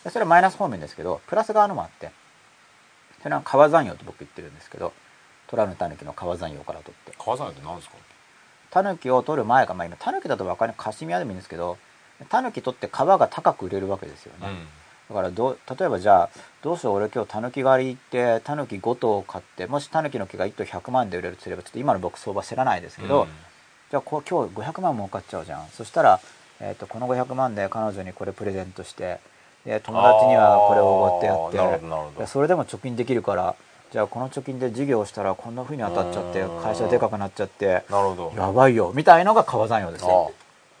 それはマイナス方面ですけどプラス側のもあって、それは川山用と僕言ってるんですけど、取らぬたぬきの川山用から取って。川山用って何ですか？たぬきを取る前が、まあ今たぬきだと分かるカシミヤでもいいんですけど、たぬき取って皮が高く売れるわけですよね、うん、だからど例えばじゃあどうしよう俺今日たぬき狩り行ってたぬきごとう買って、もしたぬきの木がいっとうひゃくまんで売れるとすれば、ちょっと今の僕相場知らないですけど、うん、じゃあこう今日ごひゃくまん儲かっちゃうじゃん。そしたらえー、とこのごひゃくまんで彼女にこれプレゼントして、で友達にはこれをおごってやって、それでも貯金できるから、じゃあこの貯金で事業をしたらこんな風に当たっちゃって会社でかくなっちゃってやばいよみたいのが川山用ですよ。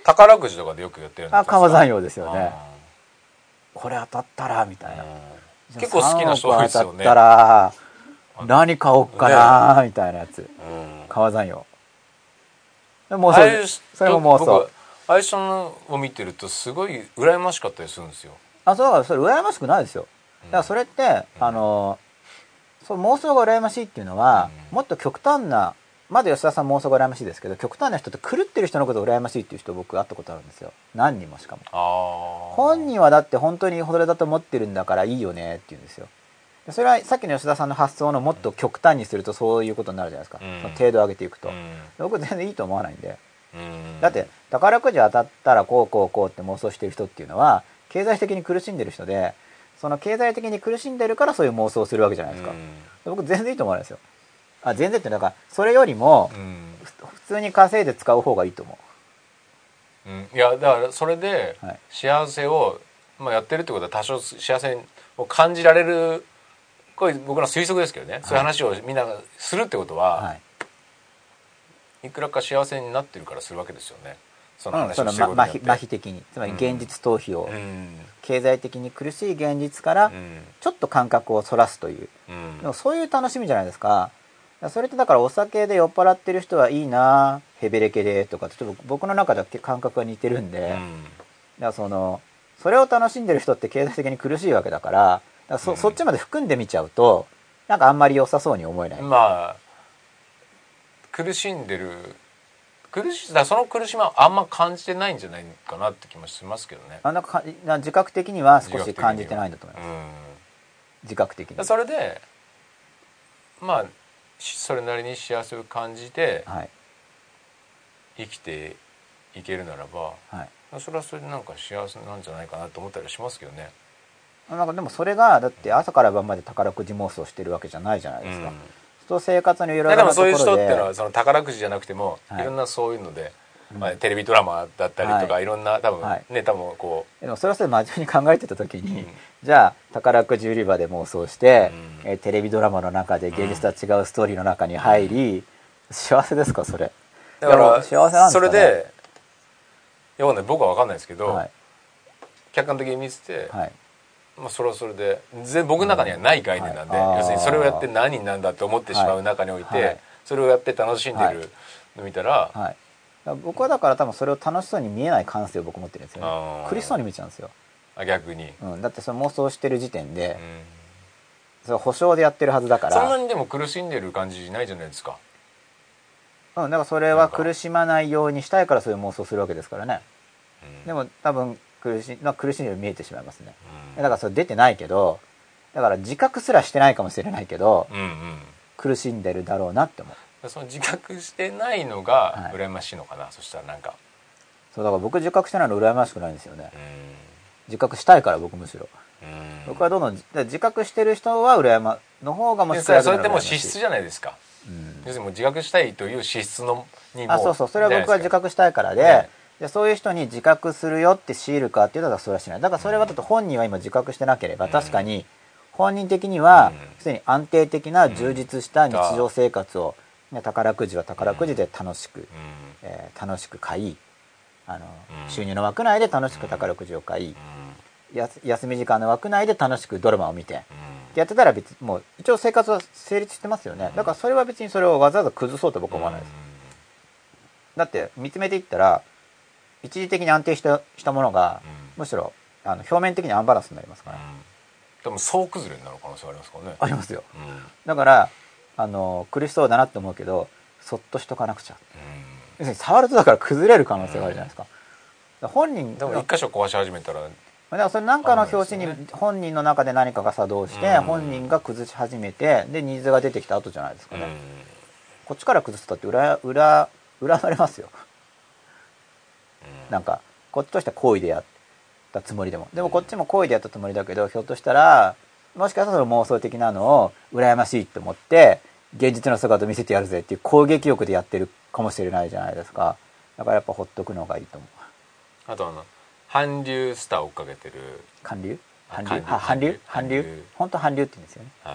宝くじとかでよくやってるんですか？ あ、川山用ですよね。これ当たったらみたいな、 結構好きな人多いですよね。 当たったら何買おうかなみたいなやつ、ね、川山用。もうそれそれも妄想。 あいさんを見てるとすごい羨ましかったりするんですよ。 あ、そうだからそれ羨ましくないですよ。だからそれって、うん、あのその妄想が羨ましいっていうのは、うん、もっと極端な、まだ吉田さん妄想が羨ましいですけど、極端な人って狂ってる人のことを羨ましいっていう人僕会ったことあるんですよ。何人もしかも。あ、本人はだって本当にそれだと思ってるんだからいいよねって言うんですよ。それはさっきの吉田さんの発想のもっと極端にするとそういうことになるじゃないですか、うん、その程度を上げていくと、うん、僕全然いいと思わないんで、うん、だって宝くじ当たったらこうこうこうって妄想してる人っていうのは経済的に苦しんでる人で、その経済的に苦しんでるからそういう妄想をするわけじゃないですか、うん、僕全然いいと思わないですよ。あ、全然ってなんかそれよりも、うん、普通に稼いで使う方がいいと思う、うん、いやだからそれで幸せを、まあ、やってるってことは多少幸せを感じられる、これ僕の推測ですけどね、はい、そういう話をみんながするってことは、はい、いくらか幸せになってるからするわけですよね。その話をしてることによって、うん、 麻痺的に、つまり現実逃避を、うん、経済的に苦しい現実からちょっと感覚をそらすという、うん、でもそういう楽しみじゃないですか。それってだからお酒で酔っ払ってる人はいいな、ヘベレケでとかちょっと僕の中では感覚が似てるんで、うん、だからそのそれを楽しんでる人って経済的に苦しいわけだから、だから そ,、うん、そっちまで含んでみちゃうとなんかあんまり良さそうに思えない。 まあ苦しんでる苦しだその苦しみはあんま感じてないんじゃないかなって気もしますけどね。 あなんか自覚的には少し感じてないんだと思います。自覚的に、うん、 それでまあそれなりに幸せを感じて生きていけるならば、はい、それはそれでなんか幸せなんじゃないかなと思ったりしますけどね。 なんかでもそれがだって朝から晩まで宝くじ妄想してるわけじゃないじゃないですか、うん、そう生活のいろいろなところで。 でもそういう人ってのはその宝くじじゃなくても、はい、いろんなそういうので、まあ、テレビドラマだったりとか、はい、いろんな多分、はい、ね多分こうでもそれはそれ真面目に考えてた時に、うん、じゃあ宝くじ売り場で妄想して、うん、えテレビドラマの中で現実とは違うストーリーの中に入り、うん、幸せですかそれ。 だから幸せなんですか、ね、それでいや、ね、僕は分かんないですけど、はい、客観的に見てて、はい、まあ、それはそれで全僕の中にはない概念なんで、うん、要するにそれをやって何なんだって思ってしまう中において、はい、それをやって楽しんでるの見たら、はいはい、 だ僕はだから多分それを楽しそうに見えない感性を僕持ってるんですよね。苦しそうに見えちゃうんですよ。 あ逆に、 うん、だってその妄想してる時点で、うん、それ保証でやってるはずだから。 そんなにでも苦しんでる感じないじゃないですか。 うん、だからそれは苦しまないようにしたいからそういう妄想するわけですからね、うん、でも多分苦し、まあ、苦しんでるように見えてしまいますね、うん、だからそれ出てないけど、だから自覚すらしてないかもしれないけど、うんうん、苦しんでるだろうなって思う。 その自覚してないのが羨ましいのかな、はい、そしたらなんかそうだから僕自覚してないの羨ましくないんですよね、うん、自覚したいから僕むしろ、うん、僕はどんどん自覚してる人は羨まの方がもしかしたらそれってもう資質じゃないですか、うん、要するにもう自覚したいという資質のにもあそうそうそれは僕は自覚したいからで、ね、でそういう人に自覚するよって強いるかっていうのはそれはしない。だからそれはだと本人は今自覚してなければ、うん、確かに本人的にはすでに安定的な充実した日常生活を、ね、宝くじは宝くじで楽しく、うんえー、楽しく買いあの、うん、収入の枠内で楽しく宝くじを買い、うん、や休み時間の枠内で楽しくドラマを見て、うん、やってたら別にもう一応生活は成立してますよね。だからそれは別にそれをわざわざ崩そうと僕は思わないです、うん、だって見つめていったら一時的に安定した、したものが、うん、むしろあの表面的にアンバランスになりますから、うん、 でも総崩れになる可能性ありますからね。 ありますよ、うん、だからあの苦しそうだなって思うけどそっとしとかなくちゃ、うん、要するに触るとだから崩れる可能性があるじゃないですか、うん、本人でも一箇所壊し始めたらだからそれ何かの表紙に本人の中で何かが作動して本人が崩し始めてでニーズが出てきた後じゃないですかね、うん、こっちから崩すとって裏裏裏されますよ、うん、なんかこっちとしては好意でやったつもりでもでもこっちも好意でやったつもりだけどひょっとしたらもしかしたらその妄想的なのを羨ましいと思って現実の姿を見せてやるぜっていう攻撃欲でやってるかもしれないじゃないですか。だからやっぱほっとくのがいいと思う。 あとあの韓流スターを追っかけてる韓流韓流韓流韓流本当韓流って言うんですよね、はい、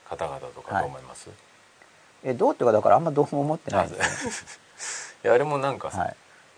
方々とかどう思います、はい、 えどうっていうかだからあんまどうも思ってないんですよ、ね、 いやあれもなんかさ、はい、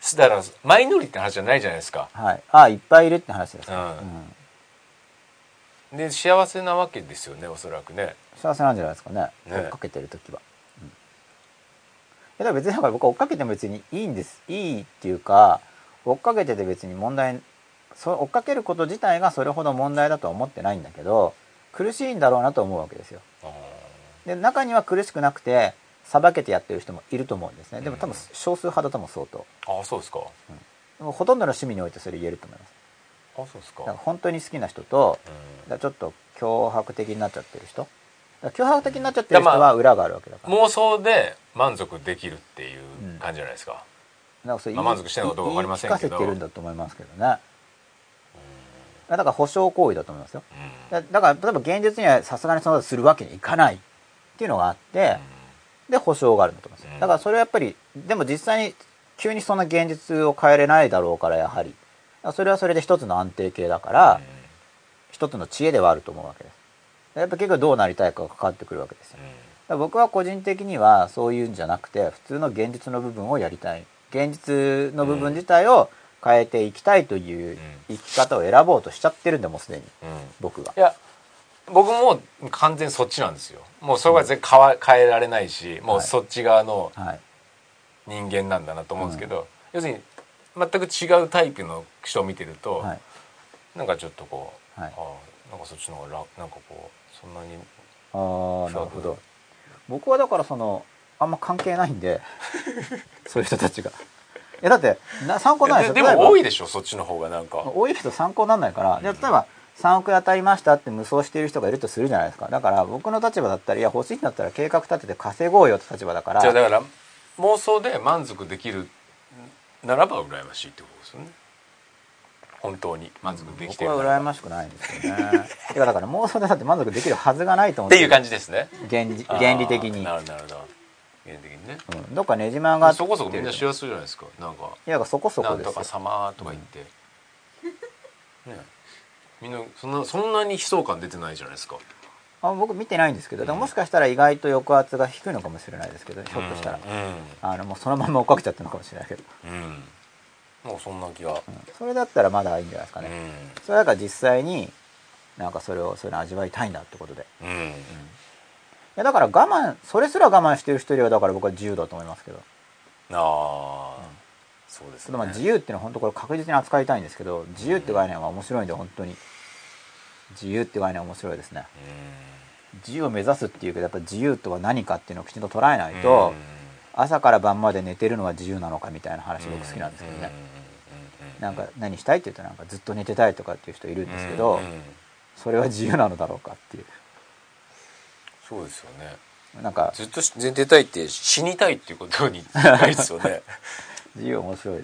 だからマイノリティの話じゃないじゃないですか。 はい、あいっぱいいるって話ですか、 うんうん、で幸せなわけですよね、おそらくね。 幸せなんじゃないですか ね, ね追っかけてる時は、うん、いやだから別にだから僕は追っかけても別にいいんです。いいっていうか追っかけてて別に問題、そ追っかけること自体がそれほど問題だとは思ってないんだけど、苦しいんだろうなと思うわけですよ。で中には苦しくなくてさばけてやってる人もいると思うんですね。でも多分少数派だと思う、相当。 ああそうですか、 うん、でもほとんどの趣味においてそれ言えると思います。 あそうですか。 だから本当に好きな人と、うん、だちょっと脅迫的になっちゃってる人、だ脅迫的になっちゃってる人は裏があるわけだから、 まあ、妄想で満足できるっていう感じじゃないですか、 うん、だからそれ、 まあ、満足してるのかどうか分かりませんけど言い聞かせてるんだと思いますけどね。だから保証行為だと思いますよ、うん、だ, だから例えば現実にはさすがにそのことするわけにいかないっていうのがあって、うん、で保証があるんだと思います、うん、だからそれはやっぱりでも実際に急にそんな現実を変えれないだろうから、やはりそれはそれで一つの安定形だから、うん、一つの知恵ではあると思うわけです。やっぱ結局どうなりたいかが関わってくるわけですよ、うん、だから僕は個人的にはそういうんじゃなくて普通の現実の部分をやりたい、現実の部分自体を変えていきたいという生き方を選ぼうとしちゃってるんで、もうすでに、うん、僕が。 いや僕も完全にそっちなんですよ。もうそれは全然変わ変えられないし、もうそっち側の人間なんだなと思うんですけど、はい、要するに全く違うタイプの人を見てると、はい、なんかちょっとこう、はい、あなんかそっちの方がなんかこうそんなにああなるほど。僕はだからそのあんま関係ないんでそういう人たちが。えだって参考にならないですよ。でも多いでしょ、そっちの方が。なんか多い人参考にならないから、うん、例えばさんおく当たりましたって無双している人がいるとするじゃないですか。だから僕の立場だったら、いや欲しいんだったら計画立てて稼ごうよって立場だから。 じゃあだから妄想で満足できるならば羨ましいってことですよね。本当に満足できてる、 うん、僕は羨ましくないんですよねいやだから妄想でだって満足できるはずがないと思ってっていう感じですね、 原理原理的に。 なるほどなるほど、原理的にね、 うん、どっかねじ曲がってそこそこみんな幸せじゃないですか。なんかいやそこそこですよ、 なんとか様とか言って、うんね、みんなそんなそんなに悲壮感出てないじゃないですか。 あ僕見てないんですけど、でももしかしたら意外と抑圧が低いのかもしれないですけど、ひょっとしたら、うんうん、あのもうそのまま追っかけちゃってるのかもしれないけど、うん、 もうそんな気が、うん、 それだったらまだいいんじゃないですかね、うん、それだから実際になんかそれをそれを味わいたいんだってことで、うんうん、いやだから我慢、それすら我慢してる人よりはだから僕は自由だと思いますけど。 ああ、うん、そうですね。 まあ自由っていうのは本当これ確実に扱いたいんですけど、自由って概念は面白いんで、本当に自由って概念は面白いですね。自由を目指すっていうけど、やっぱ自由とは何かっていうのをきちんと捉えないと、朝から晩まで寝てるのは自由なのかみたいな話僕好きなんですけどね。なんか何したいって言うとなんかずっと寝てたいとかっていう人いるんですけど、それは自由なのだろうかっていう。 そうですよね。 なんかずっと寝てたいって死にたいっていうことに近いですよね自由面白いです。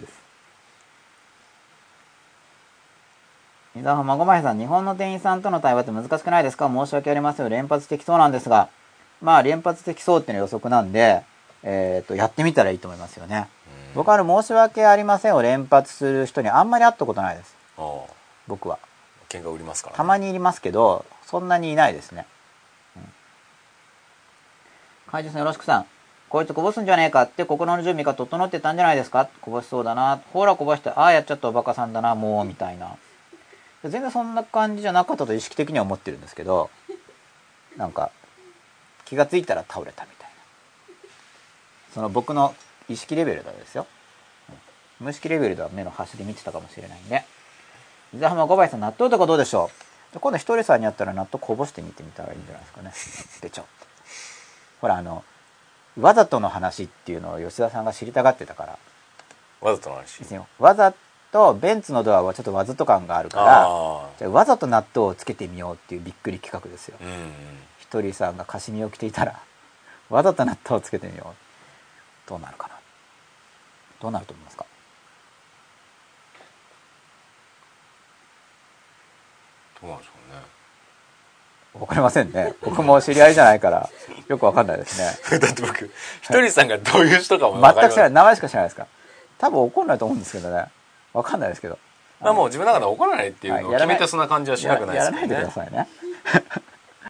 伊沢まごまへさん、日本の店員さんとの対話って難しくないですか？申し訳ありません。連発できそうなんですが、まあ連発できそうっていうのは予測なんで、えー、とやってみたらいいと思いますよね。僕はあの申し訳ありませんを連発する人にあんまり会ったことないです。僕は喧嘩売りますから、ね、 たまにいますけどそんなにいないですね。海獣さんよろしくさん、こいつこぼすんじゃねえかって心の準備が整ってたんじゃないですか？こぼしそうだな、ほらこぼして、ああやっちゃったおバカさんだなもうみたいな。全然そんな感じじゃなかったと意識的には思ってるんですけど、なんか気がついたら倒れたみたいな、その僕の意識レベルでですよ。無意識レベルでは目の端で見てたかもしれないんで。伊沢浜ごばいさん、納豆とかどうでしょう？今度ひとりさんに会ったら納豆こぼしてみてみたらいいんじゃないですかね。べちょって。ほらあのわざとの話っていうのを吉田さんが知りたがってたから。 わざとの話。 わざとベンツのドアはちょっとわざと感があるから、じゃあわざと納豆をつけてみようっていうびっくり企画ですよ。ひとりさんがカシミを着ていたらわざと納豆をつけてみよう。どうなるかな。どうなると思いますか？ どうなんでしょうね。 わかりませんね。僕も知り合いじゃないからよくわかんないですね。 だって僕ひとりさんがどういう人かも分かりません。 全く知らない、名前しか知らないですから。多分怒んないと思うんですけどね。わかんないですけど。 まあもう自分の中で怒らないっていうのを決めてそんな感じはしなくないですよね。 やらないでくださいね。